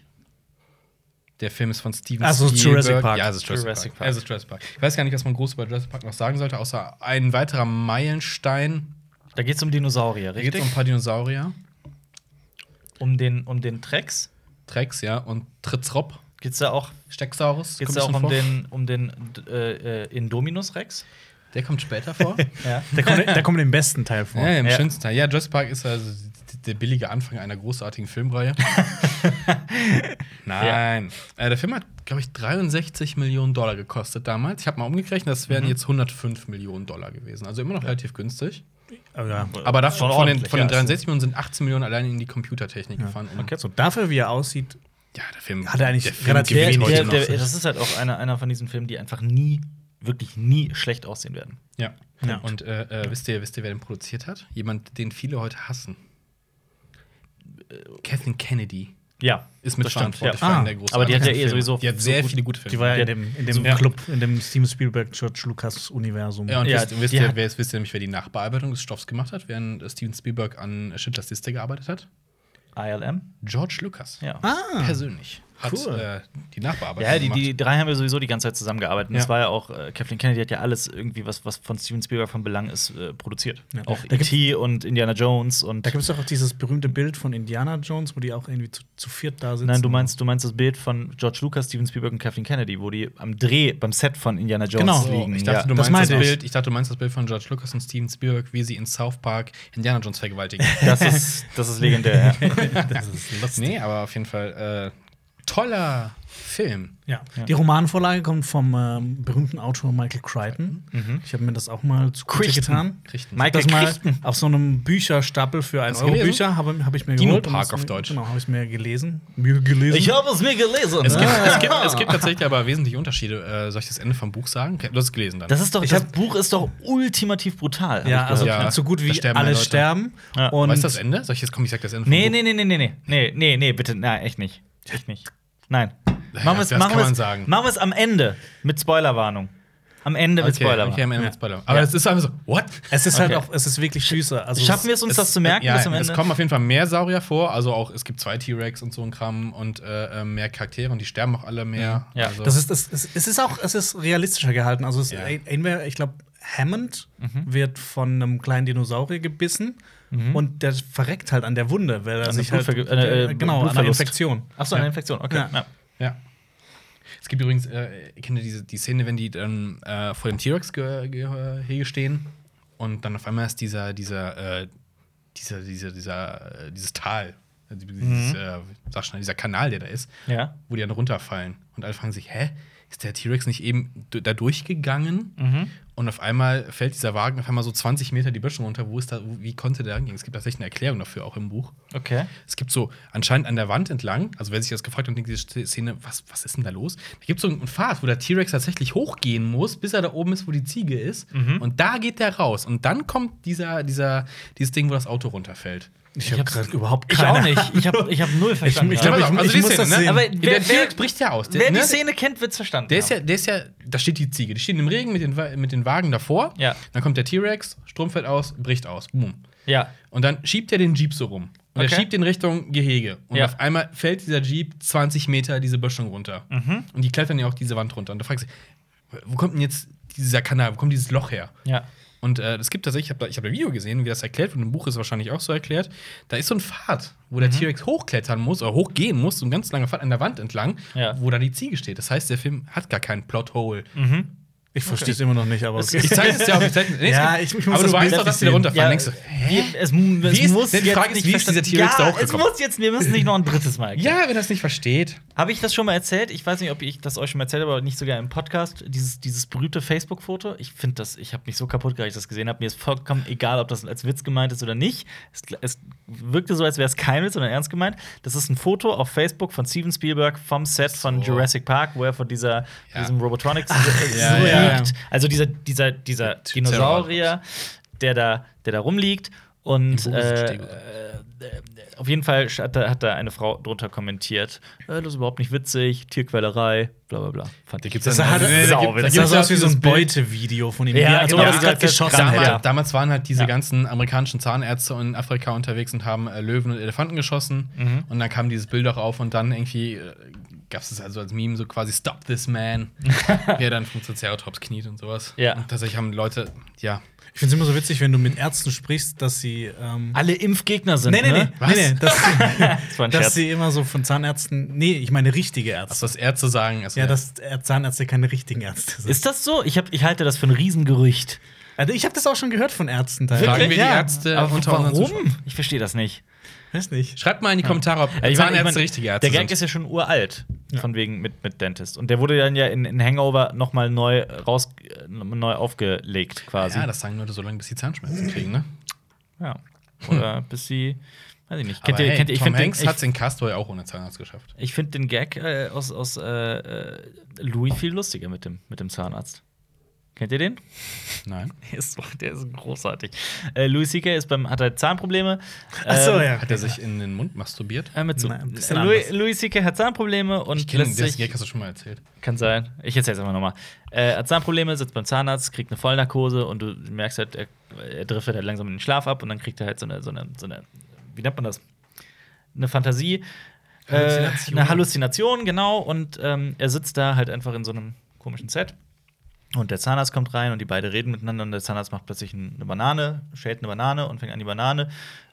Speaker 3: Der Film ist von Steven
Speaker 2: Also
Speaker 3: Spielberg.
Speaker 2: Jurassic Park.
Speaker 3: Ja, es ist Jurassic,
Speaker 1: Jurassic
Speaker 3: Park.
Speaker 1: Park.
Speaker 3: Es ist Jurassic Park. Ich weiß gar nicht, was man groß über Jurassic Park noch sagen sollte, außer ein weiterer Meilenstein.
Speaker 1: Da geht es um Dinosaurier,
Speaker 3: Da geht
Speaker 1: richtig?
Speaker 3: es um ein paar Dinosaurier.
Speaker 1: Um den, um den Trex.
Speaker 3: Trex, ja, und Tritzrop.
Speaker 1: Geht es da auch,
Speaker 3: Stecksaurus.
Speaker 1: geht's
Speaker 3: kommt
Speaker 1: da auch
Speaker 3: ein
Speaker 1: um
Speaker 3: bisschen
Speaker 1: den, um den äh, äh, Indominus Rex?
Speaker 3: vor. Der kommt später vor.
Speaker 1: Ja.
Speaker 2: Der kommt, der kommt im besten Teil vor.
Speaker 3: Ja, im
Speaker 1: Ja.
Speaker 3: schönsten Teil. Ja, Jurassic Park ist also d- der billige Anfang einer großartigen Filmreihe. Nein. Äh, der Film hat, glaube ich, dreiundsechzig Millionen Dollar gekostet damals. Ich habe mal umgerechnet, das wären jetzt hundertfünf Millionen Dollar gewesen. Also immer noch relativ günstig.
Speaker 2: Oh, ja.
Speaker 3: Aber
Speaker 1: Schon
Speaker 3: davon, von den,
Speaker 1: ordentlich,
Speaker 3: von den
Speaker 1: ja.
Speaker 3: dreiundsechzig Millionen sind achtzehn Millionen allein in die Computertechnik gefahren. Um,
Speaker 2: So, dafür, wie er aussieht,
Speaker 3: Ja, der Film
Speaker 2: Hat er eigentlich
Speaker 3: der Film
Speaker 2: relativ
Speaker 3: gewinnt
Speaker 2: wenig
Speaker 3: heute
Speaker 1: Der,
Speaker 3: noch.
Speaker 1: der, das ist halt auch einer, einer von diesen Filmen, die einfach nie, wirklich nie schlecht aussehen werden.
Speaker 3: Ja.
Speaker 2: Ja.
Speaker 3: Und äh, äh, wisst, ihr, wisst ihr, wer den produziert hat? Jemand, den viele heute hassen. Kathleen Kennedy
Speaker 1: Ja.
Speaker 3: ist mit
Speaker 1: das stimmt,
Speaker 3: verantwortlich
Speaker 1: ja.
Speaker 3: für einen
Speaker 2: Ah,
Speaker 3: der großen
Speaker 1: aber die hat ja eh
Speaker 3: Filme.
Speaker 1: sowieso
Speaker 3: Die hat
Speaker 1: so
Speaker 3: sehr
Speaker 1: gut-
Speaker 3: viele gute Filme.
Speaker 2: die war ja
Speaker 1: Der-
Speaker 2: in dem, in dem
Speaker 3: Ja.
Speaker 2: Club, in dem Steven Spielberg, George Lucas Universum.
Speaker 3: Ja, und
Speaker 1: Ja,
Speaker 3: wisst, wisst,
Speaker 1: die
Speaker 3: ihr,
Speaker 1: hat-
Speaker 3: wer, wisst ihr nämlich, wer die Nachbearbeitung des Stoffs gemacht hat, während äh, Steven Spielberg an Schindlers Liste gearbeitet hat?
Speaker 1: I L M?
Speaker 3: George Lucas.
Speaker 1: Ja.
Speaker 2: Ah,
Speaker 3: Persönlich. Hat
Speaker 2: Cool.
Speaker 3: äh, die Nachbearbeitung
Speaker 1: Ja, die,
Speaker 3: gemacht.
Speaker 1: die drei haben ja sowieso die ganze Zeit zusammengearbeitet. Und
Speaker 3: Ja.
Speaker 1: Das war ja auch, äh, Kathleen Kennedy hat ja alles irgendwie, was, was von Steven Spielberg von Belang ist, äh, produziert.
Speaker 2: Ja.
Speaker 1: Auch
Speaker 2: Da
Speaker 1: E T und Indiana Jones und.
Speaker 2: da gibt es doch auch dieses berühmte Bild von Indiana Jones, wo die auch irgendwie zu, zu viert da sitzen.
Speaker 1: Nein, du meinst, du meinst das Bild von George Lucas, Steven Spielberg und Kathleen Kennedy, wo die am Dreh beim Set von Indiana Jones
Speaker 2: Genau.
Speaker 3: So,
Speaker 1: liegen.
Speaker 3: ich dachte,
Speaker 1: ja.
Speaker 3: du
Speaker 2: das
Speaker 3: meinst das
Speaker 2: meinte ich.
Speaker 3: Bild, ich dachte, du meinst das Bild von George Lucas und Steven Spielberg, wie sie in South Park Indiana Jones vergewaltigen.
Speaker 1: das, ist, das ist legendär, ja.
Speaker 3: Das ist lustig. Nee, aber auf jeden Fall äh, toller Film.
Speaker 2: Ja.
Speaker 1: Ja.
Speaker 2: Die Romanvorlage kommt vom ähm, berühmten Autor Michael Crichton.
Speaker 1: Mhm.
Speaker 2: Ich habe mir das auch mal zu Gute
Speaker 1: Crichton.
Speaker 2: getan.
Speaker 3: Crichton.
Speaker 1: Michael
Speaker 2: Das mal
Speaker 1: Crichton.
Speaker 2: auf so einem Bücherstapel für ein
Speaker 3: Hast du
Speaker 2: Euro
Speaker 3: gelesen?
Speaker 2: Bücher habe hab ich mir
Speaker 3: Dino
Speaker 2: geholt. und
Speaker 3: Park
Speaker 2: das-
Speaker 3: auf Deutsch.
Speaker 2: Genau, habe ich mir gelesen. Mir gelesen.
Speaker 1: Ich habe es mir gelesen.
Speaker 3: Es gibt,
Speaker 1: Ah.
Speaker 3: es, gibt, es gibt tatsächlich aber wesentliche Unterschiede. Äh, soll ich das Ende vom Buch sagen? Du hast es gelesen dann.
Speaker 1: Das ist doch,
Speaker 2: Ich
Speaker 1: das
Speaker 2: hab-
Speaker 1: Buch ist doch ultimativ brutal. hab
Speaker 2: ja,
Speaker 1: ich
Speaker 2: also
Speaker 1: gehört.
Speaker 3: Ja,
Speaker 2: so gut
Speaker 3: da
Speaker 2: wie
Speaker 3: sterben
Speaker 2: alle
Speaker 3: mehr Leute.
Speaker 2: sterben.
Speaker 1: Ja.
Speaker 2: Und
Speaker 3: weißt du das Ende? Soll ich jetzt komm, ich sag das Ende vom
Speaker 1: Nee,
Speaker 3: Buch.
Speaker 1: nee, nee, nee, nee, nee, nee, nee, nee, bitte, nein, echt nicht. Echt nicht. Nein.
Speaker 3: Ja,
Speaker 1: Machen wir es
Speaker 3: das
Speaker 1: machen
Speaker 3: kann
Speaker 1: wir
Speaker 3: man
Speaker 1: es-
Speaker 3: sagen.
Speaker 1: machen wir es am Ende mit Spoilerwarnung. Am Ende mit
Speaker 3: Okay,
Speaker 1: Spoilerwarnung.
Speaker 3: okay, am Ende
Speaker 2: Ja.
Speaker 3: mit Spoiler. Aber
Speaker 1: Ja.
Speaker 3: es ist einfach so, what?
Speaker 2: es ist halt
Speaker 1: Okay.
Speaker 2: auch, es ist wirklich süße. Also
Speaker 1: Schaffen wir es uns das zu merken
Speaker 3: Ja,
Speaker 1: bis am
Speaker 3: es
Speaker 1: Ende?
Speaker 3: kommen auf jeden Fall mehr Saurier vor. Also auch, es gibt zwei T-Rex und so ein Kram und äh, äh, mehr Charaktere und die sterben auch alle mehr.
Speaker 1: Ja.
Speaker 3: also,
Speaker 2: Das ist, das, es, es ist auch, es ist realistischer gehalten. Also es,
Speaker 3: Ja.
Speaker 2: entweder, ich glaube, Hammond
Speaker 1: Mhm.
Speaker 2: wird von einem kleinen Dinosaurier gebissen und der verreckt halt an der Wunde, weil er
Speaker 1: An
Speaker 2: sich
Speaker 1: der
Speaker 2: halt
Speaker 1: Blutverge- äh, äh,
Speaker 2: genau an einer
Speaker 1: Blutverlust.
Speaker 2: Infektion.
Speaker 1: Achso, eine
Speaker 3: Ja.
Speaker 1: Infektion, okay.
Speaker 2: Ja.
Speaker 1: Ja.
Speaker 3: ja. Es gibt übrigens, äh, kennt ihr diese die Szene, wenn die dann äh, vor dem T-Rex-Gehege stehen und dann auf einmal ist dieser, dieser äh, dieser, dieser, dieser, äh, dieses Tal, also dieses,
Speaker 1: Mhm.
Speaker 3: äh, sag schnell, dieser Kanal, der da ist,
Speaker 1: Ja.
Speaker 3: wo die dann runterfallen. Und alle fragen sich, hä? Ist der T-Rex nicht eben d- da durchgegangen?
Speaker 1: Mhm.
Speaker 3: Und auf einmal fällt dieser Wagen auf einmal so zwanzig Meter die Böschung runter. Wo ist da, wo, wie konnte der angehen? Es gibt tatsächlich eine Erklärung dafür, auch im Buch.
Speaker 1: Okay.
Speaker 3: Es gibt so anscheinend an der Wand entlang, also wer sich das gefragt hat und denkt, diese Szene, was, was ist denn da los? Da gibt es so einen Pfad, wo der T-Rex tatsächlich hochgehen muss, bis er da oben ist, wo die Ziege ist.
Speaker 1: Mhm.
Speaker 3: Und da geht der raus. Und dann kommt dieser, dieser, dieses Ding, wo das Auto runterfällt.
Speaker 2: Ich habe gerade überhaupt
Speaker 1: Ich
Speaker 2: keine
Speaker 1: auch nicht. Ich habe ich hab null verstanden.
Speaker 2: ich glaub,
Speaker 3: Ja,
Speaker 2: ich-
Speaker 3: pass auf,
Speaker 2: ich
Speaker 3: die
Speaker 2: muss
Speaker 3: Szene,
Speaker 2: das
Speaker 3: ne?
Speaker 2: sehen.
Speaker 1: Aber
Speaker 3: Der
Speaker 1: wer,
Speaker 3: T-Rex
Speaker 1: wer,
Speaker 3: bricht ja aus. Der,
Speaker 1: wer die
Speaker 3: ne?
Speaker 1: Szene kennt, wird's verstanden.
Speaker 3: Der ist
Speaker 1: haben.
Speaker 3: ja, der ist ja, da steht die Ziege. Die steht im Regen mit den, Wa- mit den Wagen davor.
Speaker 1: Ja.
Speaker 3: Dann kommt der T-Rex, Strom fällt aus, bricht aus. Boom.
Speaker 1: Ja.
Speaker 3: Und dann schiebt er den Jeep so rum. Und
Speaker 1: Okay.
Speaker 3: er schiebt den Richtung Gehege. Und
Speaker 1: Ja.
Speaker 3: auf einmal fällt dieser Jeep zwanzig Meter diese Böschung runter.
Speaker 1: Mhm.
Speaker 3: Und die klettern ja auch diese Wand runter. Und da fragst du dich, wo kommt denn jetzt dieser Kanal, wo kommt dieses Loch her?
Speaker 1: Ja.
Speaker 3: Und äh, es gibt tatsächlich, ich habe ich hab ein Video gesehen, wie das erklärt wird, und im Buch ist es wahrscheinlich auch so erklärt. Da ist so ein Pfad, wo der T-Rex hochklettern muss oder hochgehen muss, so ein ganz langer Pfad an der Wand entlang,
Speaker 1: Ja.
Speaker 3: wo da die Ziege steht. Das heißt, der Film hat gar keinen Plothole.
Speaker 1: Mhm.
Speaker 2: Ich verstehe es immer noch nicht, aber okay.
Speaker 3: Ich zeige es dir auch. Ich zeig, nee, es
Speaker 2: Ja,
Speaker 3: gibt-
Speaker 2: ich- ich muss
Speaker 3: aber
Speaker 2: das
Speaker 3: du weißt
Speaker 2: Bild
Speaker 3: doch, dass die
Speaker 2: sehen.
Speaker 3: da runterfallen.
Speaker 1: Ja,
Speaker 3: Denkst du, hä?
Speaker 1: wie, es, es
Speaker 3: Wie ist-
Speaker 1: muss
Speaker 3: die
Speaker 1: jetzt
Speaker 3: Frage ist,
Speaker 1: nicht
Speaker 3: wie ist dieser
Speaker 1: verstanden-
Speaker 3: T-Rex da
Speaker 1: ja, es
Speaker 3: hochgekommen?
Speaker 1: muss jetzt, wir müssen nicht noch ein drittes Mal erklären.
Speaker 3: Ja, wenn er es nicht versteht.
Speaker 1: Habe ich das schon mal erzählt? Ich weiß nicht, ob ich das euch schon mal erzählt habe, aber nicht sogar im Podcast. Dieses, dieses berühmte Facebook-Foto. Ich finde das, ich habe mich so kaputt gemacht, als ich das gesehen habe. Mir ist vollkommen egal, ob das als Witz gemeint ist oder nicht. Es, es wirkte so, als wäre es kein Witz, sondern ernst gemeint. Das ist ein Foto auf Facebook von Steven Spielberg vom Set von
Speaker 3: So.
Speaker 1: Jurassic Park, wo er von dieser,
Speaker 3: Ja.
Speaker 1: diesem Robotronics
Speaker 3: ja,
Speaker 1: liegt.
Speaker 3: ja, ja.
Speaker 1: Also dieser, dieser, dieser Dinosaurier, der da, der da rumliegt. Und
Speaker 3: Im
Speaker 1: äh,
Speaker 3: Busenstego.
Speaker 1: äh, auf jeden Fall hat da, hat da eine Frau drunter kommentiert: äh, Das ist überhaupt nicht witzig, Tierquälerei, bla bla bla. Fand ich
Speaker 3: gibt's
Speaker 2: Das
Speaker 3: dann-
Speaker 2: sah,
Speaker 3: Nee, da
Speaker 2: das
Speaker 3: gibt- da
Speaker 2: das
Speaker 3: gibt's
Speaker 2: sah
Speaker 3: ja
Speaker 2: aus wie so
Speaker 3: dieses
Speaker 2: ein
Speaker 3: Bild.
Speaker 2: Beutevideo von ihm.
Speaker 1: Ja,
Speaker 2: Ja, als ob
Speaker 1: genau,
Speaker 2: er das
Speaker 1: ja,
Speaker 2: gerade
Speaker 1: das-
Speaker 2: geschossen
Speaker 3: Damals,
Speaker 2: hätte.
Speaker 1: Ja.
Speaker 3: damals waren halt diese
Speaker 1: Ja.
Speaker 3: ganzen amerikanischen Zahnärzte in Afrika unterwegs und haben äh, Löwen und Elefanten geschossen.
Speaker 1: Mhm.
Speaker 3: Und dann kam dieses Bild auch auf und dann irgendwie äh, gab es also als Meme so quasi Stop this man, wie er dann vom Triceratops kniet und sowas.
Speaker 1: Ja.
Speaker 3: Und tatsächlich haben Leute, ja.
Speaker 2: Ich finde es immer so witzig, wenn du mit Ärzten sprichst, dass sie. Ähm
Speaker 1: Alle Impfgegner sind.
Speaker 2: nee, nee, nee,
Speaker 1: ne?
Speaker 3: Was?
Speaker 2: nee, nee, dass,
Speaker 1: Das war ein
Speaker 2: dass
Speaker 1: Scherz.
Speaker 2: sie immer so von Zahnärzten. Nee, ich meine richtige Ärzte.
Speaker 3: Was das Ärzte sagen. Also,
Speaker 2: Ja, dass Zahnärzte keine richtigen Ärzte sind.
Speaker 1: Ist das so? Ich, hab, ich halte das für ein Riesengerücht.
Speaker 2: Also ich habe das auch schon gehört von Ärzten.
Speaker 3: Fragen wir die
Speaker 2: ja.
Speaker 3: Ärzte
Speaker 1: Aber
Speaker 3: unter unseren Zuschauern.
Speaker 1: warum? Ich verstehe das nicht.
Speaker 2: Weiß nicht.
Speaker 3: Schreibt mal in die Kommentare, ob
Speaker 1: Ja, ich mein-
Speaker 3: Zahnärzte
Speaker 1: ich mein,
Speaker 3: richtige Ärzte
Speaker 1: Der Gag
Speaker 3: sind.
Speaker 1: ist ja schon uralt,
Speaker 2: Ja.
Speaker 1: von wegen mit, mit Dentist. Und der wurde dann ja in, in Hangover noch mal neu raus, äh, neu aufgelegt quasi.
Speaker 3: Ja, das sagen Leute so lange, bis sie Zahnschmerzen kriegen, ne?
Speaker 1: Ja. Oder bis sie, weiß ich nicht. Kennt
Speaker 3: Aber
Speaker 1: ihr,
Speaker 3: hey,
Speaker 1: kennt ihr, ich
Speaker 3: Tom
Speaker 1: finde den,
Speaker 3: Hanks
Speaker 1: ich,
Speaker 3: hat es in Castaway auch ohne Zahnarzt geschafft.
Speaker 1: ich find den Gag äh, aus, aus äh, äh, Louis viel lustiger mit dem, mit dem Zahnarzt. Kennt ihr den?
Speaker 3: Nein.
Speaker 1: Der ist, so- der ist großartig. Äh, Louis C K ist beim, hat halt Zahnprobleme.
Speaker 2: Ach so,
Speaker 1: Ähm,
Speaker 2: ja.
Speaker 3: Hat er sich in den Mund masturbiert?
Speaker 1: Äh, mit so,
Speaker 2: Nein, ein bisschen
Speaker 1: Louis,
Speaker 2: anders.
Speaker 1: Louis C K hat Zahnprobleme und
Speaker 3: Ich kenne
Speaker 1: lässt
Speaker 3: den
Speaker 1: sich,
Speaker 3: Gag, hast du schon mal erzählt.
Speaker 1: kann sein. Ich erzähl's einfach nochmal. Äh, hat Zahnprobleme, sitzt beim Zahnarzt, kriegt eine Vollnarkose und du merkst halt, er, er driftet halt langsam in den Schlaf ab und dann kriegt er halt so eine, so eine, so eine wie nennt man das? Eine Fantasie. Äh,
Speaker 3: Halluzination.
Speaker 1: eine Halluzination, genau. Und ähm, er sitzt da halt einfach in so einem komischen Set. Und der Zahnarzt kommt rein und die beiden reden miteinander und der Zahnarzt macht plötzlich eine Banane, schält eine Banane und fängt an, die Banane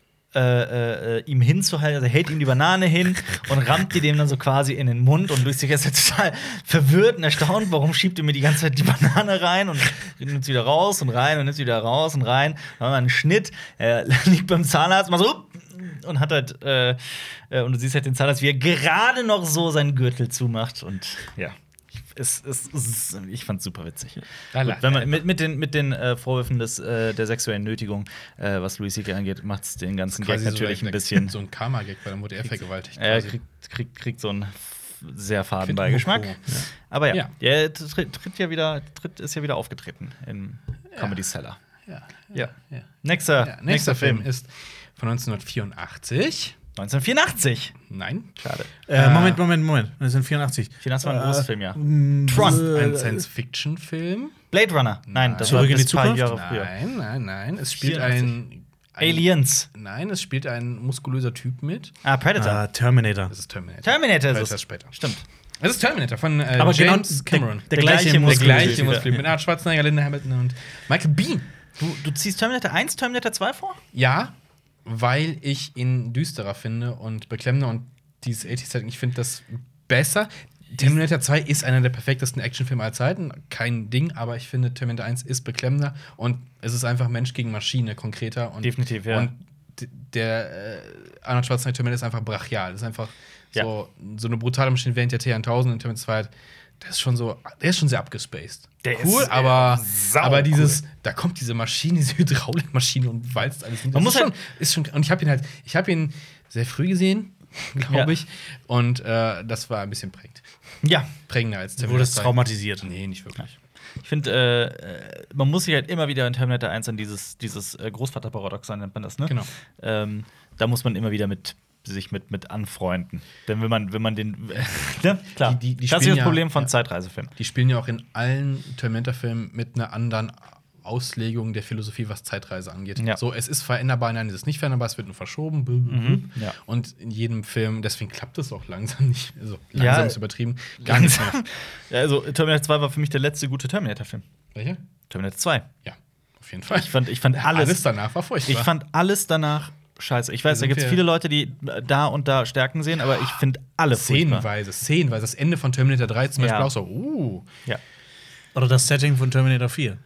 Speaker 1: äh, äh, ihm hinzuhalten, also er hält ihm die Banane hin und rammt die dem dann so quasi in den Mund und Luis ist jetzt total verwirrt und erstaunt, warum schiebt er mir die ganze Zeit die Banane rein und nimmt sie wieder raus und rein und nimmt sie wieder raus und rein. Dann haben wir einen Schnitt, er liegt beim Zahnarzt mal so und hat halt äh, äh, und du siehst halt den Zahnarzt, wie er gerade noch so seinen Gürtel zumacht und ja. Es, es, es, ich fand's super witzig.
Speaker 3: Lala.
Speaker 1: Gut, wenn man mit, mit den, mit den äh, Vorwürfen des, äh, der sexuellen Nötigung, äh, was Louis C K angeht, macht's den ganzen Gag
Speaker 3: Quasi
Speaker 1: natürlich
Speaker 3: so
Speaker 1: ein bisschen.
Speaker 3: So ein Karma-Gag, weil dann wurde er vergewaltigt.
Speaker 1: Er
Speaker 3: quasi.
Speaker 1: kriegt, kriegt, kriegt so einen sehr faden
Speaker 3: find
Speaker 1: Beigeschmack.
Speaker 3: Humor.
Speaker 1: Aber ja,
Speaker 3: Ja.
Speaker 1: er tritt, tritt ja wieder, tritt, ist ja wieder aufgetreten im Comedy Cellar.
Speaker 3: Ja.
Speaker 1: Ja.
Speaker 3: Ja.
Speaker 1: Nächster,
Speaker 3: Ja,
Speaker 1: nächster,
Speaker 3: nächster Film
Speaker 1: Film.
Speaker 3: ist von neunzehnhundertvierundachtzig.
Speaker 1: neunzehnhundertvierundachtzig.
Speaker 3: Nein.
Speaker 1: Schade.
Speaker 2: Äh, Moment, Moment, Moment. neunzehnhundertvierundachtzig.
Speaker 1: vierundachtzig war ein großes Film, ja.
Speaker 2: mm,
Speaker 1: Tron.
Speaker 2: äh,
Speaker 3: Ein Science-Fiction-Film.
Speaker 1: Blade Runner. Nein, das
Speaker 2: Zurück
Speaker 1: war
Speaker 2: in die
Speaker 1: bis paar
Speaker 2: Zukunft?
Speaker 1: Jahre früher.
Speaker 3: Nein, nein, nein. Es spielt
Speaker 1: vierundachtzig.
Speaker 3: ein, ein.
Speaker 1: Aliens.
Speaker 3: Nein, es spielt ein muskulöser Typ mit.
Speaker 1: Ah, Predator.
Speaker 2: Ah, Terminator.
Speaker 3: Das ist Terminator.
Speaker 1: Terminator ist
Speaker 3: Vielleicht
Speaker 1: es.
Speaker 3: erst später.
Speaker 1: Stimmt.
Speaker 3: Es ist Terminator von äh,
Speaker 2: Aber genau
Speaker 3: James
Speaker 2: der-
Speaker 3: Cameron.
Speaker 2: der
Speaker 1: Der
Speaker 2: gleiche
Speaker 1: gleiche
Speaker 3: Der
Speaker 1: Muskel-
Speaker 3: gleiche
Speaker 1: Muskel-
Speaker 3: Muskel mit Arnold Schwarzenegger, Linda Hamilton und Michael Biehn.
Speaker 1: Du, du ziehst Terminator eins, Terminator zwei vor?
Speaker 3: Ja, weil ich ihn düsterer finde und beklemmender und dieses achtziger-Setting, ich finde das besser. Terminator zwei ist einer der perfektesten Actionfilme aller Zeiten, kein Ding, aber ich finde Terminator eins ist beklemmender und es ist einfach Mensch gegen Maschine konkreter und,
Speaker 1: Definitiv, ja.
Speaker 3: und d- der äh, Arnold Schwarzenegger Terminator ist einfach brachial. Das ist einfach
Speaker 1: Ja.
Speaker 3: so, so eine brutale Maschine während der T tausend in Terminator zwei. Der ist schon so, der ist schon sehr abgespaced.
Speaker 1: Der
Speaker 3: cool,
Speaker 1: ist, äh,
Speaker 3: aber,
Speaker 1: sau
Speaker 3: aber dieses,
Speaker 1: cool.
Speaker 3: da kommt diese Maschine, diese Hydraulikmaschine und walzt alles hin.
Speaker 1: Man
Speaker 3: Das
Speaker 1: muss
Speaker 3: ist
Speaker 1: halt-
Speaker 3: schon, ist schon, und ich habe ihn halt, ich habe ihn sehr früh gesehen, glaube
Speaker 1: Ja.
Speaker 3: ich, und äh, das war ein bisschen prägend.
Speaker 1: Ja,
Speaker 3: Prägender als
Speaker 2: Du
Speaker 3: Terminator
Speaker 2: wurdest
Speaker 3: zwei.
Speaker 2: traumatisiert.
Speaker 3: Nee, nicht wirklich.
Speaker 1: ich finde, äh, man muss sich halt immer wieder in Terminator eins an dieses, dieses äh, Großvaterparadoxon nennt man das, ne?
Speaker 3: Genau.
Speaker 1: Ähm, da muss man immer wieder mit sich mit, mit anfreunden. Denn wenn man, wenn man den. ne? Klar.
Speaker 3: Die- die- die
Speaker 1: das ist
Speaker 3: spielen
Speaker 1: das
Speaker 3: ja-
Speaker 1: Problem von
Speaker 3: ja.
Speaker 1: Zeitreisefilmen.
Speaker 3: Die spielen ja auch in allen Terminator-Filmen mit einer anderen Auslegung der Philosophie, was Zeitreise angeht.
Speaker 1: Ja.
Speaker 3: So, es ist veränderbar, nein, es ist nicht veränderbar, es wird nur verschoben. blablabla.
Speaker 1: ja.
Speaker 3: Und in jedem Film, deswegen klappt es auch langsam nicht. Also langsam
Speaker 1: Ja,
Speaker 3: ist übertrieben. Gar nicht mehr.
Speaker 1: Ja, also Terminator zwei war für mich der letzte gute Terminator-Film.
Speaker 3: Welcher?
Speaker 1: Terminator zwei.
Speaker 3: Ja, auf jeden Fall.
Speaker 1: Ich fand, ich fand alles,
Speaker 3: Alles danach war furchtbar.
Speaker 1: ich fand alles danach scheiße. Ich weiß, da
Speaker 3: sind
Speaker 1: gibt es
Speaker 3: wir-
Speaker 1: viele Leute, die da und da Stärken sehen, aber ich finde alle furchtbar.
Speaker 3: Szenenweise, szenenweise. Das Ende von Terminator drei zum
Speaker 1: Ja.
Speaker 3: Beispiel auch so, uh.
Speaker 1: Ja.
Speaker 2: Oder das Setting von Terminator vier.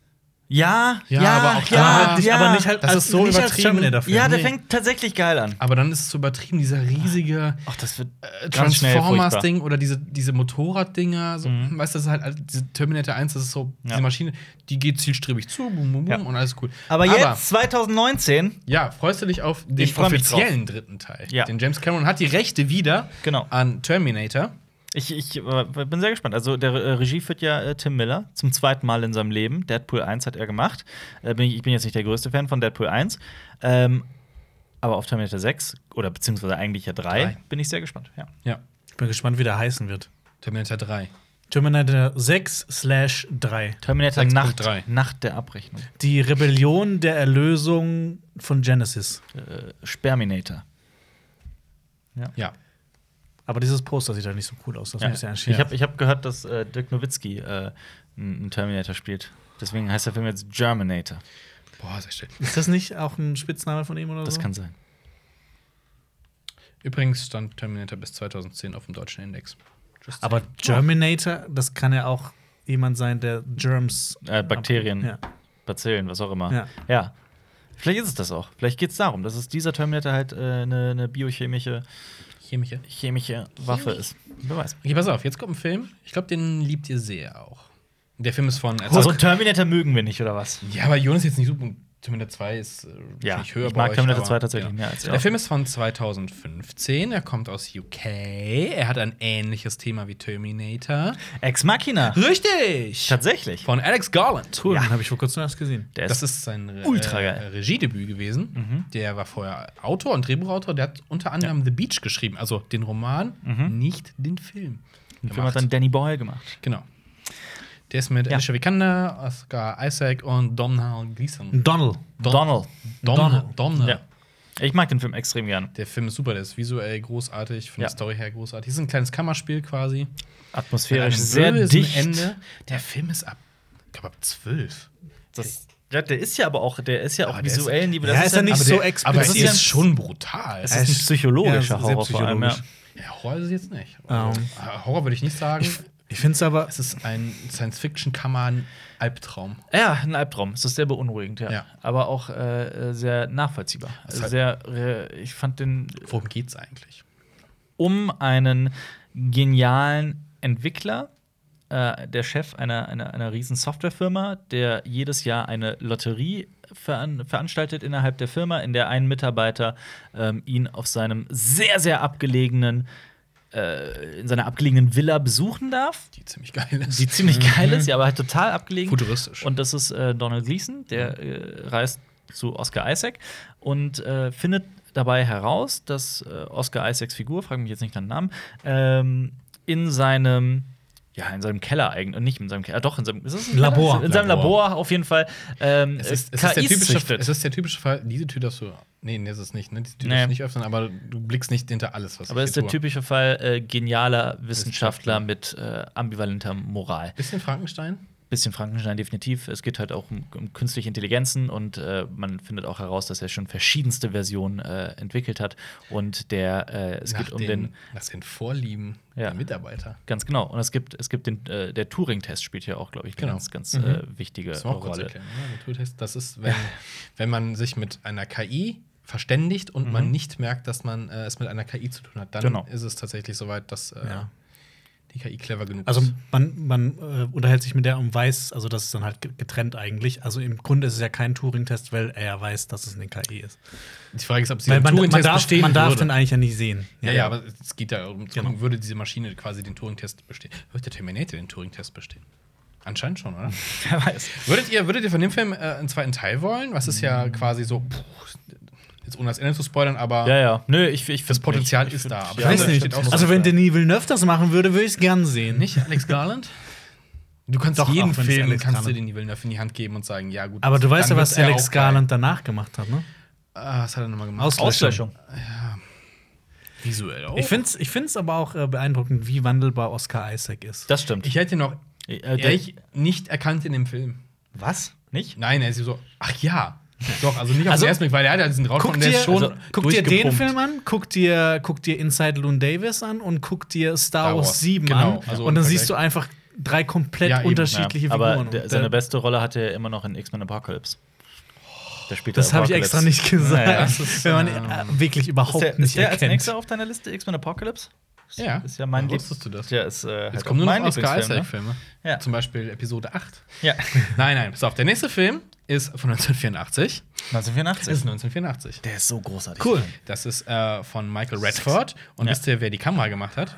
Speaker 1: Ja,
Speaker 3: Ja,
Speaker 1: ja,
Speaker 3: aber auch
Speaker 1: ja,
Speaker 3: da-
Speaker 2: nicht,
Speaker 1: ja.
Speaker 2: aber nicht halt
Speaker 3: Das
Speaker 2: als,
Speaker 3: ist so
Speaker 2: nicht als
Speaker 3: übertrieben.
Speaker 2: Terminator-Film.
Speaker 1: Ja, der
Speaker 3: Nee.
Speaker 1: fängt tatsächlich geil an.
Speaker 3: Aber dann ist es so übertrieben, dieser riesige
Speaker 1: Ach, das wird
Speaker 3: äh,
Speaker 1: ganz schnell furchtbar.
Speaker 3: Transformers-Ding oder diese, diese Motorrad-Dinger. So, Weißt du, das ist halt also diese Terminator eins, das ist so,
Speaker 1: Ja.
Speaker 3: diese Maschine, die geht zielstrebig zu, bum, bum, bum,
Speaker 1: Ja.
Speaker 3: und alles cool.
Speaker 1: Aber jetzt, zwanzig neunzehn,
Speaker 3: Ja, freust du dich auf den
Speaker 1: Ich freu mich
Speaker 3: offiziellen dritten Teil?
Speaker 1: Ja.
Speaker 3: Den James Cameron hat die Rechte wieder
Speaker 1: Genau.
Speaker 3: an Terminator.
Speaker 1: Ich, ich äh, bin sehr gespannt. Also, der äh, Regie führt ja äh, Tim Miller zum zweiten Mal in seinem Leben. Deadpool eins hat er gemacht. Äh, bin ich, ich bin jetzt nicht der größte Fan von Deadpool eins. Ähm, aber auf Terminator sechs, oder beziehungsweise eigentlich ja drei,
Speaker 3: Drei.
Speaker 1: bin ich sehr gespannt. Ja.
Speaker 3: Ja,
Speaker 2: Ich bin gespannt, wie der heißen wird.
Speaker 3: Terminator drei.
Speaker 2: Terminator sechs slash drei.
Speaker 1: Terminator
Speaker 3: sechs
Speaker 1: Nacht,
Speaker 3: Punkt drei.
Speaker 1: Nacht der Abrechnung.
Speaker 2: Die Rebellion der Erlösung von Genesis.
Speaker 1: Äh, Sperminator.
Speaker 3: Ja.
Speaker 2: Aber dieses Poster sieht halt nicht so cool aus. Das
Speaker 1: Ja.
Speaker 2: muss ich eigentlich
Speaker 1: Ich habe ich hab gehört, dass äh, Dirk Nowitzki äh, einen Terminator spielt. Deswegen heißt der Film jetzt Germinator.
Speaker 3: Boah, sehr schön.
Speaker 2: Ist das nicht auch ein Spitzname von ihm oder
Speaker 1: Das
Speaker 2: so?
Speaker 1: kann sein.
Speaker 3: Übrigens stand Terminator bis zwanzig zehn auf dem deutschen Index. Just
Speaker 2: Aber
Speaker 3: saying.
Speaker 2: Germinator, das kann ja auch jemand sein, der Germs.
Speaker 1: Äh, Bakterien,
Speaker 2: Ja.
Speaker 1: Bazillen, was auch immer.
Speaker 2: Ja.
Speaker 1: ja. Vielleicht ist es das auch. Vielleicht geht es darum, dass es dieser Terminator halt eine äh, ne, ne biochemische
Speaker 3: Chemische.
Speaker 1: chemische Waffe ist. Wer weiß.
Speaker 3: Okay, pass auf, jetzt kommt ein Film. Ich glaube, den liebt ihr sehr auch. Der Film ist von.
Speaker 1: Also einen Terminator mögen wir nicht, oder was?
Speaker 3: Ja, aber Jonas ist jetzt nicht super. Und Terminator zwei ist äh,
Speaker 1: Ja,
Speaker 3: nicht höher
Speaker 1: ich
Speaker 3: bei
Speaker 1: mag
Speaker 3: euch,
Speaker 1: Terminator
Speaker 3: aber-
Speaker 1: zwei tatsächlich mehr als ihr
Speaker 3: Der
Speaker 1: auch.
Speaker 3: Film ist von zwanzig fünfzehn. Er kommt aus U K. Er hat ein ähnliches Thema wie Terminator.
Speaker 1: Ex Machina.
Speaker 3: Richtig!
Speaker 1: Tatsächlich.
Speaker 3: Von Alex Garland.
Speaker 2: Cool,
Speaker 1: Ja.
Speaker 2: den habe ich vor kurzem erst gesehen.
Speaker 1: Der
Speaker 3: Das ist sein Re
Speaker 1: ultra
Speaker 3: äh,
Speaker 1: geil.
Speaker 3: Regiedebüt gewesen. Der war vorher Autor und Drehbuchautor. Der hat unter anderem The Beach geschrieben, also den Roman, nicht den Film.
Speaker 1: Den Film hat dann Danny Boyle gemacht.
Speaker 3: Genau. Der ist mit
Speaker 1: Ja.
Speaker 3: Alicia Vikander, Oscar Isaac und Domhnall Gleeson.
Speaker 2: Donald.
Speaker 1: Donald.
Speaker 3: Domhnall. Domhnall.
Speaker 1: Ja. Ich mag den Film extrem gern.
Speaker 3: Der Film ist super, der ist visuell großartig, von
Speaker 1: Ja.
Speaker 3: der Story her großartig. Es ist ein kleines Kammerspiel quasi.
Speaker 1: Atmosphärisch
Speaker 3: Mit einem
Speaker 1: sehr
Speaker 3: bösen
Speaker 1: dicht.
Speaker 3: Ende. Der Film ist ab, ich glaube, ab zwölf.
Speaker 1: Das, ja, der ist ja aber auch, der ist ja auch
Speaker 3: Aber der ist-
Speaker 1: visuell nie.
Speaker 2: Ja, ist ja nicht
Speaker 3: aber
Speaker 2: so
Speaker 3: der,
Speaker 2: explizit.
Speaker 3: Aber es
Speaker 1: Das ist
Speaker 3: ist,
Speaker 1: ja-
Speaker 3: schon brutal.
Speaker 1: Es ist ein psychologischer
Speaker 2: Ja, sehr
Speaker 1: Horror vor allem. Ja.
Speaker 2: psychologisch.
Speaker 3: Ja, Horror ist es jetzt nicht.
Speaker 2: Ähm.
Speaker 3: Also, Horror würde ich nicht sagen.
Speaker 2: Ich, ich finde es aber.
Speaker 3: Es ist ein Science-Fiction-Kammer-Albtraum.
Speaker 1: Ja, ein Albtraum. Es ist sehr beunruhigend, ja.
Speaker 3: Ja.
Speaker 1: Aber auch äh, sehr nachvollziehbar.
Speaker 3: Es ist halt-
Speaker 1: sehr, äh, ich fand den
Speaker 3: Worum geht's eigentlich?
Speaker 1: um einen genialen Entwickler, äh, der Chef einer, einer, einer riesen Softwarefirma, der jedes Jahr eine Lotterie veran veranstaltet innerhalb der Firma, in der ein Mitarbeiter ähm, ihn auf seinem sehr, sehr abgelegenen äh, in seiner abgelegenen Villa besuchen darf,
Speaker 3: Die ziemlich geil ist.
Speaker 1: die ziemlich geil ist, ja, aber halt total abgelegen.
Speaker 3: Futuristisch.
Speaker 1: Und das ist äh, Donald Gleason, der äh, reist zu Oscar Isaac und äh, findet dabei heraus, dass äh, Oscar Isaacs Figur, frage mich jetzt nicht nach dem Namen, ähm, in seinem ja, in seinem Keller eigentlich, und nicht in seinem Keller, doch, in seinem ist es ein
Speaker 2: Labor.
Speaker 1: Keller? In seinem
Speaker 3: Labor.
Speaker 1: Labor auf jeden Fall. Ähm,
Speaker 3: Es ist, es,
Speaker 1: K
Speaker 3: ist der
Speaker 1: Is
Speaker 3: typische,
Speaker 1: züchtet.
Speaker 3: es ist der typische Fall, diese Tür darfst du. Nee, nee, ist es nicht, ne? Diese Tür
Speaker 1: Nee.
Speaker 3: darfst du nicht öffnen, aber du blickst nicht hinter alles, was
Speaker 1: Aber
Speaker 3: ich
Speaker 1: es ist
Speaker 3: hier
Speaker 1: der
Speaker 3: tue.
Speaker 1: typische Fall äh, genialer Wissenschaftler
Speaker 3: Wissenschaftler.
Speaker 1: mit äh, ambivalenter Moral.
Speaker 3: Bisschen Frankenstein?
Speaker 1: Bisschen Frankenstein definitiv. Es geht halt auch um, um künstliche Intelligenzen und äh, man findet auch heraus, dass er schon verschiedenste Versionen äh, entwickelt hat. Und der, äh, es
Speaker 3: nach
Speaker 1: geht um den,
Speaker 3: nach den Vorlieben
Speaker 1: Ja.
Speaker 3: der Mitarbeiter.
Speaker 1: ganz genau. Und es gibt, es gibt den, äh, der Turing-Test spielt ja auch, glaube ich, eine
Speaker 3: Genau.
Speaker 1: ganz, ganz
Speaker 3: Mhm.
Speaker 1: äh, wichtige
Speaker 3: Das muss man auch kurz
Speaker 1: Rolle.
Speaker 3: erklären. Ne? Der Tooltest, das ist, wenn, wenn man sich mit einer K I verständigt und
Speaker 1: Mhm.
Speaker 3: man nicht merkt, dass man äh, es mit einer K I zu tun hat. Dann
Speaker 1: Genau.
Speaker 3: ist es tatsächlich soweit, dass äh,
Speaker 2: Ja.
Speaker 3: die K I clever genug
Speaker 2: Also
Speaker 3: ist.
Speaker 2: man, man äh, unterhält sich mit der und weiß, also das ist dann halt ge- getrennt eigentlich. Also im Grunde ist es ja kein Turing-Test, weil er ja weiß, dass es eine K I ist.
Speaker 3: Die Frage ist, ob sie
Speaker 2: Weil
Speaker 3: den
Speaker 2: man, man
Speaker 3: Turing-Test
Speaker 2: darf,
Speaker 3: bestehen
Speaker 2: man darf
Speaker 3: würde.
Speaker 2: den eigentlich ja nicht sehen.
Speaker 3: Ja, ja, aber es geht ja um,
Speaker 2: Genau.
Speaker 3: würde diese Maschine quasi den Turing-Test bestehen. Wird der Terminator den Turing-Test bestehen? Anscheinend schon, oder?
Speaker 1: Wer weiß.
Speaker 3: Würdet ihr, würdet ihr von dem Film äh, einen zweiten Teil wollen? Was ist ja quasi so, puh, jetzt ohne das Ende zu spoilern, aber
Speaker 1: Ja, ja. Nö, ich, ich
Speaker 3: das
Speaker 1: find
Speaker 3: Potenzial
Speaker 1: nicht. Ich
Speaker 3: ist
Speaker 1: find-
Speaker 3: da. Aber
Speaker 2: Ich weiß
Speaker 3: da
Speaker 2: nicht.
Speaker 3: steht auch so-
Speaker 2: Also wenn Denis Villeneuve das machen würde, würde ich es gern sehen.
Speaker 3: nicht Alex Garland? Du kannst
Speaker 2: Doch,
Speaker 3: jeden
Speaker 2: auch wenn es
Speaker 3: Film
Speaker 2: Alex
Speaker 3: kannst du
Speaker 2: Garland-
Speaker 3: den Villeneuve in die Hand geben und sagen, ja gut.
Speaker 2: Aber du weißt ja,
Speaker 3: dann
Speaker 2: was
Speaker 3: wird's ja
Speaker 2: Alex
Speaker 3: auch geil.
Speaker 2: Garland danach gemacht hat, ne?
Speaker 3: Ah, was hat er nochmal gemacht?
Speaker 2: Auslöschung.
Speaker 1: Auslöschung.
Speaker 3: Visuell auch.
Speaker 2: Ich finde es ich find's aber auch äh, beeindruckend, wie wandelbar Oscar Isaac ist.
Speaker 1: Das stimmt.
Speaker 3: Ich hätte ihn noch
Speaker 1: Äh, der-
Speaker 3: ehrlich nicht erkannt in dem Film.
Speaker 1: Was? Nicht?
Speaker 3: Nein, er ist so, ach ja. Doch, also nicht auf
Speaker 1: Also,
Speaker 3: den ersten Blick, weil er hat ja diesen Rausch
Speaker 2: Guck
Speaker 3: und der
Speaker 2: dir,
Speaker 3: ist schon
Speaker 1: also,
Speaker 2: guck dir den
Speaker 3: durchgepumpt.
Speaker 2: Film an, guck dir, guck dir Inside Llewyn Davis an und guck dir Star,
Speaker 3: Star
Speaker 2: Wars
Speaker 3: Wars,
Speaker 2: sieben
Speaker 3: genau,
Speaker 2: an.
Speaker 3: also
Speaker 2: und dann
Speaker 3: im
Speaker 2: siehst du
Speaker 3: Vergleich.
Speaker 2: einfach drei komplett
Speaker 3: Ja, eben.
Speaker 2: unterschiedliche
Speaker 1: Ja,
Speaker 2: Figuren.
Speaker 1: aber
Speaker 2: Und
Speaker 1: der,
Speaker 2: der-
Speaker 1: seine beste Rolle hat er immer noch in X-Men Apocalypse. Da spielt
Speaker 2: Das
Speaker 1: er
Speaker 2: habe ich
Speaker 1: Apocalypse.
Speaker 2: extra nicht gesagt.
Speaker 1: Ja, ja.
Speaker 3: Das ist,
Speaker 2: Wenn man
Speaker 3: ähm,
Speaker 2: äh, wirklich überhaupt
Speaker 1: Ist der,
Speaker 2: nicht
Speaker 1: ist der als
Speaker 2: erkennt.
Speaker 1: nächster auf deiner Liste X-Men Apocalypse?
Speaker 3: Ja.
Speaker 1: Ist ja mein
Speaker 3: Woher
Speaker 1: Lieb-
Speaker 3: wusstest du das?
Speaker 1: Der ist, äh,
Speaker 3: Jetzt
Speaker 1: halt
Speaker 3: kommen
Speaker 1: auch
Speaker 3: nur
Speaker 1: mein
Speaker 3: noch Oscar
Speaker 1: Lieblingsfilm, ne?
Speaker 3: Isaac-Filme.
Speaker 1: Ja.
Speaker 3: Zum Beispiel Episode acht.
Speaker 1: Ja.
Speaker 3: Nein, nein, pass auf. Der nächste Film ist von neunzehnhundertvierundachtzig. Das
Speaker 1: neunzehnhundertvierundachtzig.
Speaker 3: ist neunzehnhundertvierundachtzig.
Speaker 1: Der ist so großartig.
Speaker 2: Cool.
Speaker 3: Das ist äh, von Michael Redford. Und
Speaker 1: Ja.
Speaker 3: wisst ihr, wer die Kamera gemacht hat?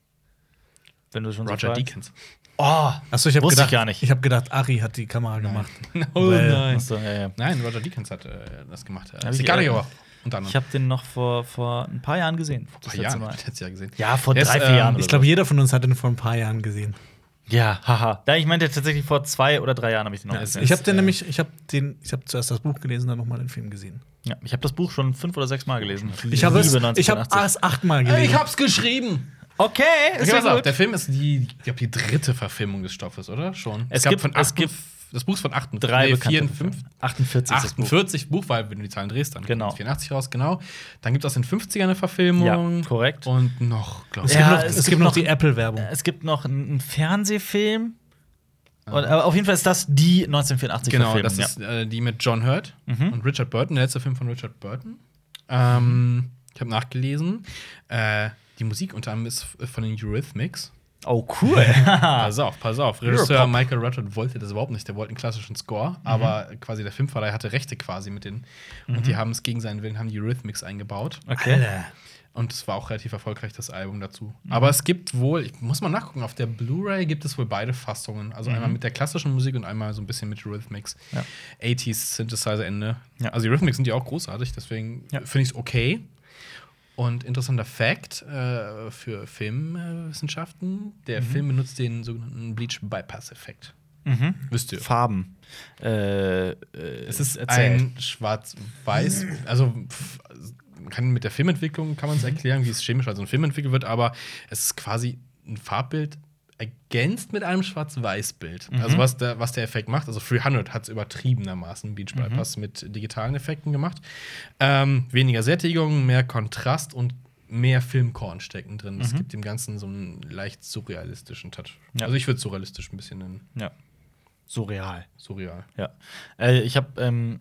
Speaker 1: Wenn du schon
Speaker 3: Roger
Speaker 1: so fragst.
Speaker 3: Deakins.
Speaker 1: Oh,
Speaker 2: Achso, ich habe
Speaker 1: Wusste ich
Speaker 2: gedacht,
Speaker 1: gar nicht.
Speaker 2: Ich habe gedacht, Ari hat die Kamera gemacht.
Speaker 3: Oh
Speaker 2: Weil-
Speaker 3: nein.
Speaker 1: Achso, ja, ja.
Speaker 3: Nein, Roger Deakins hat äh, das gemacht. Äh,
Speaker 1: Hab ich,
Speaker 3: Sicario
Speaker 1: äh,
Speaker 3: auch. Unter anderem.
Speaker 1: Ich habe den noch vor, vor ein paar Jahren gesehen.
Speaker 3: Vor
Speaker 1: Das
Speaker 3: ein paar
Speaker 1: letzte
Speaker 3: Jahren,
Speaker 1: Mal.
Speaker 3: letztes Jahr gesehen.
Speaker 1: Ja, vor
Speaker 3: Der
Speaker 1: drei,
Speaker 3: ist,
Speaker 1: vier
Speaker 3: ähm,
Speaker 1: Jahren.
Speaker 2: Ich
Speaker 1: oder
Speaker 2: glaube, jeder von uns hat den vor ein paar Jahren gesehen.
Speaker 1: so. Ja, haha. Ja, ich meinte tatsächlich vor zwei oder drei Jahren habe ich den noch
Speaker 3: Ja,
Speaker 1: gesehen.
Speaker 2: Ich habe den
Speaker 3: äh,
Speaker 2: nämlich, ich habe den, ich habe zuerst das Buch gelesen, dann nochmal den Film gesehen.
Speaker 1: Ja, ich habe das Buch schon fünf oder sechs Mal gelesen.
Speaker 2: Ich habe es,
Speaker 1: liebe
Speaker 2: ich habe
Speaker 1: neunzehnhundertachtzig.
Speaker 2: es achtmal gelesen.
Speaker 3: Ich hab's geschrieben!
Speaker 1: Okay,
Speaker 3: Okay,
Speaker 1: ist
Speaker 3: pass
Speaker 1: ja
Speaker 3: auf,
Speaker 1: gut.
Speaker 3: der Film ist die, ich glaube, die dritte Verfilmung des Stoffes, oder? Schon.
Speaker 1: Es
Speaker 3: gab
Speaker 1: gibt-
Speaker 3: von
Speaker 1: es
Speaker 3: acht,
Speaker 1: gibt
Speaker 3: das Buch ist von achtundvierzig,
Speaker 1: Drei
Speaker 3: nee,
Speaker 1: bekannte
Speaker 3: vierundfünfzig,
Speaker 1: Verfilmungen. achtundvierzig ist das Buch.
Speaker 3: achtundvierzig Buch, weil wenn du die Zahlen drehst, dann
Speaker 1: Genau.
Speaker 3: kommt vierundachtzig raus, genau. Dann gibt es aus den fünfzigern eine Verfilmung.
Speaker 1: Ja, korrekt.
Speaker 3: Und noch, glaube
Speaker 2: Es
Speaker 3: ich.
Speaker 1: Ja,
Speaker 2: gibt noch,
Speaker 1: es
Speaker 2: es
Speaker 1: gibt
Speaker 2: gibt noch
Speaker 1: noch-
Speaker 2: die Apple-Werbung.
Speaker 1: Es gibt noch einen einen Fernsehfilm. Und, aber auf jeden Fall ist das die neunzehnhundertvierundachtzig
Speaker 3: Genau,
Speaker 1: Verfilmung.
Speaker 3: das ist äh, die mit John Hurt
Speaker 1: Mhm.
Speaker 3: und Richard Burton, der letzte Film von Richard Burton. Ähm, ich habe nachgelesen. Äh, die Musik unter anderem ist von den Eurythmics.
Speaker 1: Oh, cool.
Speaker 3: Pass auf, pass auf. Regisseur
Speaker 1: Europop.
Speaker 3: Michael Redford wollte das überhaupt nicht. Der wollte einen klassischen Score, aber quasi der Filmverleih hatte Rechte quasi mit den. Und die haben es gegen seinen Willen, haben die Eurythmics eingebaut.
Speaker 1: Okay.
Speaker 3: Und es war auch relativ erfolgreich, das Album dazu. Aber es gibt wohl, ich muss mal nachgucken, auf der Blu-ray gibt es wohl beide Fassungen. Also einmal mit der klassischen Musik und einmal so ein bisschen mit Eurythmics.
Speaker 1: Ja.
Speaker 3: achtziger Synthesizer-Ende.
Speaker 1: Ja.
Speaker 3: Also die Eurythmics sind ja auch großartig, deswegen
Speaker 1: Ja.
Speaker 3: finde ich es okay. Und interessanter Fact äh, für Filmwissenschaften: Der Film benutzt den sogenannten Bleach-Bypass-Effekt.
Speaker 1: Mhm.
Speaker 3: Wisst ihr?
Speaker 1: Farben. Äh, äh,
Speaker 3: Es ist
Speaker 1: erzähl.
Speaker 3: ein schwarz-weiß, also pf, man kann mit der Filmentwicklung kann man es erklären, wie es chemisch also ein Film entwickelt wird, aber es ist quasi ein Farbbild ergänzt mit einem Schwarz-Weiß-Bild.
Speaker 1: Mhm.
Speaker 3: Also was der, was der Effekt macht, also dreihundert hat es übertriebenermaßen Beach Bypass mit digitalen Effekten gemacht. Ähm, weniger Sättigung, mehr Kontrast und mehr Filmkorn stecken drin. Das
Speaker 1: Mhm.
Speaker 3: gibt dem Ganzen so einen leicht surrealistischen Touch.
Speaker 1: Ja.
Speaker 3: Also ich würde surrealistisch ein bisschen nennen.
Speaker 1: Ja. Surreal.
Speaker 3: Surreal.
Speaker 1: Ja. Äh, ich habe ähm,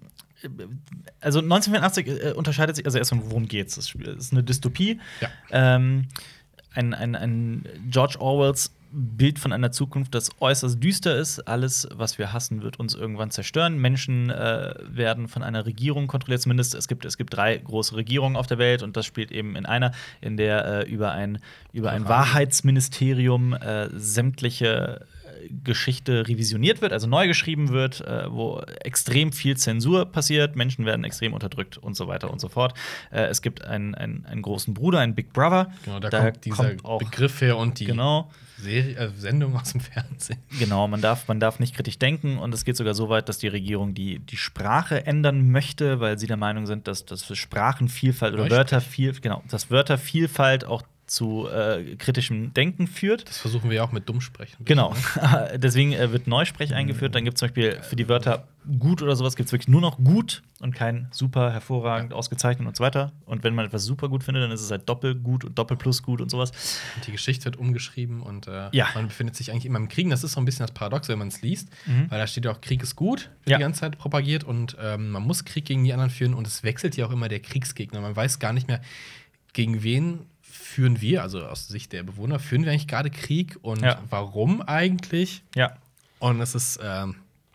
Speaker 1: also neunzehnhundertvierundachtzig äh, unterscheidet sich, also erstmal, worum geht's? Es ist eine Dystopie.
Speaker 3: Ja.
Speaker 1: Ähm, ein, ein, ein George Orwells Bild von einer Zukunft, das äußerst düster ist. Alles, was wir hassen, wird uns irgendwann zerstören. Menschen äh, werden von einer Regierung kontrolliert. Zumindest es gibt, es gibt drei große Regierungen auf der Welt und das spielt eben in einer, in der äh, über ein, über ein Wahrheitsministerium äh, sämtliche Geschichte revisioniert wird, also neu geschrieben wird, äh, wo extrem viel Zensur passiert, Menschen werden extrem unterdrückt und so weiter und so fort. Äh, es gibt einen, einen, einen großen Bruder, einen Big Brother.
Speaker 3: Genau, da,
Speaker 1: Da
Speaker 3: kommt dieser
Speaker 1: kommt auch-
Speaker 3: Begriff her und die
Speaker 1: Genau.
Speaker 3: Serie, äh, Sendung aus dem Fernsehen.
Speaker 1: Genau, man darf, man darf nicht kritisch denken und es geht sogar so weit, dass die Regierung die, die Sprache ändern möchte, weil sie der Meinung sind, dass, dass für Sprachenvielfalt oder
Speaker 3: Neusprech.
Speaker 1: Wörtervielfalt, genau, dass Wörtervielfalt auch zu äh, kritischem Denken führt.
Speaker 3: Das versuchen wir ja auch mit Dummsprechen.
Speaker 1: Genau. Deswegen äh, wird Neusprech eingeführt. Dann gibt es zum Beispiel für die Wörter gut oder sowas gibt es wirklich nur noch gut und kein super, hervorragend,
Speaker 3: Ja.
Speaker 1: ausgezeichnet und so weiter. Und wenn man etwas super gut findet, dann ist es halt doppelgut und doppelplus gut und sowas.
Speaker 3: Und die Geschichte wird umgeschrieben und äh,
Speaker 1: Ja.
Speaker 3: man befindet sich eigentlich immer im Kriegen. Das ist so ein bisschen das Paradox, wenn man es liest,
Speaker 1: Mhm.
Speaker 3: weil da steht ja auch, Krieg ist gut, wird
Speaker 1: Ja.
Speaker 3: die ganze Zeit propagiert und ähm, man muss Krieg gegen die anderen führen und es wechselt ja auch immer der Kriegsgegner. Man weiß gar nicht mehr, gegen wen führen wir, also aus Sicht der Bewohner, führen wir eigentlich gerade Krieg und
Speaker 1: Ja.
Speaker 3: warum eigentlich?
Speaker 1: Ja.
Speaker 3: Und es ist ähm,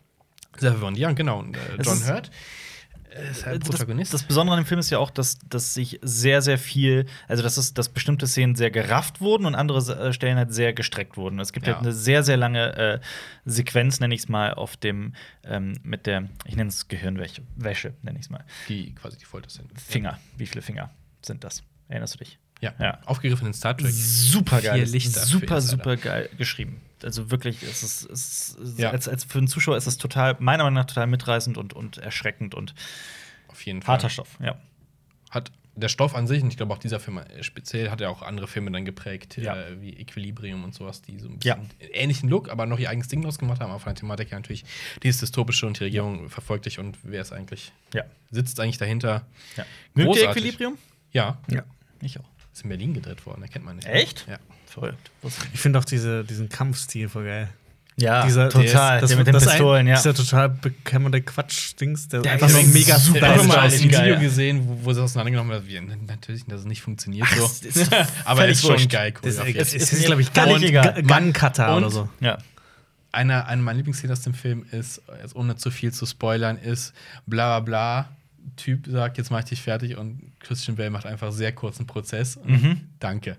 Speaker 3: sehr verwirrend. Ja, genau. Und, äh,
Speaker 1: Es
Speaker 3: John
Speaker 1: ist-
Speaker 3: Hurt äh, ist halt
Speaker 1: Das,
Speaker 3: Protagonist.
Speaker 1: das Besondere an dem Film ist ja auch, dass, dass sich sehr, sehr viel, also dass, es, dass bestimmte Szenen sehr gerafft wurden und andere äh, Stellen halt sehr gestreckt wurden. Es gibt
Speaker 3: Ja.
Speaker 1: halt eine sehr, sehr lange äh, Sequenz, nenne ich es mal, auf dem, ähm, mit der, ich nenne es Gehirnwäsche, Wäsche, nenne ich es mal.
Speaker 3: die quasi die Folter sind.
Speaker 1: Finger. Wie viele Finger sind das? Erinnerst du dich?
Speaker 3: Ja.
Speaker 1: Ja.
Speaker 3: Aufgegriffen in Star Trek.
Speaker 1: Super geil.
Speaker 3: Vier Lichter für
Speaker 1: Super,
Speaker 3: Insider.
Speaker 1: super geil geschrieben. Also wirklich, es ist, es ist
Speaker 3: Ja.
Speaker 1: als, als für einen Zuschauer ist es total, meiner Meinung nach, total mitreißend und, und erschreckend und
Speaker 3: Auf jeden Fall.
Speaker 1: harter Stoff. Ja.
Speaker 3: Hat der Stoff an sich, und ich glaube auch dieser Film äh, speziell, hat ja auch andere Filme dann geprägt,
Speaker 1: Ja.
Speaker 3: äh, wie Equilibrium und sowas, die so ein
Speaker 1: Ja.
Speaker 3: bisschen ähnlichen Look, aber noch ihr eigenes Ding draus gemacht haben. Aber von der Thematik her natürlich dieses Dystopische und die Regierung verfolgt dich und wer ist eigentlich,
Speaker 1: Ja.
Speaker 3: sitzt eigentlich dahinter.
Speaker 1: ja. Mögt ihr
Speaker 3: Großartig.
Speaker 1: Equilibrium?
Speaker 3: Ja,
Speaker 2: Ja.
Speaker 1: Ich auch.
Speaker 3: ist in Berlin gedreht worden, erkennt man nicht.
Speaker 1: Echt?
Speaker 3: Ja.
Speaker 1: Verrückt.
Speaker 2: Ich finde auch diese, diesen Kampfstil voll geil.
Speaker 1: Ja,
Speaker 2: Dieser,
Speaker 1: total.
Speaker 2: Das,
Speaker 1: der mit den
Speaker 2: das
Speaker 1: Pistolen,
Speaker 2: ein,
Speaker 1: ja.
Speaker 2: Dieser total bekannte Quatsch-Dings, der,
Speaker 1: Der
Speaker 2: einfach
Speaker 1: ist
Speaker 2: nur mega
Speaker 1: super
Speaker 3: Ich habe
Speaker 2: stylisch
Speaker 3: mal ein
Speaker 1: stylisch
Speaker 2: aussieht.
Speaker 1: geil,
Speaker 3: Video
Speaker 1: ja.
Speaker 3: gesehen, wo, wo sie auseinandergenommen haben, wie, natürlich, dass es nicht funktioniert. So.
Speaker 1: Das ist doch
Speaker 3: aber
Speaker 1: völlig
Speaker 3: ist schon
Speaker 1: wurscht.
Speaker 3: geil.
Speaker 2: Das
Speaker 3: choreografiert.
Speaker 2: ist,
Speaker 1: ist
Speaker 2: ist,
Speaker 1: mir
Speaker 2: ist glaube ich,
Speaker 1: völlig
Speaker 2: Gun,
Speaker 1: egal.
Speaker 2: Gun Cutter
Speaker 3: Und-
Speaker 2: oder so.
Speaker 1: Ja.
Speaker 3: Eine, eine meiner Lieblingsszenen aus dem Film ist, jetzt ohne zu viel zu spoilern, ist bla bla bla. Typ sagt, jetzt mach ich dich fertig und Christian Bale macht einfach sehr kurzen Prozess.
Speaker 1: Mhm.
Speaker 3: Danke.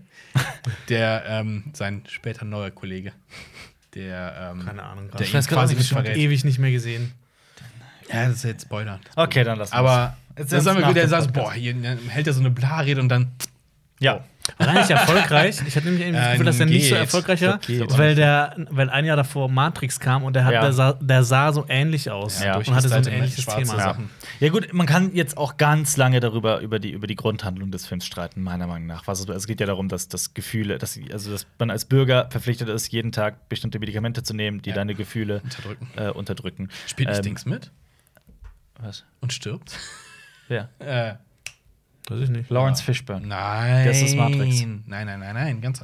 Speaker 3: Der, ähm, sein später neuer Kollege, der, ähm,
Speaker 2: Keine Ahnung.
Speaker 3: der
Speaker 2: Ich
Speaker 3: ihn
Speaker 2: weiß gar
Speaker 3: quasi
Speaker 2: nicht,
Speaker 3: nicht
Speaker 2: ich hab
Speaker 3: verrät.
Speaker 2: ewig nicht mehr gesehen.
Speaker 3: Ja, das ist jetzt Spoiler.
Speaker 1: Okay, dann lass uns.
Speaker 3: Aber
Speaker 1: Jetzt
Speaker 3: das ist
Speaker 1: sind wir
Speaker 3: einfach
Speaker 1: nach
Speaker 3: wieder,
Speaker 1: dem
Speaker 3: der sagt,
Speaker 1: Podcast.
Speaker 3: boah, hier ne, hält er so eine Bla-Rede und dann
Speaker 1: Ja.
Speaker 2: War er nicht erfolgreich? Ich hatte nämlich irgendwie das
Speaker 3: Äh,
Speaker 2: Gefühl, dass er nicht so
Speaker 3: geht.
Speaker 2: erfolgreich war,
Speaker 1: Geht.
Speaker 2: weil, der, weil ein Jahr davor Matrix kam und der, hat,
Speaker 1: Ja.
Speaker 2: der, sah, der sah so ähnlich aus
Speaker 1: Ja,
Speaker 2: und hatte so ein
Speaker 3: durchgestylte
Speaker 2: ähnliches
Speaker 3: schwarze
Speaker 2: Thema.
Speaker 3: Sachen.
Speaker 1: Ja gut, man kann jetzt auch ganz lange darüber über die über die Grundhandlung des Films streiten, meiner Meinung nach. Was es, es geht ja darum, dass das Gefühle, dass also dass man als Bürger verpflichtet ist, jeden Tag bestimmte Medikamente zu nehmen, die
Speaker 3: Ja.
Speaker 1: deine Gefühle
Speaker 3: Unterdrücken.
Speaker 1: äh, unterdrücken.
Speaker 3: Spielt nicht
Speaker 1: Ähm,
Speaker 3: Dings mit
Speaker 1: Was?
Speaker 3: und stirbt.
Speaker 1: Wer?
Speaker 3: Äh,
Speaker 2: Weiß ich nicht.
Speaker 1: Lawrence Fishburne.
Speaker 3: nein.
Speaker 1: Das ist Matrix.
Speaker 3: Nein, nein, nein, nein. Ganz.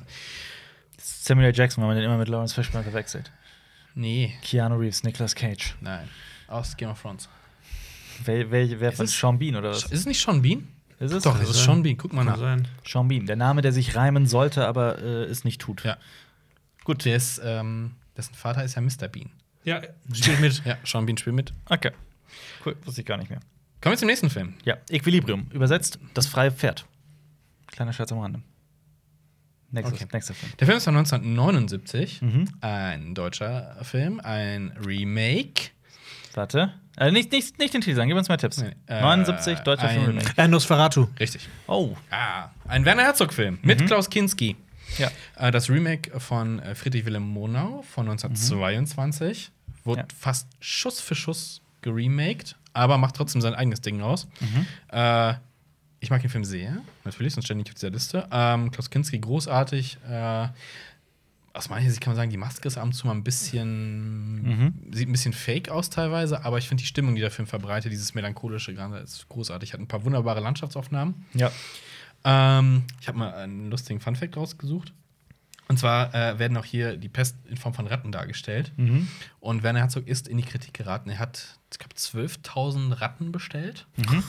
Speaker 1: Samuel L. Jackson, weil man den immer mit Lawrence Fishburne verwechselt.
Speaker 3: Nee,
Speaker 1: Keanu Reeves, Nicolas Cage.
Speaker 3: nein. Aus Game of Thrones.
Speaker 1: Wer, wer, wer
Speaker 3: Ist
Speaker 1: von
Speaker 3: es-
Speaker 1: Sean Bean oder was?
Speaker 3: Ist es nicht Sean Bean?
Speaker 1: Ist es?
Speaker 3: Doch,
Speaker 2: Kann
Speaker 3: das ist
Speaker 2: sein.
Speaker 3: Sean Bean. Guck mal
Speaker 2: Kann
Speaker 3: nach.
Speaker 2: sein.
Speaker 1: Sean Bean. Der Name, der sich reimen sollte, aber äh, es nicht tut.
Speaker 3: Ja. Gut, der ist, ähm, dessen Vater ist ja Mister Bean.
Speaker 2: Ja, spielt mit.
Speaker 3: Ja, Sean Bean spielt mit.
Speaker 1: Okay. Cool, wusste ich gar nicht mehr.
Speaker 3: Kommen wir zum nächsten Film.
Speaker 1: Ja, Equilibrium. Übersetzt, das freie Pferd. Kleiner Scherz am Rande. Nächstes,
Speaker 3: Okay.
Speaker 1: Nächster Film.
Speaker 3: Der Film ist von neunzehnhundertneunundsiebzig.
Speaker 1: Mhm.
Speaker 3: Ein deutscher Film, ein Remake.
Speaker 1: Warte. Äh, nicht, nicht, nicht den Titel sagen, gib uns mal Tipps.
Speaker 3: Nee, äh,
Speaker 1: neunundsiebzig, deutscher
Speaker 3: ein-
Speaker 1: Film. Remake.
Speaker 2: Äh, Nosferatu.
Speaker 3: Richtig.
Speaker 1: Oh.
Speaker 3: Ah, ein Werner Herzog-Film mit Klaus Kinski.
Speaker 1: Ja.
Speaker 3: Äh, das Remake von äh, Friedrich Wilhelm Monau von neunzehnhundertzweiundzwanzig. Wurde
Speaker 1: Ja.
Speaker 3: fast Schuss für Schuss geremaked, aber macht trotzdem sein eigenes Ding raus.
Speaker 1: Mhm.
Speaker 3: Äh, ich mag den Film sehr, natürlich, sonst ständig auf dieser Liste. Ähm, Klaus Kinski großartig. Äh, aus meiner Sicht kann man sagen, die Maske ist ab und zu mal ein bisschen,
Speaker 1: Mhm.
Speaker 3: sieht ein bisschen fake aus teilweise, aber ich finde die Stimmung, die der Film verbreitet, dieses melancholische, gerade ist großartig. Hat ein paar wunderbare Landschaftsaufnahmen.
Speaker 1: Ja.
Speaker 3: Ähm, ich habe mal einen lustigen Funfact rausgesucht. Und zwar äh, werden auch hier die Pest in Form von Ratten dargestellt.
Speaker 1: Mhm.
Speaker 3: Und Werner Herzog ist in die Kritik geraten. Er hat, ich glaube, zwölftausend Ratten bestellt.
Speaker 1: Mhm.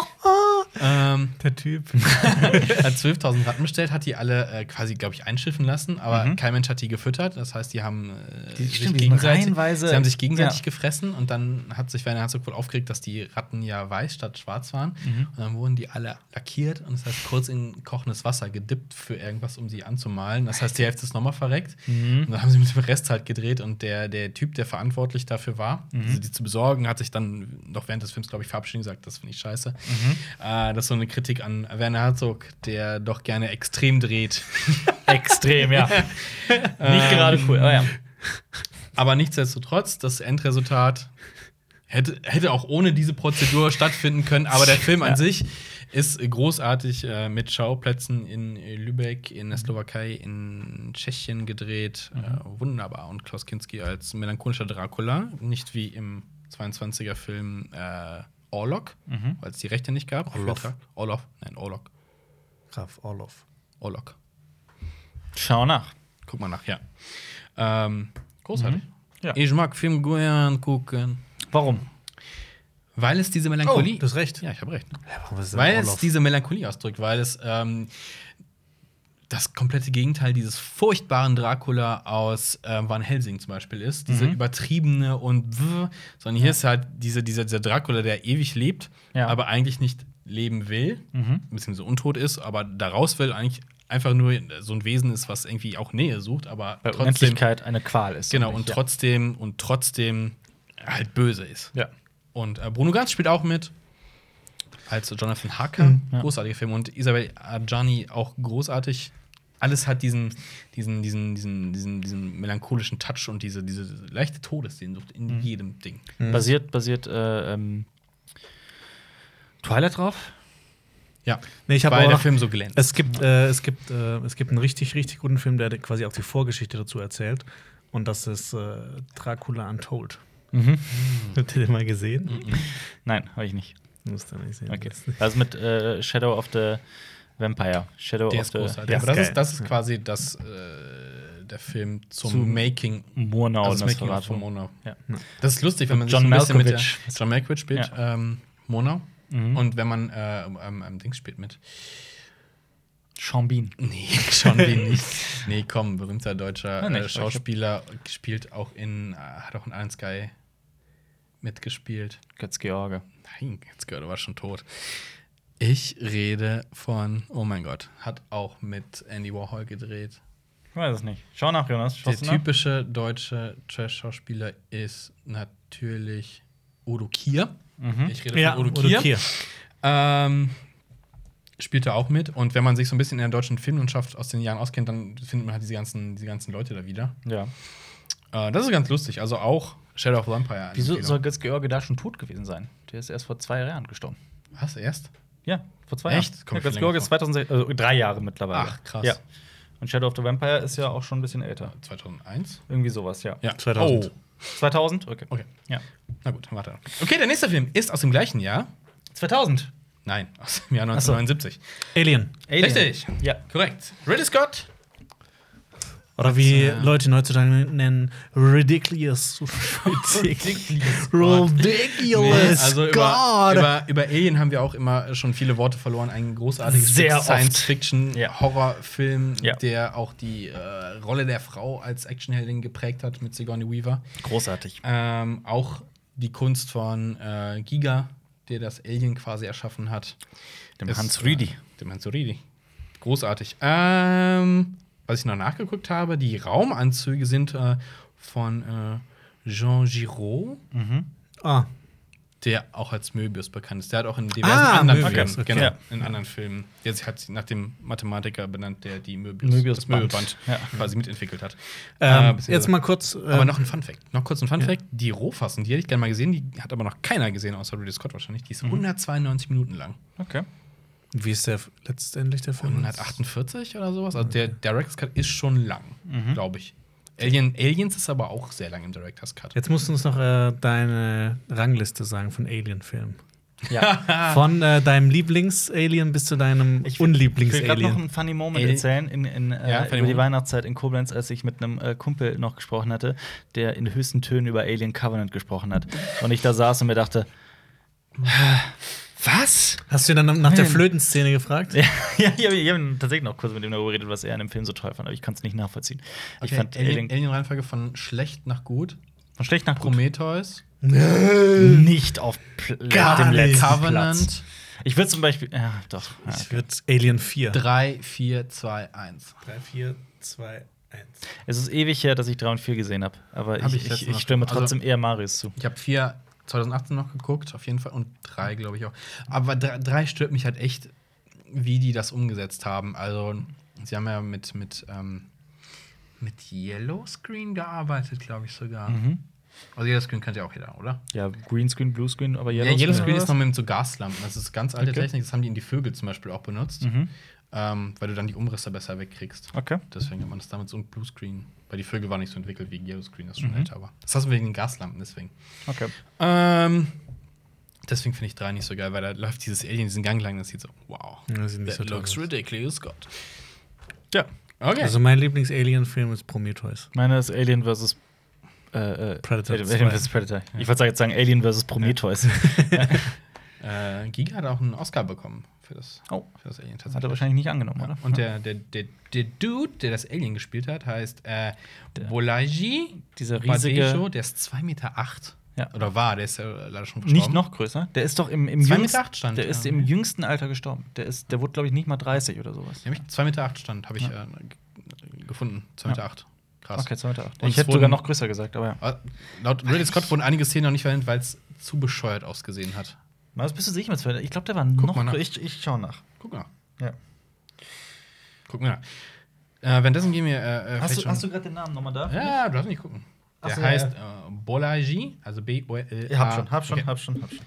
Speaker 3: ähm,
Speaker 2: Der Typ.
Speaker 3: er hat zwölftausend Ratten bestellt, hat die alle äh, quasi, glaube ich, einschiffen lassen, aber
Speaker 1: Mhm.
Speaker 3: kein Mensch hat die gefüttert. Das heißt, die haben äh,
Speaker 1: Die-
Speaker 3: sich
Speaker 1: stimmt, die sind
Speaker 3: gegenseitig,
Speaker 1: reihenweise-
Speaker 3: sie haben sich gegenseitig
Speaker 1: ja.
Speaker 3: gefressen und dann hat sich Werner Herzog wohl aufgeregt, dass die Ratten ja weiß statt schwarz waren.
Speaker 1: Mhm.
Speaker 3: Und dann wurden die alle lackiert und das heißt kurz in kochendes Wasser gedippt für irgendwas, um sie anzumalen. Das heißt, die Hälfte ist nochmal verreckt.
Speaker 1: Mhm.
Speaker 3: Und dann haben sie mit dem Rest halt gedreht und der, der Typ, der verantwortlich dafür war,
Speaker 1: Mhm.
Speaker 3: also die zu besorgen, hat sich dann noch während des Films, glaube ich, verabschiedet und gesagt, das finde ich scheiße.
Speaker 1: Mhm.
Speaker 3: Äh, das ist so eine Kritik an Werner Herzog, der doch gerne extrem dreht.
Speaker 1: Extrem, ja. Nicht
Speaker 3: Ähm,
Speaker 1: gerade cool. Oh, ja.
Speaker 3: Aber nichtsdestotrotz, das Endresultat hätte, hätte auch ohne diese Prozedur stattfinden können. Aber der Film an
Speaker 1: Ja.
Speaker 3: sich Ist großartig äh, mit Schauplätzen in Lübeck, in der Slowakei, in Tschechien gedreht. Mhm. Äh, wunderbar. Und Klaus Kinski als melancholischer Dracula. Nicht wie im zweiundzwanziger-Film äh, Orlok, mhm. weil es die Rechte nicht gab.
Speaker 2: Orlov.
Speaker 3: Orlov. Nein, Orlok.
Speaker 2: Graf Orlov.
Speaker 3: Orlok.
Speaker 1: Schau nach.
Speaker 3: Guck mal nach, ja. Ähm, großartig.
Speaker 1: Mhm. Ja.
Speaker 3: Ich mag Film gern gucken.
Speaker 1: Warum?
Speaker 3: Weil es diese Melancholie.
Speaker 2: Oh, du hast recht.
Speaker 3: Ja, ich habe recht.
Speaker 2: Ja, warum ist
Speaker 3: Weil
Speaker 2: Orlov?
Speaker 3: es diese Melancholie ausdrückt, weil es ähm, das komplette Gegenteil dieses furchtbaren Dracula aus äh, Van Helsing zum Beispiel ist. Diese
Speaker 1: Mhm.
Speaker 3: übertriebene und w, sondern hier
Speaker 1: Ja.
Speaker 3: ist halt diese, dieser, dieser Dracula, der ewig lebt,
Speaker 1: Ja.
Speaker 3: aber eigentlich nicht leben will,
Speaker 1: Mhm.
Speaker 3: beziehungsweise untot ist, aber daraus will, eigentlich einfach nur so ein Wesen ist, was irgendwie auch Nähe sucht, aber
Speaker 1: Weil
Speaker 3: trotzdem.
Speaker 1: Unendlichkeit eine Qual ist.
Speaker 3: Genau,
Speaker 1: nicht,
Speaker 3: und
Speaker 1: ja.
Speaker 3: trotzdem und trotzdem halt böse ist.
Speaker 1: Ja.
Speaker 3: Und äh, Bruno Ganz spielt auch mit. Als Jonathan Harker.
Speaker 2: Mhm.
Speaker 1: Ja.
Speaker 3: Großartiger Film. Und Isabel Adjani auch großartig. Alles hat diesen, diesen, diesen, diesen, diesen, diesen melancholischen Touch und diese, diese leichte Todessehnsucht in
Speaker 1: Mhm.
Speaker 3: jedem Ding.
Speaker 2: Mhm.
Speaker 1: Basiert, basiert äh, ähm, Twilight drauf?
Speaker 3: Ja,
Speaker 2: Nee, ich habe
Speaker 3: weil
Speaker 2: auch
Speaker 3: der
Speaker 2: noch,
Speaker 3: Film so glänzt.
Speaker 2: es gibt, äh, es gibt, äh, es gibt einen richtig, richtig guten Film, der quasi auch die Vorgeschichte dazu erzählt. Und das ist äh, Dracula Untold.
Speaker 1: Mhm.
Speaker 2: Habt ihr den mal gesehen?
Speaker 3: Mhm.
Speaker 1: Nein, habe ich nicht.
Speaker 2: Musst du nicht sehen.
Speaker 1: Okay. Das ist mit äh, Shadow of the Vampire. Shadow
Speaker 3: Der
Speaker 1: of
Speaker 3: ist
Speaker 1: the
Speaker 3: großartig.
Speaker 2: der
Speaker 3: Aber
Speaker 2: ist
Speaker 3: das
Speaker 2: geil.
Speaker 3: ist, das ist
Speaker 2: Ja.
Speaker 3: quasi das, äh, der Film zum
Speaker 1: Zu
Speaker 3: Making.
Speaker 1: Murnau.
Speaker 3: Also das Making of
Speaker 1: Nosferatu.
Speaker 3: von Murnau.
Speaker 1: Ja.
Speaker 3: Das ist lustig, wenn man sich
Speaker 1: John
Speaker 3: so ein bisschen mit der,
Speaker 1: Malkovich.
Speaker 3: John Malkovich spielt ähm, Murnau.
Speaker 1: Mhm.
Speaker 3: Und wenn man äh, am, am Dings spielt mit.
Speaker 1: Chambin.
Speaker 3: Nee, schon wie nicht. Nee, komm, berühmter deutscher
Speaker 1: Ja, nicht,
Speaker 3: äh, Schauspieler, spielt auch in, äh, hat auch in Iron Sky mitgespielt.
Speaker 1: Götz George.
Speaker 3: Nein, jetzt gehört, er war schon tot. Ich rede von, oh mein Gott, hat auch mit Andy Warhol gedreht.
Speaker 1: Ich weiß es nicht. Schau nach, Jonas.
Speaker 3: Der
Speaker 1: Schaust du nach?
Speaker 3: typische deutsche Trash-Schauspieler ist natürlich Udo Kier.
Speaker 1: Mhm.
Speaker 3: Ich rede
Speaker 2: Ja,
Speaker 3: von Udo
Speaker 2: Udo
Speaker 3: Kier.
Speaker 2: Kier.
Speaker 3: Ähm, spielt er auch mit. Und wenn man sich so ein bisschen in der deutschen Filmlandschaft aus den Jahren auskennt, dann findet man halt diese ganzen, diese ganzen Leute da wieder.
Speaker 1: Ja.
Speaker 3: Äh, das ist ganz lustig. Also auch Shadow of the Vampire. eine
Speaker 1: Wieso
Speaker 3: Empfehlung.
Speaker 1: soll Götz George da schon tot gewesen sein? Der ist erst vor zwei Jahren gestorben.
Speaker 3: Was, erst?
Speaker 1: Ja, vor zwei
Speaker 3: Echt?
Speaker 1: Jahren.
Speaker 3: Kommt
Speaker 1: Ja, Götz
Speaker 3: viel
Speaker 1: George
Speaker 3: länger
Speaker 1: ist zweitausendsechs, also drei Jahre mittlerweile.
Speaker 3: Ach, krass.
Speaker 1: Ja. Und Shadow of the Vampire ist ja auch schon ein bisschen älter.
Speaker 3: zweitausendeins?
Speaker 1: Irgendwie sowas, ja.
Speaker 3: Ja.
Speaker 2: zweitausend.
Speaker 3: Oh.
Speaker 1: zweitausend? Okay.
Speaker 3: Okay.
Speaker 1: Ja.
Speaker 3: Na gut, warte. Okay, der nächste Film ist aus dem gleichen Jahr.
Speaker 1: zweitausend.
Speaker 3: Nein, aus dem Jahr
Speaker 1: so.
Speaker 3: neunzehnhundertneunundsiebzig.
Speaker 2: Alien.
Speaker 1: Alien.
Speaker 3: Richtig.
Speaker 1: Ja.
Speaker 3: Korrekt. Ridley Scott.
Speaker 2: Oder wie
Speaker 3: äh,
Speaker 2: Leute ihn heutzutage nennen, ridiculous.
Speaker 3: Ridiculous.
Speaker 2: Ridiculous.
Speaker 3: also über, über, über Alien haben wir auch immer schon viele Worte verloren. Ein großartiges
Speaker 1: Sehr
Speaker 3: Stück
Speaker 1: oft.
Speaker 3: Science-Fiction-Horrorfilm,
Speaker 1: Ja.
Speaker 3: der auch die äh, Rolle der Frau als Actionheldin geprägt hat mit Sigourney Weaver.
Speaker 1: Großartig.
Speaker 3: Ähm, auch die Kunst von äh, Giga, der das Alien quasi erschaffen hat.
Speaker 1: Dem
Speaker 3: Ist,
Speaker 1: Hans Rüdi.
Speaker 3: Äh, dem Hans Rüdi. Großartig. Ähm, was ich noch nachgeguckt habe, die Raumanzüge sind äh, von äh, Jean Giraud,
Speaker 1: Mhm.
Speaker 2: Ah,
Speaker 3: der auch als Möbius bekannt ist. Der hat auch in diversen
Speaker 2: Ah,
Speaker 3: anderen
Speaker 2: Möbius,
Speaker 3: Filmen,
Speaker 2: okay.
Speaker 3: genau,
Speaker 1: Ja.
Speaker 3: in anderen Filmen, der sich hat sich nach dem Mathematiker benannt, der die Möbius,
Speaker 1: Möbius
Speaker 3: das
Speaker 1: Band.
Speaker 3: Möbiusband
Speaker 1: Ja.
Speaker 3: quasi mitentwickelt hat.
Speaker 2: ähm,
Speaker 3: Äh, beziehungsweise-
Speaker 2: jetzt mal kurz. Äh,
Speaker 3: Aber noch ein Funfact. Noch kurz ein
Speaker 2: Ja.
Speaker 3: Funfact. Die Rohfassung, die hätte ich gerne mal gesehen, die hat aber noch keiner gesehen, außer Ridley Scott wahrscheinlich. Die ist
Speaker 1: Mhm.
Speaker 3: hundertzweiundneunzig Minuten lang.
Speaker 1: Okay.
Speaker 2: Wie ist der letztendlich der Film?
Speaker 3: hundertachtundvierzig oder sowas. Also der Director's Cut ist schon lang,
Speaker 1: Mhm.
Speaker 3: glaube ich. Alien, Aliens ist aber auch sehr lang im Director's Cut.
Speaker 2: Jetzt musst du uns noch äh, deine Rangliste sagen von Alien-Filmen.
Speaker 1: Ja.
Speaker 2: Von äh, deinem Lieblings-Alien bis zu deinem
Speaker 1: Ich will- Ich will gerade noch
Speaker 2: Unlieblings-Alien.
Speaker 1: einen funny Moment
Speaker 3: Alien.
Speaker 1: erzählen in, in, äh,
Speaker 3: Ja, funny
Speaker 1: über die
Speaker 3: Moment.
Speaker 1: Weihnachtszeit in Koblenz, als ich mit einem äh, Kumpel noch gesprochen hatte, der in höchsten Tönen über Alien Covenant gesprochen hat. Und ich da saß und mir dachte, was?
Speaker 2: Hast du ihn dann nach der
Speaker 1: Nein.
Speaker 2: Flötenszene gefragt?
Speaker 1: Ja, ja, ich habe ich hab tatsächlich noch kurz mit ihm darüber geredet, was er an dem Film so toll fand, aber ich kann es nicht nachvollziehen. Ich
Speaker 3: Okay,
Speaker 1: fand
Speaker 3: Alien,
Speaker 1: Alien,
Speaker 3: Alien-Reihenfolge von schlecht nach gut.
Speaker 1: von schlecht nach gut
Speaker 3: Prometheus.
Speaker 1: nicht auf Pl
Speaker 2: Gar
Speaker 1: dem
Speaker 2: nicht.
Speaker 1: letzten
Speaker 3: Covenant.
Speaker 1: Platz. Ich würde zum Beispiel, ja, doch. Ja,
Speaker 2: Ich würde Alien vier.
Speaker 3: drei, vier, zwei, eins.
Speaker 2: drei, vier, zwei, eins.
Speaker 1: Es ist ewig her, dass ich drei und vier gesehen habe, aber
Speaker 3: Hab
Speaker 1: ich,
Speaker 3: ich
Speaker 1: ich,
Speaker 3: letztens
Speaker 1: ich,
Speaker 3: noch
Speaker 1: stimme
Speaker 3: geguckt.
Speaker 1: trotzdem eher Marius zu.
Speaker 3: Ich habe vier zwanzig achtzehn noch geguckt, auf jeden Fall. Und drei, glaube ich auch. Aber drei, drei stört mich halt echt, wie die das umgesetzt haben. Also, sie haben ja mit, mit, ähm, mit Yellow Screen gearbeitet, glaube ich sogar.
Speaker 1: Mhm.
Speaker 3: Also Yellowscreen kennt ja auch jeder, oder?
Speaker 1: Ja, Greenscreen, Bluescreen, aber
Speaker 3: Ja,
Speaker 1: Yellowscreen,
Speaker 3: Yellowscreen
Speaker 1: oder
Speaker 3: ist noch mit so Gaslampen. Das ist ganz alte
Speaker 1: Okay.
Speaker 3: Technik. Das haben die in die Vögel zum Beispiel auch benutzt.
Speaker 1: Mhm.
Speaker 3: Ähm, weil du dann die Umrisse besser wegkriegst.
Speaker 1: Okay.
Speaker 3: Deswegen hat man das damit so ein Bluescreen. Weil die Vögel waren nicht so entwickelt wie Yellowscreen, das ist schon
Speaker 1: Mhm.
Speaker 3: älter, aber. Das hast du wegen den Gaslampen, deswegen.
Speaker 1: Okay.
Speaker 3: Ähm, deswegen finde ich drei nicht so geil, weil da läuft dieses Alien diesen Gang lang, das sieht so, wow.
Speaker 2: Ja, das sieht nicht so
Speaker 3: That
Speaker 2: toll
Speaker 3: looks
Speaker 2: aus.
Speaker 3: ridiculous, Gott.
Speaker 1: Ja.
Speaker 3: Okay.
Speaker 2: Also mein Lieblings-Alien-Film ist Prometheus.
Speaker 1: Meine ist Alien versus äh, äh,
Speaker 2: Predator
Speaker 1: Alien
Speaker 2: zwei.
Speaker 1: versus Predator. Ich wollte jetzt sagen Alien versus Prometheus.
Speaker 3: äh, Giga hat auch einen Oscar bekommen für das,
Speaker 1: Oh.
Speaker 3: für das Alien
Speaker 1: Hat er
Speaker 3: tatsächlich.
Speaker 1: wahrscheinlich nicht angenommen, oder?
Speaker 3: Und der, der, der, der Dude, der das Alien gespielt hat, heißt äh, Bolaji
Speaker 1: Dieser riesige-
Speaker 3: Badejo, der ist zwei Meter acht.
Speaker 1: Ja.
Speaker 3: Oder war, der ist ja leider schon verstorben.
Speaker 1: Nicht noch größer. Der ist doch im, im
Speaker 3: Zwei Meter
Speaker 1: jüngsten,
Speaker 3: acht stand,
Speaker 1: der
Speaker 3: ja.
Speaker 1: ist im jüngsten Alter gestorben. Der ist, der wurde glaube ich nicht mal dreißig oder sowas.
Speaker 3: Nämlich zwei Meter acht stand, habe ich äh, g- gefunden. zwei Meter acht. Krass.
Speaker 1: Okay, zwei Meter acht.
Speaker 3: Und
Speaker 1: Ich
Speaker 3: es
Speaker 1: hätte
Speaker 3: wurden-
Speaker 1: sogar noch größer gesagt, aber ja.
Speaker 3: Äh, Laut Ridley Scott wurden einige Szenen noch nicht verwendet, weil es zu bescheuert ausgesehen hat.
Speaker 1: Was bist du sicher mit zwei Meter? Ich glaube, der war
Speaker 3: Guck
Speaker 1: noch
Speaker 3: mal nach.
Speaker 1: größer. Ich, ich schau nach.
Speaker 3: Guck mal.
Speaker 1: Ja.
Speaker 3: Guck mal. Äh, währenddessen gehen wir. Äh, äh,
Speaker 1: Hast
Speaker 3: vielleicht
Speaker 1: du,
Speaker 3: schon-
Speaker 1: hast du gerade den Namen nochmal da?
Speaker 3: Ja, du darfst nicht gucken.
Speaker 1: Ach
Speaker 3: Der
Speaker 1: so, ja,
Speaker 3: heißt äh, Bolaji, also B O L A.
Speaker 1: Ich hab schon, hab schon,
Speaker 3: Okay.
Speaker 1: hab schon, hab schon.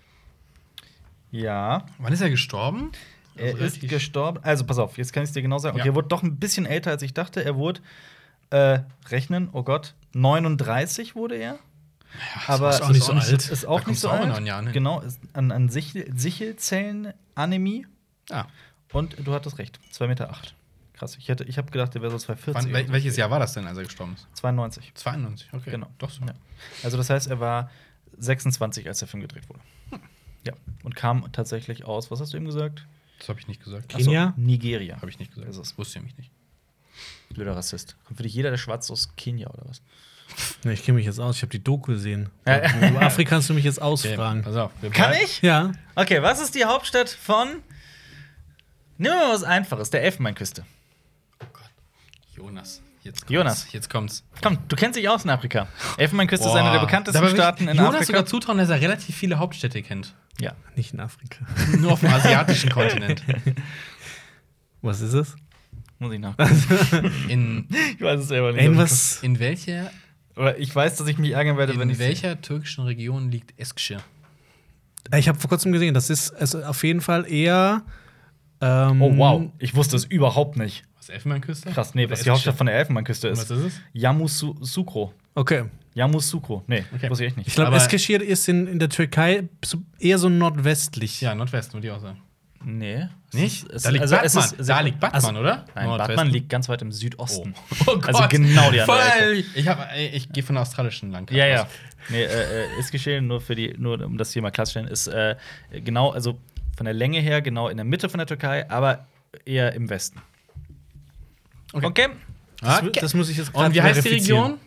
Speaker 1: Ja,
Speaker 3: Wann ist er gestorben?
Speaker 1: er
Speaker 3: Also
Speaker 1: ist
Speaker 3: relativ-
Speaker 1: gestorben. Also, pass auf, jetzt kann ich es dir genau sagen. Okay,
Speaker 3: Ja.
Speaker 1: er wurde doch ein bisschen älter, als ich dachte. Er wurde, äh, rechnen, oh Gott, neununddreißig wurde er. Aber
Speaker 2: ist auch nicht so alt.
Speaker 1: Ist
Speaker 3: Da
Speaker 1: auch
Speaker 3: kommst
Speaker 1: nicht so
Speaker 3: du auch in
Speaker 1: alt.
Speaker 3: neun Jahren hin.
Speaker 1: Genau, ist an, an Sichel, Sichelzellenanämie.
Speaker 3: Ah.
Speaker 1: Und du hattest recht, zwei Meter acht. Krass, ich, hätte- ich habe gedacht, der wäre so zwei Meter vierzig.
Speaker 3: Wann,
Speaker 1: oder
Speaker 3: wel
Speaker 1: so.
Speaker 3: welches Jahr war das denn, als er gestorben ist?
Speaker 1: zweiundneunzig.
Speaker 3: zweiundneunzig, okay.
Speaker 1: Genau.
Speaker 3: Doch so.
Speaker 1: Ja. Also das heißt, er war sechsundzwanzig, als der Film gedreht wurde. Ja. Und kam tatsächlich aus, was hast du eben gesagt?
Speaker 3: Das habe ich nicht gesagt.
Speaker 1: Ach so,
Speaker 2: Kenia?
Speaker 1: Nigeria.
Speaker 3: Habe ich nicht gesagt.
Speaker 1: Ist es.
Speaker 3: Das wusste ich nämlich nicht.
Speaker 1: Blöder Rassist. Kommt für dich jeder der Schwarz aus Kenia oder was?
Speaker 2: Nee, ich kenne mich jetzt aus. Ich habe die Doku gesehen.
Speaker 1: Ja, ja.
Speaker 2: Über Afrika kannst du mich jetzt ausfragen.
Speaker 3: Pass auf. wir
Speaker 1: Kann
Speaker 3: bleiben-
Speaker 1: ich?
Speaker 2: Ja.
Speaker 1: Okay, was ist die Hauptstadt von. Nehmen wir mal was Einfaches, der Elfenbeinküste.
Speaker 3: Oh Gott. Jonas. Jetzt kommt's.
Speaker 1: Jonas.
Speaker 3: Jetzt kommt's.
Speaker 1: Komm, du kennst dich aus in Afrika. Elfenbeinküste ist einer der bekanntesten
Speaker 3: Dabei will ich
Speaker 1: Staaten in
Speaker 3: Jonas
Speaker 1: Afrika.
Speaker 3: sogar zutrauen, dass er relativ viele Hauptstädte kennt.
Speaker 1: Ja.
Speaker 2: Nicht in Afrika.
Speaker 3: Nur auf dem asiatischen Kontinent.
Speaker 2: Was ist es?
Speaker 1: Muss ich nachgucken.
Speaker 3: In,
Speaker 1: Ich weiß es selber nicht.
Speaker 2: Irgendwas.
Speaker 3: in welcher,
Speaker 1: Aber ich weiß, dass ich mich ärgern werde, wenn
Speaker 3: in
Speaker 1: ich.
Speaker 3: welcher türkischen Region liegt Eskişehir?
Speaker 2: Ich habe vor kurzem gesehen, das ist also auf jeden Fall eher. Ähm,
Speaker 1: Oh, wow. Ich wusste es überhaupt nicht.
Speaker 3: Was, Elfenbeinküste?
Speaker 1: Krass, nee,
Speaker 3: Oder
Speaker 1: was die Hauptstadt
Speaker 3: Eskişehir?
Speaker 1: von der Elfenbeinküste ist.
Speaker 3: Was ist es?
Speaker 1: Yamoussoukro.
Speaker 2: Okay.
Speaker 1: Yamoussoukro. Nee,
Speaker 3: Okay.
Speaker 1: wusste ich echt nicht.
Speaker 2: Ich glaube,
Speaker 3: Aber-
Speaker 2: Eskişehir ist in, in der Türkei so, eher so nordwestlich.
Speaker 3: Ja, Nordwesten, würde ich auch sagen.
Speaker 1: Nee.
Speaker 3: Nicht?
Speaker 1: Es ist,
Speaker 3: da liegt
Speaker 1: also,
Speaker 3: Batman.
Speaker 1: es ist,
Speaker 3: da liegt Batman,
Speaker 1: also,
Speaker 3: oder?
Speaker 1: Nein,
Speaker 3: Nordwesten.
Speaker 1: Batman liegt ganz weit im Südosten.
Speaker 3: Oh
Speaker 1: Also genau die andere
Speaker 3: Voll. Ich, hab- ey, ich gehe von der australischen Landkarte
Speaker 1: Ja, ja.
Speaker 3: aus.
Speaker 1: Nee, äh, äh, ist geschehen, nur für die, nur um das hier mal klarzustellen, ist äh, genau, also von der Länge her genau in der Mitte von der Türkei, aber eher im Westen.
Speaker 3: Okay.
Speaker 1: Okay.
Speaker 2: Das,
Speaker 3: Okay.
Speaker 2: das muss ich jetzt grad
Speaker 3: Und wie heißt die
Speaker 2: verifizieren.
Speaker 3: Region?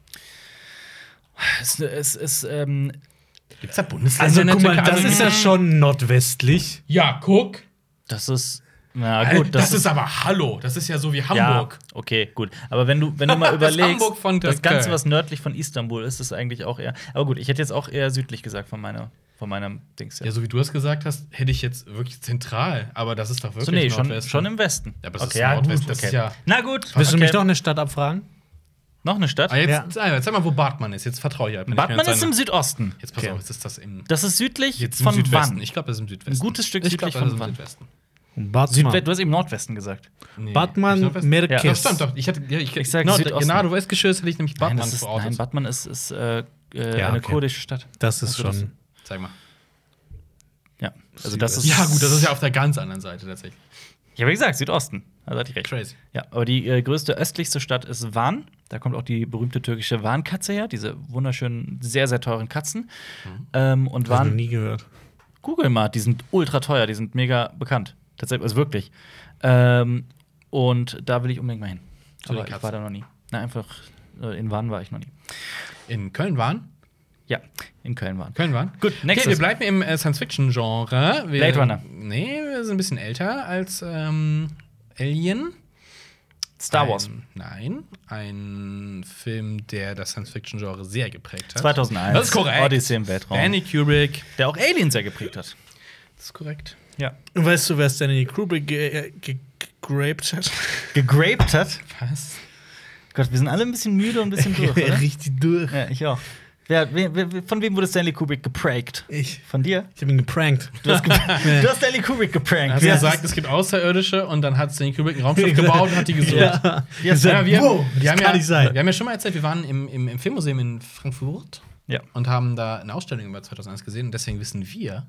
Speaker 1: Es ist, es ist ähm,
Speaker 3: Gibt's da Bundesländer
Speaker 2: Also,
Speaker 3: in der
Speaker 2: guck mal,
Speaker 3: Türkei?
Speaker 2: das
Speaker 3: Also,
Speaker 2: ist ja schon nordwestlich.
Speaker 3: Ja, guck.
Speaker 1: das ist, na
Speaker 3: Gut,
Speaker 1: gut,
Speaker 3: das, ist aber Hallo. Das ist ja so wie Hamburg.
Speaker 1: Ja, okay, gut. Aber wenn du, wenn du mal
Speaker 3: Das
Speaker 1: überlegst,
Speaker 3: Hamburg von
Speaker 1: das
Speaker 3: Türkei.
Speaker 1: Ganze, was nördlich von Istanbul ist, ist eigentlich auch eher. Aber gut, ich hätte jetzt auch eher südlich gesagt von meiner, von meinem Dings.
Speaker 3: Ja, so wie du es gesagt hast, hätte ich jetzt wirklich zentral. Aber das ist doch wirklich
Speaker 1: so, nee, schon,
Speaker 3: Nordwesten.
Speaker 1: schon im Westen.
Speaker 3: Ja, aber es
Speaker 1: okay,
Speaker 3: ist
Speaker 1: ja,
Speaker 3: Nordwesten.
Speaker 1: gut,
Speaker 3: Das
Speaker 1: okay.
Speaker 3: ist ja.
Speaker 1: Na gut.
Speaker 2: Willst du
Speaker 1: okay.
Speaker 2: mich noch eine Stadt abfragen?
Speaker 1: Noch eine Stadt?
Speaker 3: Ah, jetzt,
Speaker 2: Ja.
Speaker 3: ah, jetzt sag mal, wo Bartmann ist. Jetzt vertraue ich halt nicht mehr
Speaker 1: Batman ist
Speaker 3: seiner-
Speaker 1: im Südosten.
Speaker 3: Jetzt pass
Speaker 2: Okay.
Speaker 3: auf, jetzt ist das im.
Speaker 1: Das ist südlich
Speaker 3: Jetzt im
Speaker 1: von
Speaker 3: Südwesten.
Speaker 1: wann?
Speaker 3: Ich glaube, das ist im Südwesten.
Speaker 1: Ein gutes Stück
Speaker 3: ich glaub,
Speaker 1: südlich
Speaker 3: das
Speaker 1: von
Speaker 3: ist im
Speaker 1: wann?
Speaker 3: Südwesten.
Speaker 2: Batman.
Speaker 1: Südwe- du hast eben Nordwesten gesagt.
Speaker 3: Nee.
Speaker 2: Batman
Speaker 3: Hab ich Nordwesten?
Speaker 2: Merkes.
Speaker 3: Ja, das stimmt doch. Ich, hatte, ja, ich,
Speaker 1: Ich sag
Speaker 3: genau,
Speaker 1: Südosten.
Speaker 3: genau, du weißt, Geschirr hätte ich nämlich
Speaker 1: Nein,
Speaker 3: Batman
Speaker 1: das ist,
Speaker 3: voraus.
Speaker 1: nein, Batman ist, ist äh, äh,
Speaker 2: Ja,
Speaker 1: eine
Speaker 2: okay.
Speaker 1: kurdische Stadt.
Speaker 2: Das ist
Speaker 1: Also das-
Speaker 2: schon.
Speaker 3: Zeig mal.
Speaker 1: Ja, also das ist.
Speaker 3: Ja, gut, das ist ja auf der ganz anderen Seite tatsächlich.
Speaker 1: Ich habe gesagt, Südosten. Da hatte ich recht.
Speaker 3: Crazy.
Speaker 1: Ja, aber die äh, größte östlichste Stadt ist Van. Da kommt auch die berühmte türkische Van-Katze her, diese wunderschönen, sehr, sehr teuren Katzen. Ähm, und
Speaker 2: Hab ich noch
Speaker 1: Van,
Speaker 2: nie gehört.
Speaker 1: Google mal, die sind ultra teuer, die sind mega bekannt. Tatsächlich, also wirklich. Ähm, und da will ich unbedingt mal hin.
Speaker 3: Zu
Speaker 1: Aber
Speaker 3: den
Speaker 1: ich
Speaker 3: Katzen.
Speaker 1: war da noch nie. Na, einfach äh, in Van war ich noch nie.
Speaker 3: In Köln waren?
Speaker 1: Ja, in Köln waren.
Speaker 3: Köln waren?
Speaker 1: Gut,
Speaker 3: Okay,
Speaker 1: nächstes.
Speaker 3: wir bleiben im äh, Science-Fiction-Genre. Wir-
Speaker 1: Blade Runner.
Speaker 3: Nee, wir sind ein bisschen älter als ähm, Alien.
Speaker 1: Star Wars.
Speaker 3: Ein, nein, ein Film, der das Science-Fiction-Genre sehr geprägt hat.
Speaker 1: zweitausendeins.
Speaker 3: Das ist korrekt.
Speaker 1: Odyssey im Weltraum.
Speaker 3: Stanley Kubrick.
Speaker 1: Der auch Alien sehr geprägt hat.
Speaker 3: Das ist korrekt.
Speaker 1: Ja.
Speaker 2: Und weißt du, wer Stanley Kubrick ge- ge- gegraped hat?
Speaker 1: Gegraped hat.
Speaker 3: Was?
Speaker 1: Gott, wir sind alle ein bisschen müde und ein bisschen durch, oder?
Speaker 2: Richtig durch.
Speaker 1: Ja, ich auch. Wer, wer, wer, von wem wurde Stanley Kubrick geprankt?
Speaker 2: Ich.
Speaker 1: Von dir?
Speaker 2: Ich hab ihn geprankt.
Speaker 1: Du hast, ge du hast Stanley Kubrick geprankt.
Speaker 3: Hast
Speaker 1: Wie
Speaker 3: du
Speaker 1: hast-
Speaker 3: gesagt, es gibt Außerirdische und dann hat Stanley Kubrick ein Raumschiff gebaut und hat die gesucht.
Speaker 2: Ja.
Speaker 1: Wie hast-
Speaker 3: Ja, wir,
Speaker 2: Wow,
Speaker 3: wir,
Speaker 2: das
Speaker 3: haben
Speaker 2: kann
Speaker 3: ja,
Speaker 2: nicht sein.
Speaker 3: wir haben ja schon mal erzählt, wir waren im, im, im Filmmuseum in Frankfurt
Speaker 1: Ja.
Speaker 3: und haben da eine Ausstellung über zweitausendeins gesehen. Und deswegen wissen wir,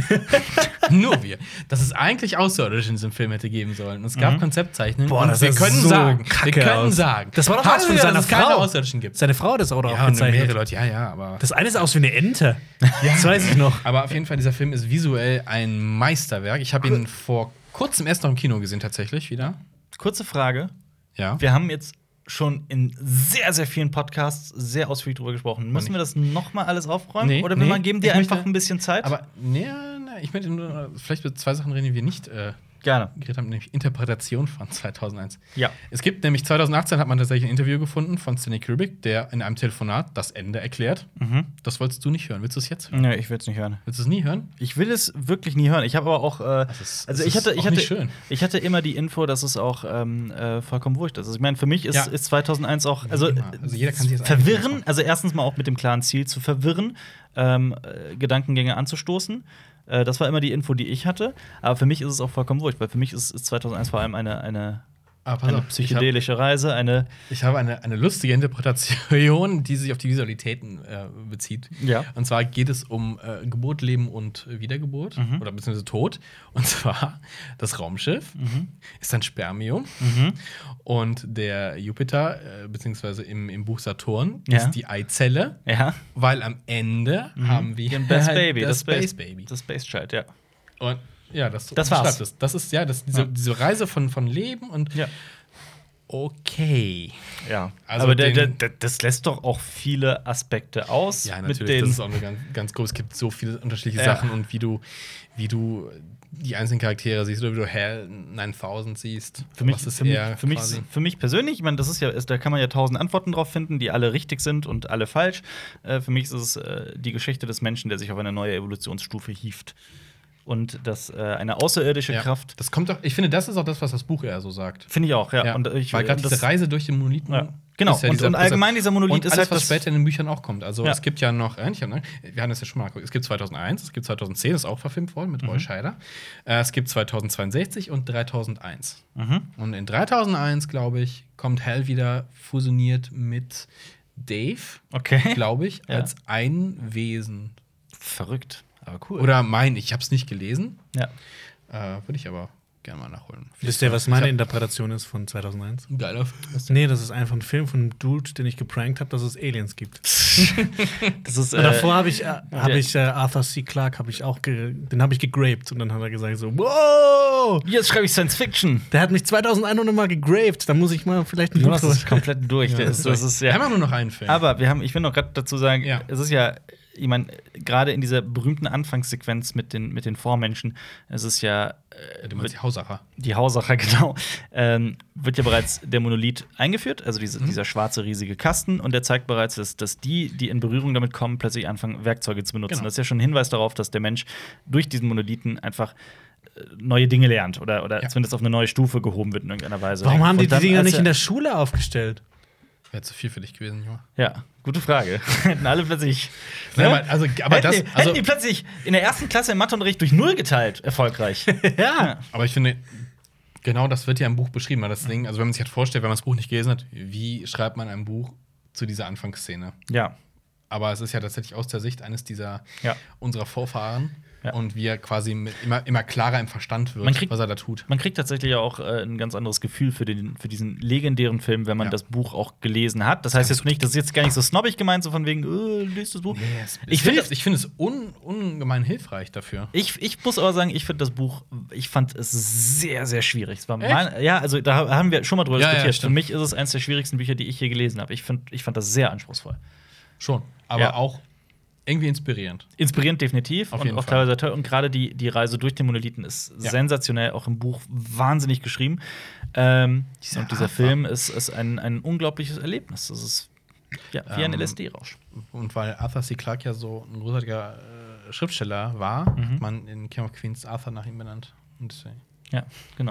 Speaker 3: nur wir, dass es eigentlich Außerirdische in diesem Film hätte geben sollen. Und es gab Konzeptzeichnungen.
Speaker 2: Boah,
Speaker 3: und
Speaker 2: das
Speaker 3: wir
Speaker 2: sah
Speaker 3: können
Speaker 2: so
Speaker 3: sagen,
Speaker 2: kacke
Speaker 3: wir können
Speaker 2: aus.
Speaker 3: sagen,
Speaker 2: Das war doch was von
Speaker 3: Halleluja,
Speaker 2: seiner
Speaker 3: dass es keine
Speaker 2: Frau.
Speaker 3: Außerirdischen gibt.
Speaker 2: Seine Frau hat das auch noch
Speaker 3: Ja, und mehrere
Speaker 2: gezeichnet.
Speaker 3: Leute, ja, ja, aber.
Speaker 2: Das eine sah aus wie eine Ente. Das weiß ich noch.
Speaker 3: Aber auf jeden Fall, dieser Film ist visuell ein Meisterwerk. Ich habe ihn vor kurzem erst noch im Kino gesehen, tatsächlich wieder.
Speaker 1: Kurze Frage.
Speaker 3: Ja.
Speaker 1: Wir haben jetzt schon in sehr, sehr vielen Podcasts sehr ausführlich drüber gesprochen. Müssen wir das nochmal alles aufräumen?
Speaker 3: Nee,
Speaker 1: Oder will
Speaker 3: nee.
Speaker 1: man geben dir
Speaker 3: Ich möchte-
Speaker 1: einfach ein bisschen Zeit?
Speaker 3: Aber, nee, nee, ich möchte nur vielleicht über zwei Sachen reden, die wir nicht äh,
Speaker 1: gerne.
Speaker 3: geredet haben, nämlich Interpretation von zweitausendeins.
Speaker 1: Ja.
Speaker 3: Es gibt nämlich zweitausendachtzehn hat man tatsächlich ein Interview gefunden von Stanley Kubrick, der in einem Telefonat das Ende erklärt.
Speaker 1: Mhm.
Speaker 3: Das wolltest du nicht hören. Willst du es jetzt hören?
Speaker 1: Nee, ich will es nicht hören.
Speaker 3: Willst du es nie hören?
Speaker 1: Ich will es wirklich nie hören. Ich habe aber auch, äh,
Speaker 3: ist-
Speaker 1: also
Speaker 3: es
Speaker 1: ich
Speaker 3: ist
Speaker 1: hatte, ich
Speaker 3: auch
Speaker 1: hatte,
Speaker 3: nicht schön.
Speaker 1: ich hatte immer die Info, dass es auch ähm, äh, vollkommen wurscht ist. Also ich meine, für mich ist,
Speaker 3: Ja.
Speaker 1: ist zweitausendeins auch, also,
Speaker 3: Immer. Also jeder kann sich das
Speaker 1: verwirren.
Speaker 3: eigentlich
Speaker 1: Also erstens mal auch mit dem klaren Ziel zu verwirren, ähm, äh, Gedankengänge anzustoßen. Äh, das war immer die Info, die ich hatte. Aber für mich ist es auch vollkommen wurscht, weil für mich ist, ist zweitausendeins vor allem eine, eine,
Speaker 3: Aber pass
Speaker 1: eine
Speaker 3: auf, ich hab-
Speaker 1: psychedelische Reise, eine
Speaker 3: Ich habe eine, eine lustige Interpretation, die sich auf die Visualitäten äh, bezieht.
Speaker 1: Ja.
Speaker 3: Und zwar geht es um äh, Geburt, Leben und äh, Wiedergeburt
Speaker 1: Mhm.
Speaker 3: oder beziehungsweise Tod. Und zwar das Raumschiff ist ein Spermium
Speaker 1: Mhm.
Speaker 3: und der Jupiter, äh, beziehungsweise im, im Buch Saturn,
Speaker 1: Ja.
Speaker 3: ist die Eizelle,
Speaker 1: ja,
Speaker 3: weil am Ende haben wir
Speaker 1: den Best Baby,
Speaker 3: das,
Speaker 1: das
Speaker 3: Space Baby.
Speaker 1: das Space Child, ja.
Speaker 3: Und ja, das,
Speaker 1: Das war's.
Speaker 3: beschreibt es. Das ist ja das, diese,
Speaker 1: Ja.
Speaker 3: diese Reise von, von Leben und
Speaker 1: Ja.
Speaker 3: okay.
Speaker 1: Ja,
Speaker 3: Also
Speaker 1: aber der, der,
Speaker 3: den-
Speaker 1: der, das lässt doch auch viele Aspekte aus.
Speaker 3: Ja,
Speaker 1: mit
Speaker 3: natürlich.
Speaker 1: den,
Speaker 3: Das ist auch nur ganz, ganz grob. Es gibt so viele unterschiedliche
Speaker 1: Ja.
Speaker 3: Sachen und wie du, wie du die einzelnen Charaktere siehst oder wie du Hell neuntausend siehst.
Speaker 1: Für mich,
Speaker 3: Was ist
Speaker 1: für, mich,
Speaker 3: er
Speaker 1: für, mich,
Speaker 3: quasi?
Speaker 1: für mich persönlich, ich meine, das ist ja, ist, da kann man ja tausend Antworten drauf finden, die alle richtig sind und alle falsch. Äh, für mich ist es äh, die Geschichte des Menschen, der sich auf eine neue Evolutionsstufe hieft. Und dass äh, eine außerirdische
Speaker 3: Ja.
Speaker 1: Kraft,
Speaker 3: Das kommt doch, ich finde, das ist auch das, was das Buch eher so sagt.
Speaker 1: finde ich auch, ja.
Speaker 3: Ja.
Speaker 1: Und ich,
Speaker 3: Weil gerade
Speaker 1: das-
Speaker 3: diese Reise durch den Monolithen.
Speaker 1: Ja. Genau.
Speaker 3: ist ja
Speaker 1: Und-
Speaker 3: dieser-
Speaker 1: und allgemein dieser Monolith
Speaker 3: und
Speaker 1: ist
Speaker 3: alles,
Speaker 1: halt
Speaker 3: was
Speaker 1: das-
Speaker 3: später in den Büchern auch kommt. Also
Speaker 1: Ja.
Speaker 3: es gibt ja noch, äh, ich hab, ne, wir haben das ja schon mal geguckt. Es gibt zweitausendeins, es gibt zweitausendzehn, das ist auch verfilmt worden mit
Speaker 1: Mhm.
Speaker 3: Roy Scheider. Äh, es gibt zweitausendzweiundsechzig und dreitausendeins.
Speaker 1: Mhm.
Speaker 3: Und in dreitausendeins, glaube ich, kommt Hal wieder fusioniert mit Dave,
Speaker 1: Okay.
Speaker 3: glaube ich,
Speaker 1: Ja.
Speaker 3: als ein Wesen.
Speaker 1: Verrückt. Aber cool.
Speaker 3: Oder mein, ich habe es nicht gelesen,
Speaker 1: ja.
Speaker 3: äh, würde ich aber gerne mal nachholen.
Speaker 2: Wisst ihr, was meine Interpretation ist von zweitausendeins?
Speaker 3: Ein geiler Film.
Speaker 2: Nee, das ist einfach ein Film von einem Dude, den ich geprankt habe, dass es Aliens gibt.
Speaker 1: Das ist,
Speaker 2: Und davor habe ich, äh, hab
Speaker 1: ja.
Speaker 2: ich äh, Arthur C. Clarke, hab ich auch ge den habe ich gegraped. Und dann hat er gesagt so, wow!
Speaker 1: jetzt schreibe ich Science Fiction.
Speaker 2: Der hat mich zweitausendeinhundert Mal gegraped. Da muss ich mal vielleicht ein Buch
Speaker 1: Jonas
Speaker 2: drüber
Speaker 1: ist komplett durch. Der ist, das ist,
Speaker 3: Wir haben
Speaker 1: ja.
Speaker 3: ja nur noch einen Film.
Speaker 1: Aber wir haben, ich will noch gerade dazu sagen,
Speaker 3: Ja.
Speaker 1: es ist ja, ich meine, gerade in dieser berühmten Anfangssequenz mit den, mit den Vormenschen, es ist ja
Speaker 3: Äh, du meinst die Haussache.
Speaker 1: die Haussache, genau, ähm, wird ja bereits der Monolith eingeführt, also diese, dieser schwarze riesige Kasten, und der zeigt bereits, dass, dass die, die in Berührung damit kommen, plötzlich anfangen, Werkzeuge zu benutzen.
Speaker 3: Genau.
Speaker 1: Das ist ja schon ein Hinweis darauf, dass der Mensch durch diesen Monolithen einfach äh, neue Dinge lernt oder, oder
Speaker 3: Ja.
Speaker 1: zumindest auf eine neue Stufe gehoben wird in irgendeiner Weise.
Speaker 2: Warum haben die
Speaker 1: Und
Speaker 2: die
Speaker 1: dann,
Speaker 2: Dinger
Speaker 1: als
Speaker 2: nicht
Speaker 1: er-
Speaker 2: in der Schule aufgestellt?
Speaker 3: Wäre zu viel für dich gewesen, Junge.
Speaker 1: Ja, gute Frage. Hätten alle plötzlich.
Speaker 3: Ja,
Speaker 1: ne?
Speaker 3: aber- also- aber
Speaker 1: hätten,
Speaker 3: das-
Speaker 1: die,
Speaker 3: also-
Speaker 1: hätten die plötzlich in der ersten Klasse im Matheunterricht durch Null geteilt, erfolgreich.
Speaker 2: Ja.
Speaker 3: Aber ich finde, genau das wird ja im Buch beschrieben. Weil das Ding, also wenn man sich halt vorstellt, wenn man das Buch nicht gelesen hat, wie schreibt man ein Buch zu dieser Anfangsszene?
Speaker 1: Ja.
Speaker 3: Aber es ist ja tatsächlich aus der Sicht eines dieser
Speaker 1: Ja.
Speaker 3: unserer Vorfahren.
Speaker 1: Ja.
Speaker 3: Und wie er quasi mit immer, immer klarer im Verstand wird,
Speaker 1: Man kriegt-
Speaker 3: was er da tut.
Speaker 1: Man kriegt tatsächlich auch äh, ein ganz anderes Gefühl für, den, für diesen legendären Film, wenn man
Speaker 3: Ja.
Speaker 1: das Buch auch gelesen hat. Das heißt jetzt nicht, das ist jetzt gar nicht so snobbig gemeint, so von wegen, äh, lest das Buch.
Speaker 3: Ich
Speaker 1: Ich
Speaker 3: finde
Speaker 1: finde,
Speaker 3: es ich find es un, ungemein hilfreich dafür.
Speaker 1: ich, ich muss aber sagen, ich finde das Buch, ich fand es sehr, sehr schwierig. Es war
Speaker 3: Echt?
Speaker 1: mein, ja, also da haben wir schon mal drüber
Speaker 3: Ja, ja,
Speaker 1: diskutiert. Für
Speaker 3: stimmt.
Speaker 1: mich ist es eines der schwierigsten Bücher, die ich je gelesen habe. Ich, find, ich fand das sehr anspruchsvoll.
Speaker 3: Schon. Aber
Speaker 1: Ja.
Speaker 3: auch irgendwie inspirierend.
Speaker 1: Inspirierend definitiv
Speaker 3: Auf
Speaker 1: und
Speaker 3: jeden
Speaker 1: auch
Speaker 3: Fall.
Speaker 1: teilweise toll. Und gerade die, die Reise durch den Monolithen ist
Speaker 3: Ja.
Speaker 1: sensationell, auch im Buch wahnsinnig geschrieben. Ähm,
Speaker 3: Dieser
Speaker 1: und dieser
Speaker 3: Arthur.
Speaker 1: Film ist, ist ein, ein unglaubliches Erlebnis. Das ist ja, wie ein
Speaker 3: Ähm,
Speaker 1: L S D-Rausch.
Speaker 3: Und weil Arthur C. Clarke ja so ein großartiger äh, Schriftsteller war,
Speaker 1: Mhm.
Speaker 3: hat man in King of Queens Arthur nach ihm benannt. Und deswegen.
Speaker 1: Ja, genau.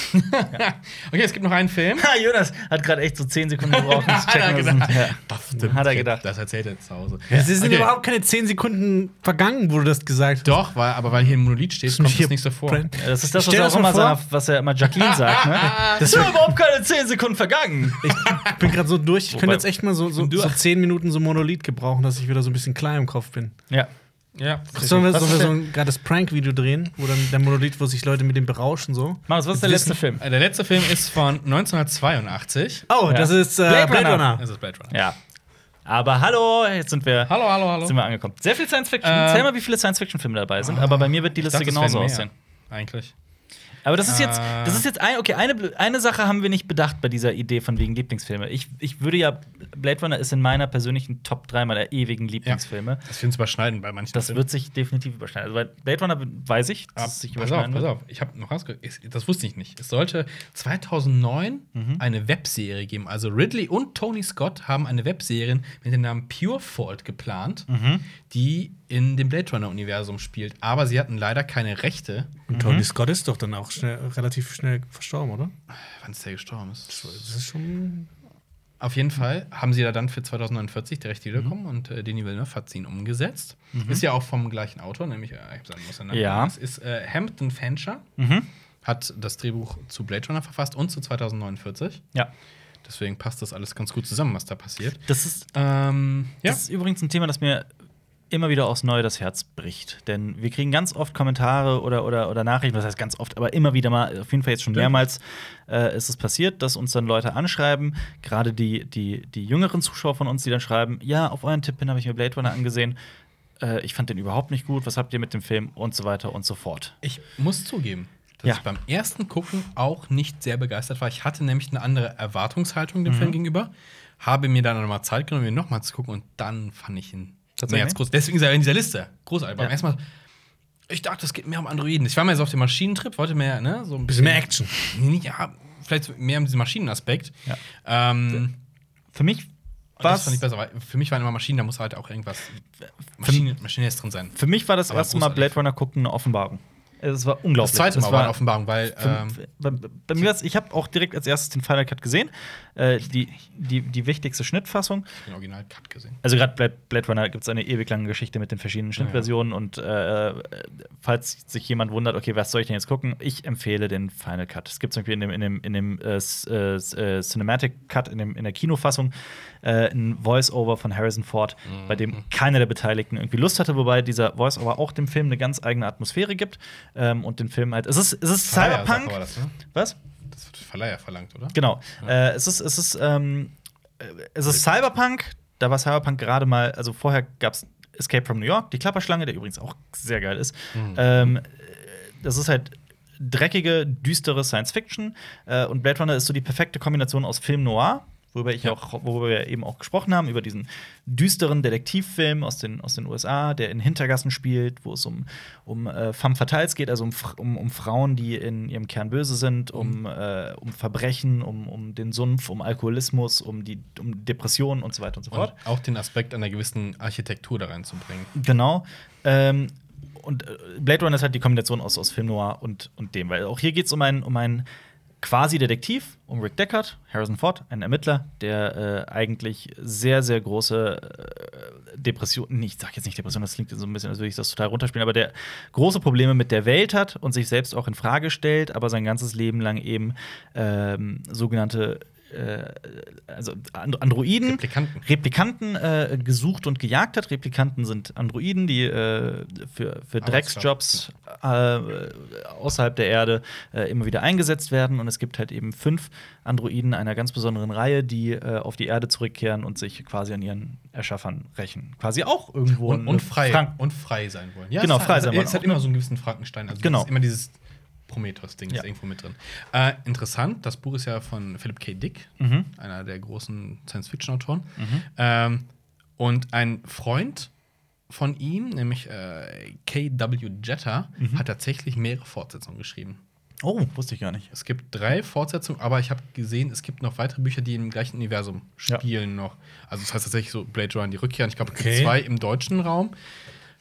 Speaker 3: Okay, es gibt noch einen Film.
Speaker 1: Ha, Jonas hat gerade echt so zehn Sekunden gebraucht, um zu checken.
Speaker 3: Hat er
Speaker 1: was sind-
Speaker 3: gedacht.
Speaker 1: Ja.
Speaker 3: Das stimmt.
Speaker 1: Hat er gedacht.
Speaker 3: Das erzählt er zu Hause.
Speaker 2: Es sind
Speaker 3: Okay.
Speaker 2: überhaupt keine zehn Sekunden vergangen, wo du das gesagt hast.
Speaker 3: Doch, weil, aber weil hier ein Monolith steht,
Speaker 2: Hast du mich
Speaker 3: kommt
Speaker 2: hier
Speaker 3: das nicht so vor.
Speaker 2: prank-
Speaker 1: Ja, das ist das, was
Speaker 2: Stell
Speaker 1: er
Speaker 2: das
Speaker 1: auch
Speaker 2: mal
Speaker 1: immer
Speaker 2: vor.
Speaker 1: seiner, was er immer Jacqueline sagt, ne? Das sind überhaupt keine zehn Sekunden vergangen.
Speaker 2: Ich bin gerade so durch. Ich
Speaker 1: Wobei-
Speaker 2: könnte jetzt echt mal so, so,
Speaker 3: Du-
Speaker 2: so zehn Minuten so Monolith gebrauchen, dass ich wieder so ein bisschen klar im Kopf bin.
Speaker 1: Ja.
Speaker 3: Ja.
Speaker 2: Sollen wir,
Speaker 1: Was
Speaker 2: sollen wir
Speaker 1: ist
Speaker 2: so ein gerade das Prank-Video drehen, wo dann der Monolith, wo sich Leute mit dem berauschen so?
Speaker 1: Marius, was ist der letzte Film?
Speaker 3: Äh, Der letzte Film ist von neunzehnhundertzweiundachtzig.
Speaker 2: Oh,
Speaker 1: Ja.
Speaker 2: das ist äh,
Speaker 1: Blade
Speaker 2: Blade,
Speaker 1: Runner.
Speaker 2: Runner.
Speaker 3: Das ist Blade Runner.
Speaker 1: Ja. Aber hallo, jetzt sind wir,
Speaker 3: Hallo, hallo, hallo.
Speaker 1: sind wir angekommen. Sehr viel Science Fiction.
Speaker 3: Ähm,
Speaker 1: Zähl mal, wie viele Science Fiction Filme dabei sind. Aber bei mir wird die
Speaker 3: Ich
Speaker 1: Liste
Speaker 3: dachte, es
Speaker 1: genauso
Speaker 3: wären mehr,
Speaker 1: aussehen.
Speaker 3: Eigentlich.
Speaker 1: Aber das ist jetzt,
Speaker 3: Äh.
Speaker 1: das ist jetzt ein, okay, eine, eine Sache haben wir nicht bedacht bei dieser Idee von wegen Lieblingsfilme. Ich, ich würde ja, Blade Runner ist in meiner persönlichen Top drei meiner ewigen Lieblingsfilme.
Speaker 3: Das wir uns überschneiden bei manchen
Speaker 1: Das
Speaker 3: Filmen.
Speaker 1: wird sich definitiv überschneiden. Also bei Blade Runner weiß ich, dass
Speaker 3: Ah,
Speaker 1: es sich
Speaker 3: pass auf,
Speaker 1: überschneiden
Speaker 3: pass
Speaker 1: wird.
Speaker 3: auf. Ich habe noch rausgehört, das wusste ich nicht. Es sollte zweitausendneun
Speaker 1: Mhm.
Speaker 3: eine Webserie geben. Also Ridley und Tony Scott haben eine Webserie mit dem Namen Pure Fault geplant,
Speaker 1: Mhm.
Speaker 3: die in dem Blade Runner-Universum spielt. Aber sie hatten leider keine Rechte.
Speaker 2: Und Tony Scott ist doch dann auch schnell, relativ schnell verstorben, oder?
Speaker 3: Wann ist der gestorben? Ist.
Speaker 2: Das ist schon.
Speaker 3: Auf jeden Fall haben sie da dann für zweitausendneunundvierzig die Rechte
Speaker 1: Mhm.
Speaker 3: wiederkommen und äh, Denis Villeneuve hat sie ihn umgesetzt. Ist ja auch vom gleichen Autor, nämlich, äh, ich sagen muss, der Name
Speaker 1: Ja.
Speaker 3: ist, ist äh, Hampton Fancher.
Speaker 1: Mhm.
Speaker 3: Hat das Drehbuch zu Blade Runner verfasst und zu zweitausendneunundvierzig.
Speaker 1: Ja.
Speaker 3: Deswegen passt das alles ganz gut zusammen, was da passiert.
Speaker 1: Das ist,
Speaker 3: Ähm, ja.
Speaker 1: das ist übrigens ein Thema, das mir immer wieder aufs Neue das Herz bricht. Denn wir kriegen ganz oft Kommentare oder, oder, oder Nachrichten, was heißt ganz oft, aber immer wieder mal, auf jeden Fall jetzt schon mehrmals äh, ist es passiert, dass uns dann Leute anschreiben, gerade die, die, die jüngeren Zuschauer von uns, die dann schreiben, ja, auf euren Tipp hin habe ich mir Blade Runner angesehen, äh, ich fand den überhaupt nicht gut, was habt ihr mit dem Film und so weiter und so fort.
Speaker 3: Ich muss zugeben, dass
Speaker 1: Ja.
Speaker 3: ich beim ersten Gucken auch nicht sehr begeistert war. Ich hatte nämlich eine andere Erwartungshaltung dem Film gegenüber, habe mir dann nochmal Zeit genommen, ihn nochmal zu gucken und dann fand ich ihn
Speaker 1: Tatsächlich?
Speaker 3: mehr als groß. Deswegen ist er in dieser Liste großartig. Beim
Speaker 1: Ja.
Speaker 3: ersten Mal, ich dachte, es geht mehr um Androiden. Ich war mehr so auf dem Maschinentrip, wollte mehr, ne, so ein
Speaker 2: Bisschen mehr Action.
Speaker 3: Nee, ja, vielleicht mehr um diesen Maschinenaspekt.
Speaker 1: Ja.
Speaker 3: Ähm,
Speaker 1: Für mich
Speaker 3: und das
Speaker 1: war's-
Speaker 3: fand ich besser, weil für mich waren immer Maschinen, da muss halt auch irgendwas Maschine, Maschinelles drin sein.
Speaker 1: Für mich war das
Speaker 3: Aber
Speaker 1: erste Mal
Speaker 3: großartig.
Speaker 1: Blade Runner gucken eine Offenbarung. Es war
Speaker 3: Das
Speaker 1: unglaublich.
Speaker 3: zweite
Speaker 1: Es
Speaker 3: Mal war eine Offenbarung, weil ähm,
Speaker 1: Für, bei, bei mir war's- ich habe auch direkt als erstes den Final Cut gesehen, äh, die, die, die wichtigste Schnittfassung.
Speaker 3: den Original-Cut gesehen.
Speaker 1: Also gerade Blade, Blade Runner gibt es eine ewig lange Geschichte mit den verschiedenen Schnittversionen und äh, falls sich jemand wundert, okay, was soll ich denn jetzt gucken? Ich empfehle den Final Cut. Es gibt zum Beispiel in dem, in dem, in dem äh, s- äh, s- äh, Cinematic Cut, in, dem, in der Kinofassung, äh, ein Voice-Over von Harrison Ford, bei dem keiner der Beteiligten irgendwie Lust hatte, wobei dieser Voice-Over auch dem Film eine ganz eigene Atmosphäre gibt ähm, und den Film halt. Es ist, es ist
Speaker 3: Verleiher,
Speaker 1: Cyberpunk.
Speaker 3: sagt aber das, ne?
Speaker 1: Was?
Speaker 3: Das wird Verleiher verlangt, oder?
Speaker 1: Genau. Äh, es ist, es ist, ähm, äh, es ist Cyberpunk. Da war Cyberpunk gerade mal, also vorher gab es Escape from New York, die Klapperschlange, der übrigens auch sehr geil ist. Ähm, äh, das ist halt dreckige, düstere Science Fiction. Äh, und Blade Runner ist so die perfekte Kombination aus Film Noir, worüber ich
Speaker 3: Ja.
Speaker 1: auch, worüber wir eben auch gesprochen haben, über diesen düsteren Detektivfilm aus den, aus den U S A, der in Hintergassen spielt, wo es um, um äh, femme fatales geht, also um, Fr- um, um Frauen, die in ihrem Kern böse sind, um, äh, um Verbrechen, um, um den Sumpf, um Alkoholismus, um, die, um Depressionen und so weiter und so
Speaker 3: Und
Speaker 1: fort.
Speaker 3: auch den Aspekt einer gewissen Architektur da reinzubringen.
Speaker 1: Genau. Ähm, und äh, Blade Runner ist halt die Kombination aus, aus Film Noir und, und dem, weil auch hier geht es um einen, um einen quasi Detektiv, um Rick Deckard, Harrison Ford, ein Ermittler, der äh, eigentlich sehr, sehr große äh, Depressionen, ich sag jetzt nicht Depression, das klingt so ein bisschen, als würde ich das total runterspielen, aber der große Probleme mit der Welt hat und sich selbst auch in Frage stellt, aber sein ganzes Leben lang eben ähm, sogenannte äh, also And- Androiden,
Speaker 3: Replikanten.
Speaker 1: Replikanten äh, gesucht und gejagt hat. Replikanten sind Androiden, die äh, für, für Drecksjobs äh, außerhalb der Erde äh, immer wieder eingesetzt werden. Und es gibt halt eben fünf Androiden einer ganz besonderen Reihe, die äh, auf die Erde zurückkehren und sich quasi an ihren Erschaffern rächen. Quasi auch irgendwo
Speaker 3: Und,
Speaker 1: eine
Speaker 3: und, frei,
Speaker 1: Frank-
Speaker 3: und frei sein wollen. Ja,
Speaker 1: Genau,
Speaker 3: es hat,
Speaker 1: frei sein wollen.
Speaker 3: Es hat
Speaker 1: Auch,
Speaker 3: immer
Speaker 1: ne?
Speaker 3: so einen gewissen Frankenstein. Also
Speaker 1: Genau.
Speaker 3: das ist immer dieses Prometheus-Ding
Speaker 1: Ja.
Speaker 3: ist irgendwo mit drin. Äh, interessant, das Buch ist ja von Philip K. Dick,
Speaker 1: Mhm.
Speaker 3: einer der großen Science-Fiction-Autoren. Ähm, und ein Freund von ihm, nämlich äh, K W. Jetta,
Speaker 1: Mhm.
Speaker 3: hat tatsächlich mehrere Fortsetzungen geschrieben.
Speaker 1: Oh, wusste ich gar nicht.
Speaker 3: Es gibt drei Fortsetzungen, aber ich habe gesehen, es gibt noch weitere Bücher, die im gleichen Universum
Speaker 1: Ja.
Speaker 3: spielen noch. Also das heißt tatsächlich so Blade Runner die Rückkehr. Und ich glaube, es
Speaker 2: Okay.
Speaker 3: gibt zwei im deutschen Raum.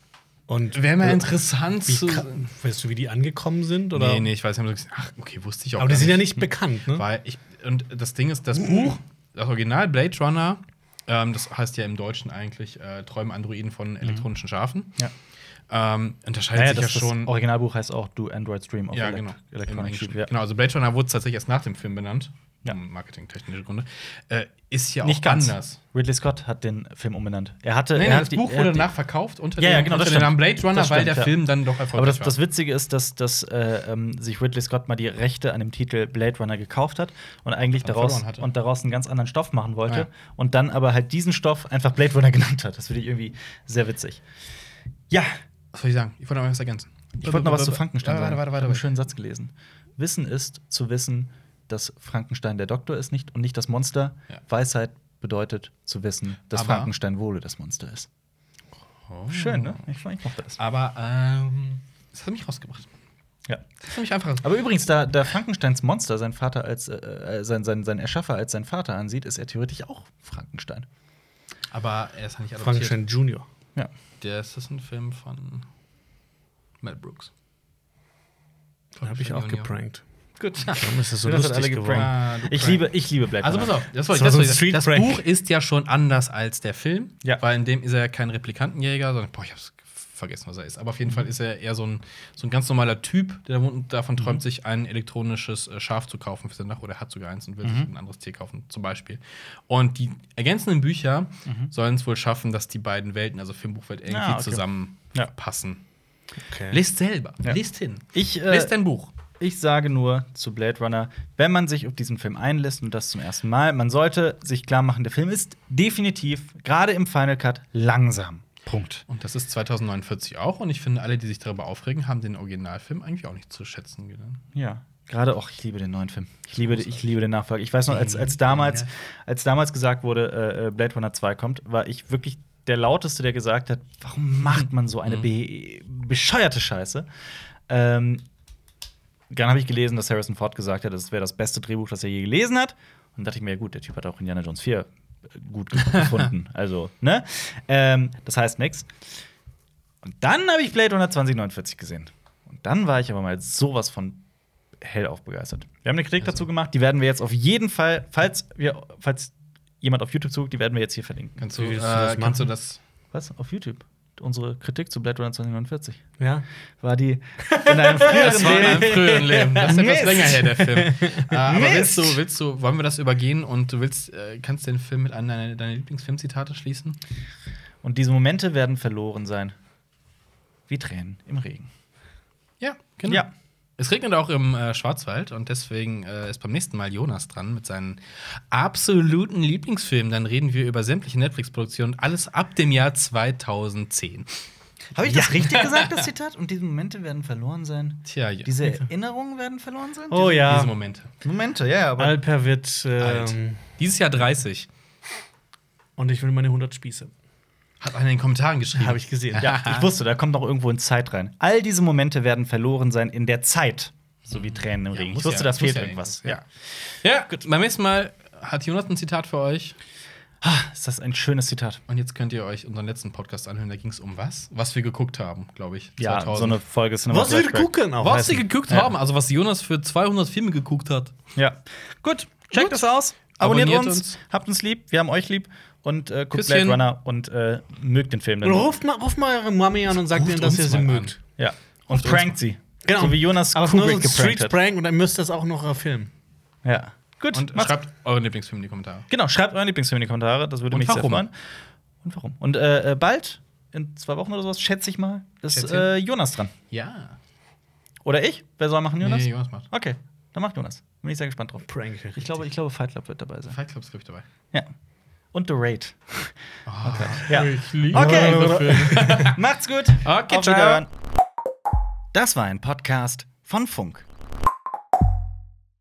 Speaker 2: Und
Speaker 3: Wäre mal interessant
Speaker 2: wie,
Speaker 3: zu.
Speaker 2: ka- weißt du, wie die angekommen sind? Oder?
Speaker 3: Nee, nee, ich weiß, haben so gesagt, ach, okay, wusste ich auch
Speaker 2: Aber die
Speaker 3: gar
Speaker 2: sind ja
Speaker 3: nicht.
Speaker 2: nicht bekannt, ne?
Speaker 3: Weil ich, und das Ding ist, das Buch, das Original Blade Runner, ähm, das heißt ja im Deutschen eigentlich äh, Träumen Androiden von elektronischen Schafen.
Speaker 1: Ja.
Speaker 3: Ähm, unterscheidet
Speaker 1: Naja,
Speaker 3: sich
Speaker 1: das,
Speaker 3: ja schon.
Speaker 1: das Originalbuch heißt auch Do Androids Dream of
Speaker 3: Ja,
Speaker 1: Elect
Speaker 3: genau. Im
Speaker 1: Electronic
Speaker 3: Englischen.
Speaker 1: Sheep. Ja.
Speaker 3: Genau, also Blade Runner wurde tatsächlich erst nach dem Film benannt.
Speaker 1: Ja.
Speaker 3: Um marketingtechnische Gründe. Äh, ist ja auch
Speaker 1: Nicht ganz.
Speaker 3: anders.
Speaker 1: Ridley Scott hat den Film umbenannt. Er hatte,
Speaker 3: Nee,
Speaker 1: er
Speaker 3: nee,
Speaker 1: hat
Speaker 3: das
Speaker 1: die-
Speaker 3: Buch
Speaker 1: er
Speaker 3: wurde
Speaker 1: hat die-
Speaker 3: danach verkauft unter,
Speaker 1: Ja, ja,
Speaker 3: dem,
Speaker 1: genau,
Speaker 3: unter
Speaker 1: das
Speaker 3: dem Namen
Speaker 1: stimmt.
Speaker 3: Blade Runner,
Speaker 1: Das
Speaker 3: weil
Speaker 1: stimmt,
Speaker 3: der
Speaker 1: ja.
Speaker 3: Film dann doch erfolgreich
Speaker 1: Aber das,
Speaker 3: war.
Speaker 1: das Witzige ist, dass, dass äh, ähm, sich Ridley Scott mal die Rechte an dem Titel Blade Runner gekauft hat und eigentlich
Speaker 3: Dann
Speaker 1: daraus,
Speaker 3: verloren hatte.
Speaker 1: und daraus einen ganz anderen Stoff machen wollte
Speaker 3: Ja.
Speaker 1: und dann aber halt diesen Stoff einfach Blade Runner genannt hat. Das finde ich irgendwie sehr witzig. Ja,
Speaker 3: Was soll ich sagen? Ich wollte noch was ergänzen.
Speaker 1: ich wollte noch was zu Frankenstein
Speaker 3: Warte,
Speaker 1: sagen.
Speaker 3: warte, warte,
Speaker 1: Ich habe einen
Speaker 3: warte.
Speaker 1: schönen Satz gelesen. Wissen ist zu wissen, dass Frankenstein der Doktor ist nicht und nicht das Monster.
Speaker 3: Ja.
Speaker 1: Weisheit bedeutet zu wissen, dass
Speaker 3: Aber-
Speaker 1: Frankenstein wohl das Monster ist.
Speaker 3: Oh.
Speaker 1: Schön, ne? Ich, ich mochte das.
Speaker 3: Aber ähm, das hat mich rausgebracht.
Speaker 1: Ja.
Speaker 3: Das hat mich einfach.
Speaker 1: Aber übrigens, da, da Frankensteins Monster sein Vater als äh, äh, sein, sein, sein Erschaffer als sein Vater ansieht, ist er theoretisch auch Frankenstein.
Speaker 3: Aber er ist ja nicht adoptiert.
Speaker 2: Frankenstein Junior.
Speaker 1: Ja.
Speaker 3: Der ist das ein Film von Mel Brooks.
Speaker 2: Den habe ich auch
Speaker 3: Junior.
Speaker 2: geprankt.
Speaker 1: Gut.
Speaker 2: Warum ist das so
Speaker 1: Das hat
Speaker 2: lustig
Speaker 1: alle
Speaker 2: geworden?
Speaker 3: Ah, du
Speaker 1: Ich
Speaker 3: Prank.
Speaker 1: liebe, ich liebe Blade
Speaker 3: Also
Speaker 1: Runner.
Speaker 3: pass auf, das, wollte
Speaker 2: Das
Speaker 3: ich,
Speaker 2: war
Speaker 3: das,
Speaker 2: so ein
Speaker 3: wollte ich, das
Speaker 2: Street-Prank.
Speaker 3: Buch ist ja schon anders als der Film,
Speaker 1: Ja.
Speaker 3: weil in dem ist er ja kein Replikantenjäger, sondern boah, ich hab's vergessen, was er ist. Aber auf jeden Fall ist er eher so ein, so ein ganz normaler Typ, der davon träumt, sich ein elektronisches äh, Schaf zu kaufen für sein Dach, oder er hat sogar eins und will sich ein anderes Tier kaufen, zum Beispiel. Und die ergänzenden Bücher sollen es wohl schaffen, dass die beiden Welten, also Film und Buchwelt, irgendwie
Speaker 1: Ah, okay.
Speaker 3: zusammenpassen.
Speaker 2: Okay.
Speaker 3: Lest selber,
Speaker 1: Ja.
Speaker 3: lest hin.
Speaker 1: Ich, äh,
Speaker 3: Lest dein Buch.
Speaker 1: Ich sage nur zu Blade Runner, wenn man sich auf diesen Film einlässt und das zum ersten Mal, man sollte sich klar machen, der Film ist definitiv, gerade im Final Cut, langsam. Punkt.
Speaker 3: Und das ist zweitausendneunundvierzig auch. Und ich finde, alle, die sich darüber aufregen, haben den Originalfilm eigentlich auch nicht zu schätzen gelernt.
Speaker 1: Ja. Gerade auch, ich liebe den neuen Film. Ich liebe, ich liebe den Nachfolger. Ich weiß noch, als, als, damals, als damals gesagt wurde, äh, Blade Runner zwei kommt, war ich wirklich der Lauteste, der gesagt hat, warum macht man so eine be bescheuerte Scheiße? Ähm, dann habe ich gelesen, dass Harrison Ford gesagt hat, das wäre das beste Drehbuch, das er je gelesen hat. Und dachte ich mir, ja gut, der Typ hat auch Indiana Jones vier gut gefunden. Also, ne? Ähm, das heißt nix. Und dann habe ich Blade Runner zwanzig neunundvierzig gesehen. Und dann war ich aber mal sowas von hellauf begeistert. Wir haben eine Kritik
Speaker 3: Also.
Speaker 1: dazu gemacht, die werden wir jetzt auf jeden Fall, falls wir, falls jemand auf YouTube zuguckt, die werden wir jetzt hier verlinken.
Speaker 3: Kannst du,
Speaker 2: Wie
Speaker 3: äh,
Speaker 2: willst du das
Speaker 3: kannst du
Speaker 2: machen?
Speaker 3: das
Speaker 1: Was? Auf YouTube? Unsere Kritik zu Blade Runner zwanzig neunundvierzig.
Speaker 2: Ja.
Speaker 1: War die in einem früheren
Speaker 3: Das war in einem
Speaker 1: Leben.
Speaker 3: früheren Leben. Das ist etwas
Speaker 1: Mist.
Speaker 3: länger her, der Film. äh, aber
Speaker 1: Mist.
Speaker 3: willst du, willst du, wollen wir das übergehen und du willst, äh, kannst den Film mit einem deiner, deiner Lieblingsfilmzitate schließen?
Speaker 1: Und diese Momente werden verloren sein. Wie Tränen im Regen.
Speaker 3: Ja, genau.
Speaker 1: Ja.
Speaker 3: Es regnet auch im äh, Schwarzwald und deswegen äh, ist beim nächsten Mal Jonas dran mit seinen absoluten Lieblingsfilmen. Dann reden wir über sämtliche Netflix-Produktionen, alles ab dem Jahr zweitausendzehn.
Speaker 1: Habe ich das richtig gesagt, das Zitat? Und diese Momente werden verloren sein.
Speaker 3: Tja, ja.
Speaker 1: Diese Erinnerungen werden verloren sein?
Speaker 2: Oh
Speaker 3: diese,
Speaker 2: ja.
Speaker 3: diese Momente.
Speaker 1: Momente, ja, aber.
Speaker 2: Alper wird.
Speaker 3: Alt.
Speaker 2: Ähm,
Speaker 3: Dieses Jahr dreißig.
Speaker 2: und ich will meine hundert Spieße.
Speaker 3: Hat einer in den Kommentaren geschrieben.
Speaker 2: Habe ich gesehen.
Speaker 1: Ja, ich wusste, da kommt noch irgendwo in Zeit rein. All diese Momente werden verloren sein in der Zeit. So wie Tränen im
Speaker 3: Ja,
Speaker 1: Regen.
Speaker 3: muss
Speaker 1: Ich wusste,
Speaker 3: ja,
Speaker 1: da
Speaker 3: muss
Speaker 1: fehlt
Speaker 3: ja
Speaker 1: irgendwas.
Speaker 3: irgendwas, Ja, gut. Beim nächsten Mal hat Jonas ein Zitat für euch.
Speaker 1: Ah, ist das ein schönes Zitat.
Speaker 3: Und jetzt könnt ihr euch unseren letzten Podcast anhören. Da ging es um was? Was wir geguckt haben, glaube ich.
Speaker 1: Ja,
Speaker 3: zweitausend.
Speaker 1: so eine Folge Cinema
Speaker 2: Was wir
Speaker 1: Flashback.
Speaker 2: gucken auch.
Speaker 3: Was sie
Speaker 2: heißen.
Speaker 3: geguckt
Speaker 1: Ja.
Speaker 3: haben, also was Jonas für zweihundert Filme geguckt hat.
Speaker 1: Ja. Gut, checkt
Speaker 3: Gut.
Speaker 1: es aus. Abonniert,
Speaker 3: Abonniert
Speaker 1: uns,
Speaker 3: uns.
Speaker 1: habt uns lieb, wir haben euch lieb und äh, guckt
Speaker 3: Küsschen.
Speaker 1: Blade Runner und äh, mögt den Film.
Speaker 2: Und ruft mal, ruft mal eure Mami an und sagt
Speaker 3: Ruft
Speaker 2: ihr, dass
Speaker 3: uns
Speaker 2: ihr sie
Speaker 3: mal
Speaker 2: mögt.
Speaker 1: Ja. Und
Speaker 3: uns
Speaker 1: prankt
Speaker 3: mal.
Speaker 1: sie.
Speaker 2: Genau.
Speaker 1: So wie Jonas
Speaker 2: Aber nur so
Speaker 1: Kubrick
Speaker 2: ein
Speaker 1: geprankt hat.
Speaker 2: Street-Prank und dann müsst ihr es auch noch filmen.
Speaker 1: Ja. Gut,
Speaker 3: Und
Speaker 1: macht's-
Speaker 3: schreibt euren Lieblingsfilm in die Kommentare.
Speaker 1: Genau, schreibt euren Lieblingsfilm in die Kommentare, das würde
Speaker 3: Und
Speaker 1: mich
Speaker 3: warum?
Speaker 1: sehr freuen. Und warum? Und äh, äh, bald, in zwei Wochen oder sowas, schätze ich mal, ist
Speaker 3: Schätzchen?
Speaker 1: äh, Jonas dran.
Speaker 3: Ja.
Speaker 1: Oder ich? Wer soll machen, Jonas?
Speaker 3: Nee, Jonas macht.
Speaker 1: Okay, dann macht Jonas. Bin ich sehr gespannt drauf.
Speaker 2: Prank.
Speaker 1: Ich glaube, ich glaube, Fight Club wird dabei sein.
Speaker 3: Fight Club ist, glaube ich, dabei.
Speaker 1: Ja. Und The Raid.
Speaker 3: Okay.
Speaker 1: Ja.
Speaker 2: Ich liebe
Speaker 1: Okay.
Speaker 2: eure Filme.
Speaker 1: Macht's gut.
Speaker 3: Okay,
Speaker 1: Auf
Speaker 3: ciao.
Speaker 1: Wiederhören. Das war ein Podcast von Funk.